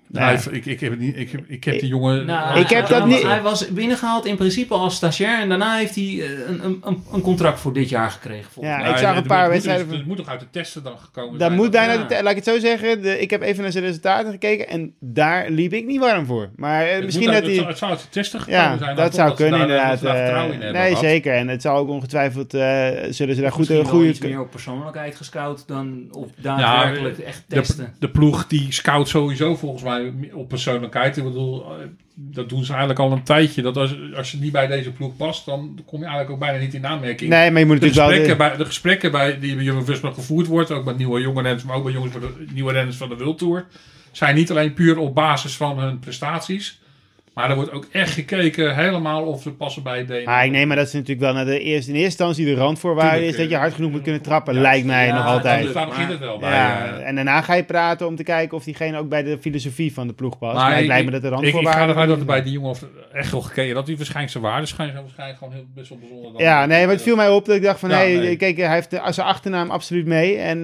Ik heb die jongen... Hij was binnengehaald in principe als stagiair en daarna heeft hij een contract voor dit jaar gekregen. Ik zag een paar wedstrijden... Het moet toch uit de testen dan gekomen zijn? Laat ik het zo zeggen. Ik heb even naar zijn resultaten gekeken en daar liep ik niet warm voor. Maar misschien dat hij... Het zou uit de testen gekomen zijn. Ja, dat zou kunnen inderdaad. Nee, zeker. En het zal ook ongetwijfeld... zullen ze daar goed... Misschien wel iets meer op persoonlijkheid gescout dan op daadwerkelijk echt testen. De ploeg die scout sowieso volgens mij op persoonlijkheid. Ik bedoel, dat doen ze eigenlijk al een tijdje. Dat als je niet bij deze ploeg past, dan kom je eigenlijk ook bijna niet in aanmerking. Nee, maar je moet natuurlijk de gesprekken die bij Jumbo-Visma gevoerd wordt, ook met nieuwe jonge renners, maar ook bij jongens voor de nieuwe renners van de World Tour, zijn niet alleen puur op basis van hun prestaties, Maar er wordt ook echt gekeken helemaal of ze passen bij het DNA. Maar dat is natuurlijk wel in eerste instantie de randvoorwaarde is dat je hard genoeg moet kunnen trappen, lijkt mij nog altijd. Daar begint het wel bij. Ja, en daarna ga je praten om te kijken of diegene ook bij de filosofie van de ploeg past. Maar het lijkt me dat de randvoorwaarden... Ik ga ervan uit dat er bij die jongen echt wel gekeken dat die waarschijnlijk zijn waarden waarschijnlijk gewoon best wel bijzonder. Maar het viel mij op dat ik dacht van, kijk, hij heeft zijn achternaam absoluut mee. En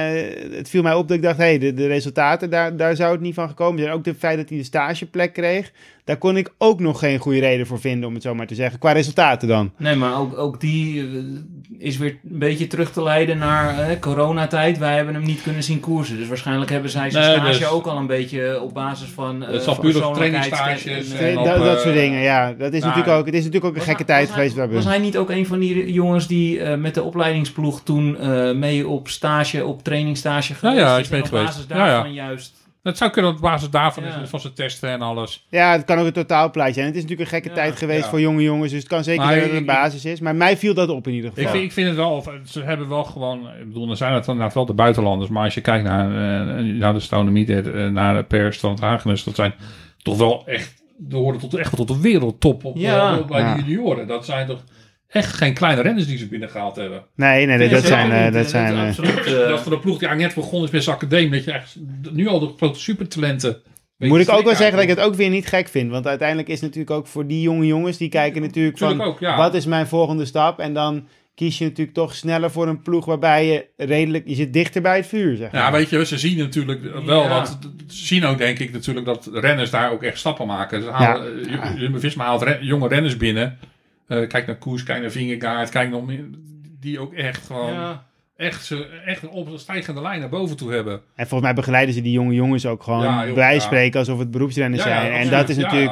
het viel mij op dat ik dacht, de resultaten, daar zou het niet van gekomen zijn. Ook het feit dat hij de stageplek kreeg, daar kon ik ook nog geen goede reden voor vinden, om het zo maar te zeggen. Qua resultaten dan. Nee, maar ook die is weer een beetje terug te leiden naar coronatijd. Wij hebben hem niet kunnen zien koersen. Dus waarschijnlijk hebben zij zijn stage ook al een beetje op basis van het zal puur op trainingsstages. Dat soort dingen, ja. Dat is natuurlijk ook een gekke tijd geweest. Was hij niet ook een van die jongens die met de opleidingsploeg toen mee op stage, op trainingsstage geweest? Ja, ik ben geweest. Op basis daarvan juist... Het zou kunnen op basis daarvan van zijn testen en alles. Ja, het kan ook een totaalplaatje zijn. Het is natuurlijk een gekke tijd geweest voor jonge jongens. Dus het kan zeker zijn dat het een basis is. Maar mij viel dat op in ieder geval. Ik vind het wel... Ze hebben wel gewoon... Ik bedoel, er zijn het dan wel de buitenlanders. Maar als je kijkt naar de Stonemieter, naar de Per Strand-Hagenes, dat zijn toch wel echt... Er horen echt wel tot de wereldtop bij de junioren. Dat zijn toch... Echt geen kleine renners die ze binnengehaald hebben. Nee, dat zijn absoluut. Dat voor de ploeg die eigenlijk net begonnen is met zijn academie, dat je echt nu al de grote supertalenten. Moet ik ook wel zeggen dat ik het ook weer niet gek vind. Want uiteindelijk is het natuurlijk ook voor die jonge jongens, die kijken natuurlijk van, ook, wat is mijn volgende stap? En dan kies je natuurlijk toch sneller voor een ploeg waarbij je zit dichter bij het vuur, zeg maar. Ja, weet je, ze zien natuurlijk wel wat. Ze zien ook, denk ik, natuurlijk dat renners daar ook echt stappen maken. Jumbo-Visma haalt jonge renners binnen. Kijk naar Koes, kijk naar Vingegaard, kijk nog meer, die ook echt gewoon echt op een stijgende lijn naar boven toe hebben. En volgens mij begeleiden ze die jonge jongens ook gewoon bij spreken alsof het beroepsrenners zijn. En dat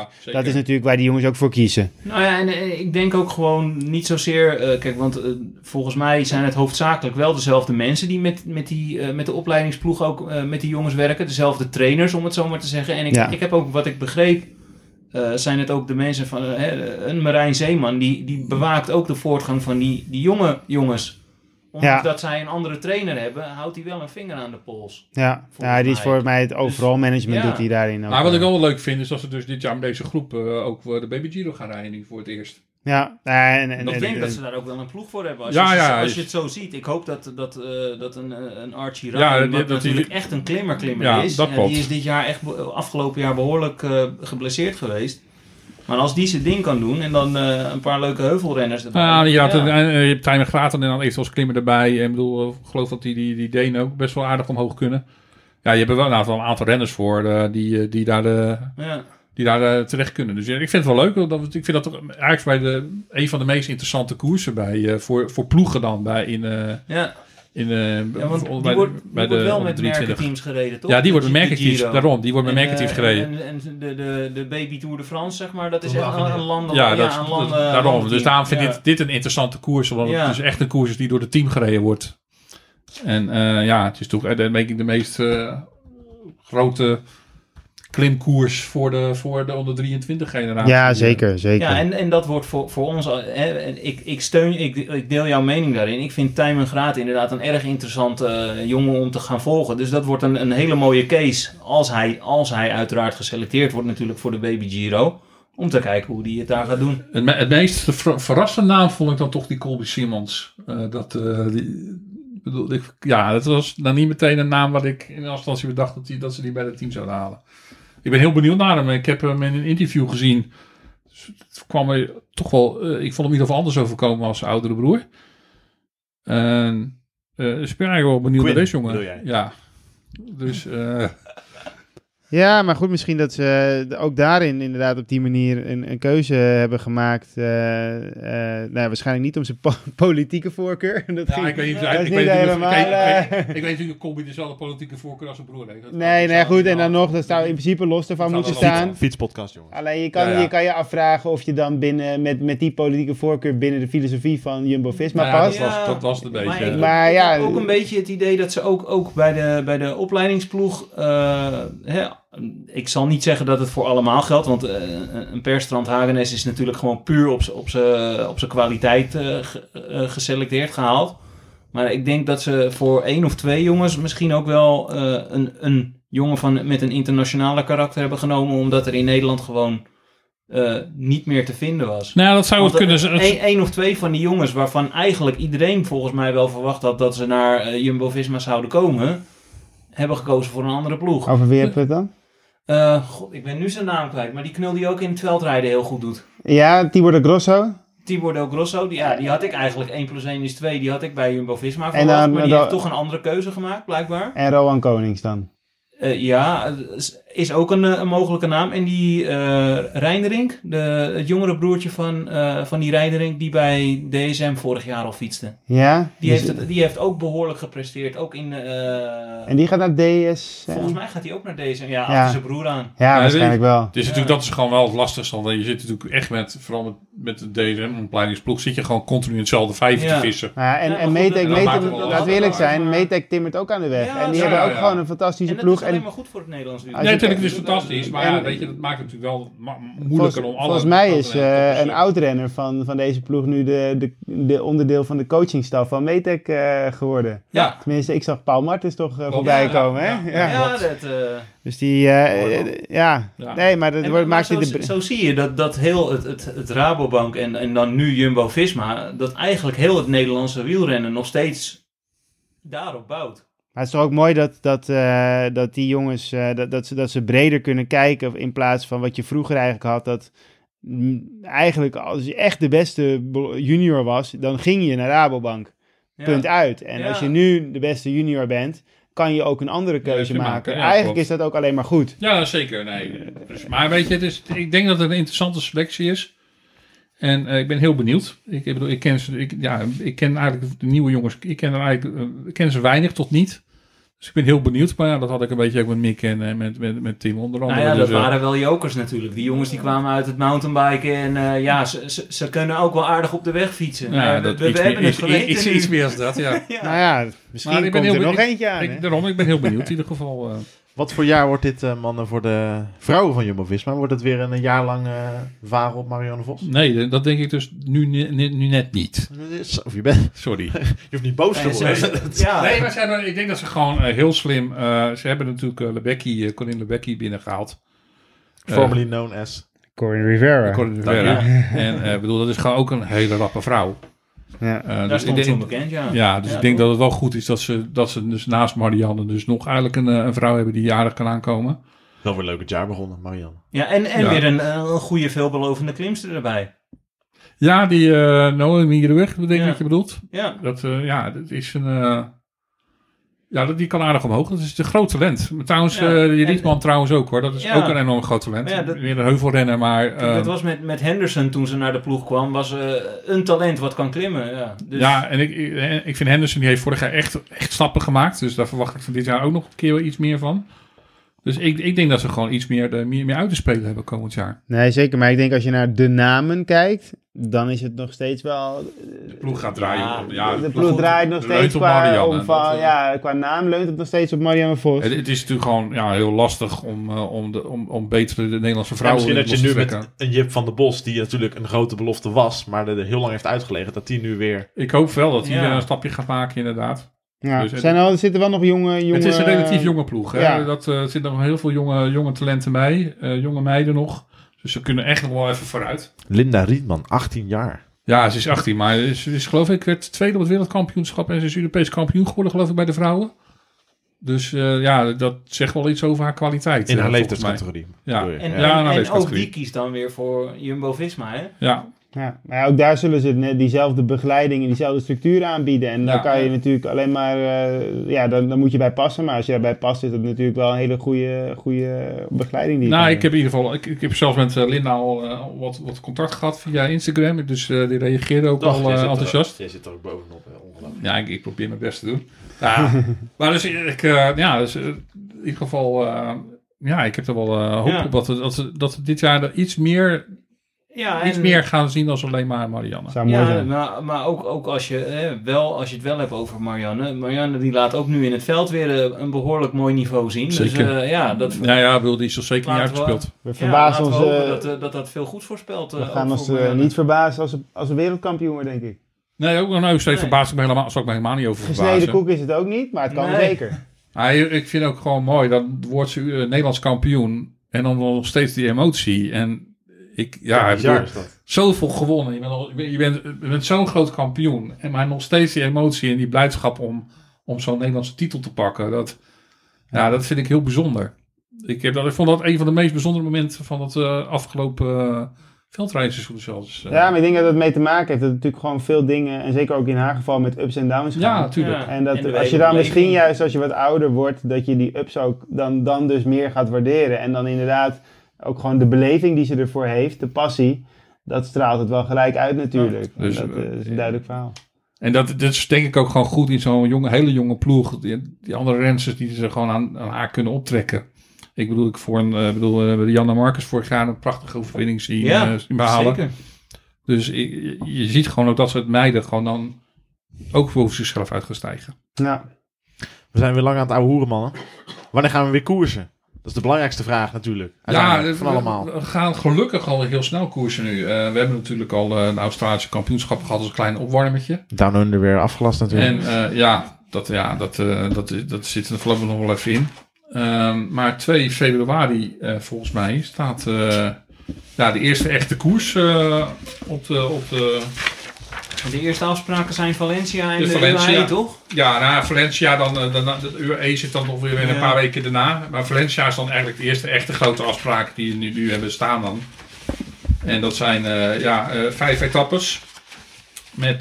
is natuurlijk waar die jongens ook voor kiezen. Nou ja, en ik denk ook gewoon niet zozeer, kijk, want volgens mij zijn het hoofdzakelijk wel dezelfde mensen die met de opleidingsploeg ook met die jongens werken. Dezelfde trainers, om het zo maar te zeggen. En ik heb ook, wat ik begreep, zijn het ook de mensen van een Marijn Zeeman, die bewaakt ook de voortgang van die jonge jongens. Omdat zij een andere trainer hebben, houdt hij wel een vinger aan de pols. Ja, die is voor mij het overall management doet hij daarin ook. Maar wat ik wel leuk vind, is dat ze dus dit jaar met deze groep ook de Baby Giro gaan rijden nu voor het eerst. Ja, ik denk dat ze daar ook wel een ploeg voor hebben. Als je het zo ziet. Ik hoop dat een Archie Ryan, wat natuurlijk echt een klimmer is. Die is dit jaar afgelopen jaar behoorlijk geblesseerd geweest. Maar als die zijn ding kan doen en dan een paar leuke heuvelrenners erbij. Je hebt Tijmen Graten en dan eventueel als klimmer erbij. Ik bedoel, ik geloof dat die Denen ook best wel aardig omhoog kunnen. Ja, je hebt er wel een aantal renners voor die daar terecht kunnen. Dus ik vind het wel leuk. Ik vind dat eigenlijk bij een van de meest interessante koersen voor ploegen dan want die wordt wel met merkenteams gereden, toch? Ja, die wordt met merkenteams. Daarom, die wordt met merkenteams gereden. En de Baby Tour de France, zeg maar, dat is echt een land. Daarom. Dus daarom vind ik dit een interessante koers, omdat het dus echt een koers is die door het team gereden wordt. En het is toch denk ik de meest grote klimkoers voor de onder 23 generatie. Ja, zeker. Ja, en dat wordt voor ons... Ik deel jouw mening daarin. Ik vind Tijmen Graat inderdaad een erg interessante jongen om te gaan volgen. Dus dat wordt een hele mooie case als hij uiteraard geselecteerd wordt natuurlijk voor de Baby Giro. Om te kijken hoe die het daar gaat doen. Het meest verrassende naam vond ik dan toch die Colby Simons. Dat was dan niet meteen een naam wat ik in eerste instantie bedacht dat ze die bij het team zouden halen. Ik ben heel benieuwd naar hem. Ik heb hem in een interview gezien. Het kwam er toch wel... ik vond hem in ieder geval anders overkomen als zijn oudere broer. Dus ik ben eigenlijk wel benieuwd naar deze jongen. Ja. Dus... Ja, maar goed, misschien dat ze ook daarin inderdaad op die manier een keuze hebben gemaakt. Waarschijnlijk niet om zijn politieke voorkeur. Ik weet niet of Colby dezelfde politieke voorkeur als zijn broer heeft. Nee, goed. En dan nog, dat zou in principe los ervan moeten staan. Fietspodcast, jongens. Alleen je kan je afvragen of je dan binnen met die politieke voorkeur binnen de filosofie van Jumbo-Visma past. Dat was het een beetje. Maar ik heb ook een beetje het idee dat ze ook bij de opleidingsploeg... ik zal niet zeggen dat het voor allemaal geldt, want een Per Strand-Hagenes is natuurlijk gewoon puur op zijn kwaliteit geselecteerd, gehaald. Maar ik denk dat ze voor 1 of 2 jongens misschien ook wel een jongen met een internationale karakter hebben genomen, omdat er in Nederland gewoon niet meer te vinden was. Nou, dat zou het kunnen... Eén of twee van die jongens waarvan eigenlijk iedereen volgens mij wel verwacht had dat ze naar Jumbo-Visma zouden komen, hebben gekozen voor een andere ploeg. Over wie hebben we het dan? God, ik ben nu zijn naam kwijt, maar die knul die ook in het veldrijden heel goed doet. Ja, Tibor de Grosso. Tibor Del Grosso, die had ik eigenlijk 1 + 1 = 2, die had ik bij Jumbo-Visma verwacht, maar die heeft toch een andere keuze gemaakt, blijkbaar. En Rowan Konings dan? Ja, is ook een mogelijke naam. En die Reinderink, het jongere broertje van die Reinderink die bij DSM vorig jaar al fietste. Ja? Die heeft ook behoorlijk gepresteerd, ook in... en die gaat naar DS? Volgens mij gaat hij ook naar DSM, achter zijn broer aan. Ja, waarschijnlijk wel. Dus natuurlijk, dat is gewoon wel het lastigste. Want je zit natuurlijk echt vooral met de DSM-opleidingsploeg, zit je gewoon continu in hetzelfde vijfje te vissen. Ja, en Metec, laten we eerlijk zijn, Metec timmert ook aan de weg. En die hebben ook gewoon een fantastische ploeg. Dat is alleen maar goed voor het Nederlands wiel. Nee, natuurlijk, het is fantastisch. Maar weet je, dat maakt het natuurlijk wel moeilijker om alle... Volgens mij is een oud-renner van deze ploeg nu de onderdeel van de coachingstaf van Metec geworden. Ja. Tenminste, ik zag Paul Martens toch voorbij komen, hè? Ja, dus die... Nee, maar dat maakt het... Zo zie je dat heel het Rabobank en dan nu Jumbo-Visma, dat eigenlijk heel het Nederlandse wielrennen nog steeds daarop bouwt. Maar het is toch ook mooi dat die jongens, dat ze breder kunnen kijken in plaats van wat je vroeger eigenlijk had, dat eigenlijk als je echt de beste junior was, dan ging je naar Rabobank. Ja. Punt uit. En als je nu de beste junior bent, kan je ook een andere keuze maken. Eigenlijk is dat ook alleen maar goed. Ja, zeker. Nee. Maar weet je, ik denk dat het een interessante selectie is. En ik ben heel benieuwd. Ik ken eigenlijk de nieuwe jongens. Ik ken ze weinig tot niet. Dus ik ben heel benieuwd. Maar dat had ik een beetje ook met Mick en met Tim onder andere. Nou ja, dat waren wel jokers natuurlijk. Die jongens die kwamen uit het mountainbiken. En ze kunnen ook wel aardig op de weg fietsen. Nou ja, we hebben het geweten. Iets meer als dat, ja. Nou ja, misschien komt er nog eentje aan. Daarom, ik ben heel benieuwd in ieder geval. Wat voor jaar wordt dit, mannen, voor de vrouwen van Jumbo-Visma? Wordt het weer een jaar lang varen op Marianne Vos? Nee, dat denk ik dus nu net niet. Of je bent... Sorry. Je hoeft niet boos te worden. Nee, maar ik denk dat ze gewoon heel slim... ze hebben natuurlijk Corinne Lebecki binnengehaald. Formerly known as... Corinne Rivera. En bedoel, dat is gewoon ook een hele rappe vrouw. Ja. Daar stond ze onbekend, ik denk dat het wel goed is dat ze dus naast Marianne dus nog eigenlijk een vrouw hebben die jarig kan aankomen. Wel weer leuk het jaar begonnen, Marianne. Ja, en weer een goede veelbelovende klimster erbij. Ja, die Noemi Rueg, denk ik dat je bedoelt. Ja. Dat is een... die kan aardig omhoog. Dat is een groot talent. Trouwens, die Rietman trouwens ook hoor. Dat is ook een enorm groot talent. Weer een heuvelrenner, maar... dat was met Henderson toen ze naar de ploeg kwam. Was een talent wat kan klimmen. Ja, dus... en ik vind Henderson, die heeft vorig jaar echt stappen gemaakt. Dus daar verwacht ik van dit jaar ook nog een keer iets meer van. Dus ik denk dat ze gewoon iets meer uit te spelen hebben komend jaar. Nee, zeker. Maar ik denk als je naar de namen kijkt, dan is het nog steeds wel... De ploeg gaat draaien. De ploeg draait nog steeds qua naam leunt het nog steeds op Marianne Vos. Het is natuurlijk gewoon heel lastig om beter de Nederlandse vrouwen... misschien dat je nu met een Jip van der Bos, die natuurlijk een grote belofte was, maar er heel lang heeft uitgelegen, dat die nu weer... Ik hoop wel dat hij een stapje gaat maken, inderdaad. Ja, dus er zitten wel nog jonge... Het is een relatief jonge ploeg. Hè? Ja. Er zitten nog heel veel jonge talenten bij. Jonge meiden nog. Dus ze kunnen echt nog wel even vooruit. Linda Rietman, 18 jaar. Ja, ze is 18. Maar ze is geloof ik werd tweede op het wereldkampioenschap. En ze is Europees kampioen geworden geloof ik bij de vrouwen. Dus dat zegt wel iets over haar kwaliteit. In haar leeftijdscategorie. Ja. En ook die kiest dan weer voor Jumbo-Visma, hè? Ja. Ja, maar ook daar zullen ze diezelfde begeleiding en diezelfde structuur aanbieden. En dan kan je natuurlijk alleen maar... dan moet je bij passen. Maar als je daarbij past, is het natuurlijk wel een hele goede begeleiding. Die ik heb in ieder geval... Ik heb zelfs met Linda al wat contact gehad via Instagram. Dus die reageerde ook al enthousiast. Jij zit er ook bovenop, ongelooflijk. Ja, ik probeer mijn best te doen. Ja, maar dus in ieder geval... ik heb er wel hoop op dat we dit jaar er iets meer... iets meer gaan zien dan alleen maar Marianne. Zou mooi zijn. Maar ook als je het wel hebt over Marianne. Marianne die laat ook nu in het veld weer een behoorlijk mooi niveau zien. Zeker. Dus, die is toch zeker niet uitgespeeld. We verbazen ons... dat veel goed voorspelt. We gaan ons niet verbazen als een wereldkampioen wordt, denk ik. Nee, ook nog steeds verbaas ik me helemaal niet over verbazen. Gesneden koek is het ook niet, maar het kan zeker. Ik vind ook gewoon mooi, dat wordt ze Nederlands kampioen en dan nog steeds die emotie. En bizar is dat. Zoveel gewonnen. Je bent zo'n groot kampioen. Maar nog steeds die emotie en die blijdschap om zo'n Nederlandse titel te pakken. Dat vind ik heel bijzonder. Ik vond dat een van de meest bijzondere momenten van het afgelopen veldrijdseizoen zelfs. Ja, maar ik denk dat het mee te maken heeft. Dat het natuurlijk gewoon veel dingen, en zeker ook in haar geval met ups en downs gaan. Ja, natuurlijk. Ja. En dat En als je dan misschien juist als je wat ouder wordt, dat je die ups ook dan dus meer gaat waarderen. En dan inderdaad ook gewoon de beleving die ze ervoor heeft, de passie, dat straalt het wel gelijk uit natuurlijk. Ja, dus, dat is een duidelijk verhaal. En dat is denk ik ook gewoon goed in zo'n hele jonge ploeg. Die andere rensters die ze gewoon aan haar kunnen optrekken. Ik bedoel, Janne Marcus vorig jaar een prachtige overwinning zien behalen. Zeker. Dus je ziet gewoon ook dat soort meiden gewoon dan ook boven zichzelf uit gaan stijgen. Ja. We zijn weer lang aan het ouwe hoeren, mannen. Wanneer gaan we weer koersen? Dat is de belangrijkste vraag natuurlijk. Van allemaal. We gaan gelukkig al heel snel koersen nu. We hebben natuurlijk al een Australische kampioenschap gehad als een klein opwarmetje. Down Under weer afgelast natuurlijk. En dat zit er voorlopig nog wel even in. Maar 2 februari volgens mij staat de eerste echte koers op de... De eerste afspraken zijn Valencia en Dus de Valencia. UAE, toch? Ja, na Valencia dan de UAE zit dan nog weer een paar weken daarna. Maar Valencia is dan eigenlijk de eerste echte grote afspraak die nu hebben staan dan. En dat zijn 5 etappes. Met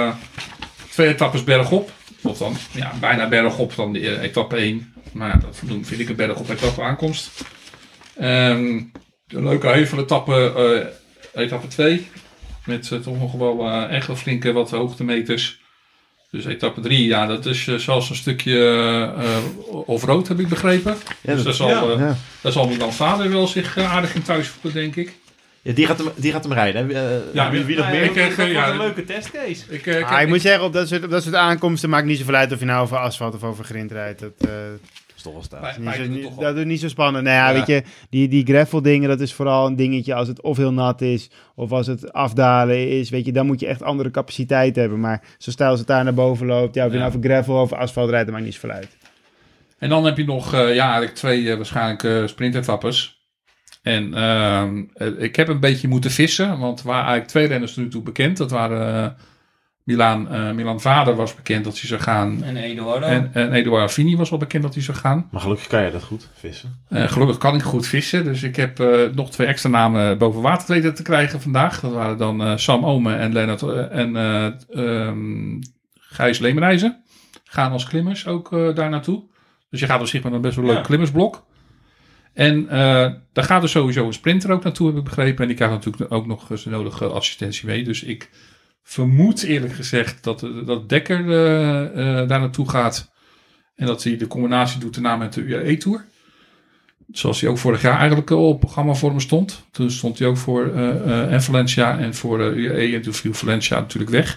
2 etappes bergop. Of dan bijna bergop dan de etappe 1. Maar dat vind ik een bergop etappe aankomst. Een leuke heuveletappe etappe 2. Met toch nog wel echt wel flinke wat hoogtemeters. Dus etappe 3, dat is zelfs een stukje off-road, heb ik begrepen. Ja, dus daar zal Milan Vader wel zich aardig in thuis voelen, denk ik. Ja, die gaat hem rijden. Hè? Wie nog meer? Dat wordt een leuke testcase. Ik moet zeggen, op dat soort aankomsten maakt niet zoveel uit of je nou over asfalt of over grind rijdt. Dat is toch wel stijl. Dat is niet zo spannend. Nou ja, weet je, die gravel dingen, dat is vooral een dingetje als het of heel nat is, of als het afdalen is, weet je, dan moet je echt andere capaciteit hebben. Maar zo stijl als het daar naar boven loopt, of je nou over gravel of over asfalt rijdt, dat maakt niet zoveel uit. En dan heb je nog eigenlijk 2 waarschijnlijk sprintetappes. En ik heb een beetje moeten vissen, want er waren eigenlijk 2 renners tot nu toe bekend. Dat waren Milan Vader was bekend dat hij zou gaan. En Eduardo. En Eduardo Fini was al bekend dat hij zou gaan. Maar gelukkig kan je dat goed, vissen. Gelukkig kan ik goed vissen. Dus ik heb nog 2 extra namen boven water weten te krijgen vandaag. Dat waren dan Sam Omen en Gijs Leemreizen. Gaan als klimmers ook daar naartoe. Dus je gaat op zich met een best wel leuk klimmersblok. En daar gaat er sowieso een sprinter ook naartoe, heb ik begrepen. En die krijgt natuurlijk ook nog zijn nodige assistentie mee. Dus ik vermoed eerlijk gezegd dat Dekker daar naartoe gaat. En dat hij de combinatie doet daarna met de UAE-tour. Zoals hij ook vorig jaar eigenlijk al op programma voor hem stond. Toen stond hij ook voor en Valencia en voor de UAE. En toen viel Valencia natuurlijk weg.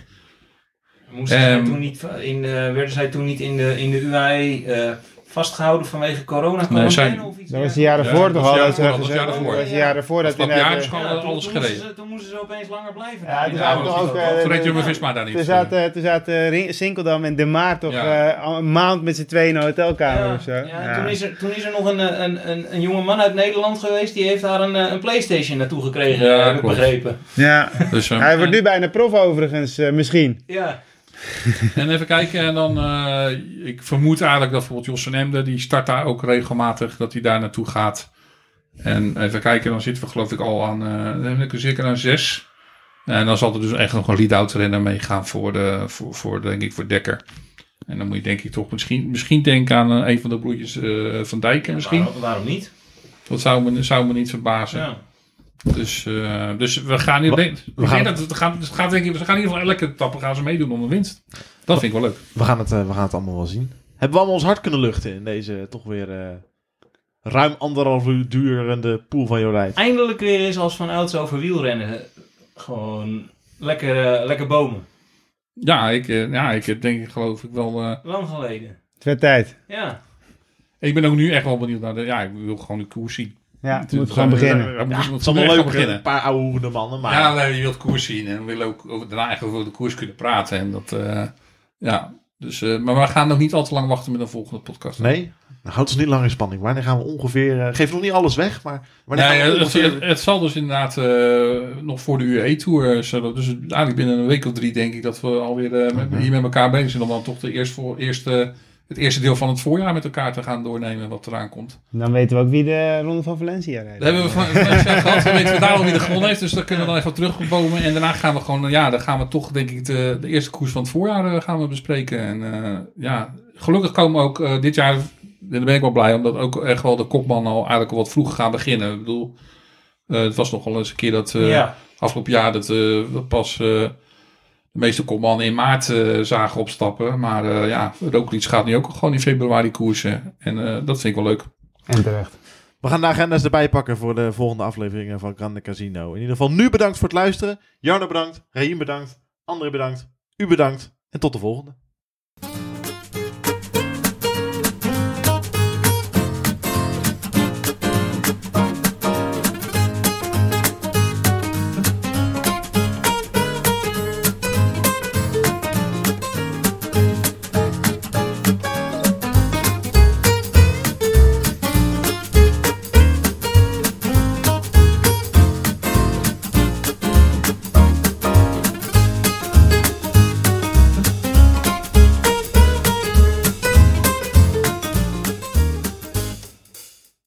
Werden zij toen niet in de UAE vastgehouden vanwege corona? Of iets? Dat was de jaren voor toch al? Dat was de jaren voor. Dat jaar is gewoon alles gereden. Toen moesten ze opeens langer blijven. Toen zaten Sinkeldam en De Maar toch een maand met z'n tweeën in een hotelkamer of zo. Toen is er nog een jonge man uit Nederland geweest. Die heeft daar een PlayStation naartoe gekregen, heb ik begrepen. Ja, dus, hij wordt nu bijna prof overigens, misschien. Ja. En even kijken, en dan ik vermoed eigenlijk dat bijvoorbeeld Jos van Emden, die start daar ook regelmatig, dat hij daar naartoe gaat. En even kijken, dan zitten we geloof ik al aan circa aan 6. En dan zal er dus echt nog een lead-out renner meegaan voor Dekker. En dan moet je denk ik toch misschien denken aan een van de broertjes van Dijken misschien. Waarom niet? Dat zou me niet verbazen. Ja. Dus we gaan niet alleen. We gaan in ieder geval elke etappe gaan ze meedoen om een winst. Dat vind ik wel leuk. We gaan het allemaal wel zien. Hebben we allemaal ons hart kunnen luchten in deze toch weer ruim 1,5 uur durende pool van Jolijt. Eindelijk weer eens als van ouds over wielrennen. Gewoon lekker bomen. Ja, ik heb denk ik geloof ik wel... Lang geleden. Het werd tijd. Ja. Ik ben ook nu echt wel benieuwd naar ik wil gewoon de koers zien. Ja, het moet gewoon beginnen. Het is allemaal leuk, een paar oude hoerende mannen. Maar... Ja, je wilt koers zien en we willen ook daarna echt over de koers kunnen praten. En dat, Dus, maar we gaan nog niet al te lang wachten met een volgende podcast. Nee? Nou, houd ons niet lang in spanning. Wanneer gaan we ongeveer... geef nog niet alles weg, maar... Het zal dus inderdaad nog voor de UE-tour. Dus eigenlijk binnen een week of 3 denk ik dat we alweer hier met elkaar bezig zijn. Om dan toch het eerste deel van het voorjaar met elkaar te gaan doornemen wat eraan komt. Dan weten we ook wie de Ronde van Valencia rijdt. Dat hebben we van Valencia gehad. Dan weten we daar al wie de gewonnen heeft. Dus daar kunnen we dan even terugbomen. En daarna gaan we gewoon... dan gaan we toch denk ik de eerste koers van het voorjaar gaan we bespreken. En gelukkig komen we ook dit jaar... Daar ben ik wel blij, omdat ook echt wel de kopman al eigenlijk al wat vroeg gaan beginnen. Ik bedoel, het was nog wel eens een keer dat afgelopen jaar dat pas de meeste kopmannen in maart zagen opstappen. Maar Roglic gaat nu ook gewoon in februari koersen. En dat vind ik wel leuk. En terecht. We gaan de agenda's erbij pakken voor de volgende afleveringen van Grande Casino. In ieder geval nu bedankt voor het luisteren. Jarno bedankt, Raïm bedankt, André bedankt, u bedankt en tot de volgende.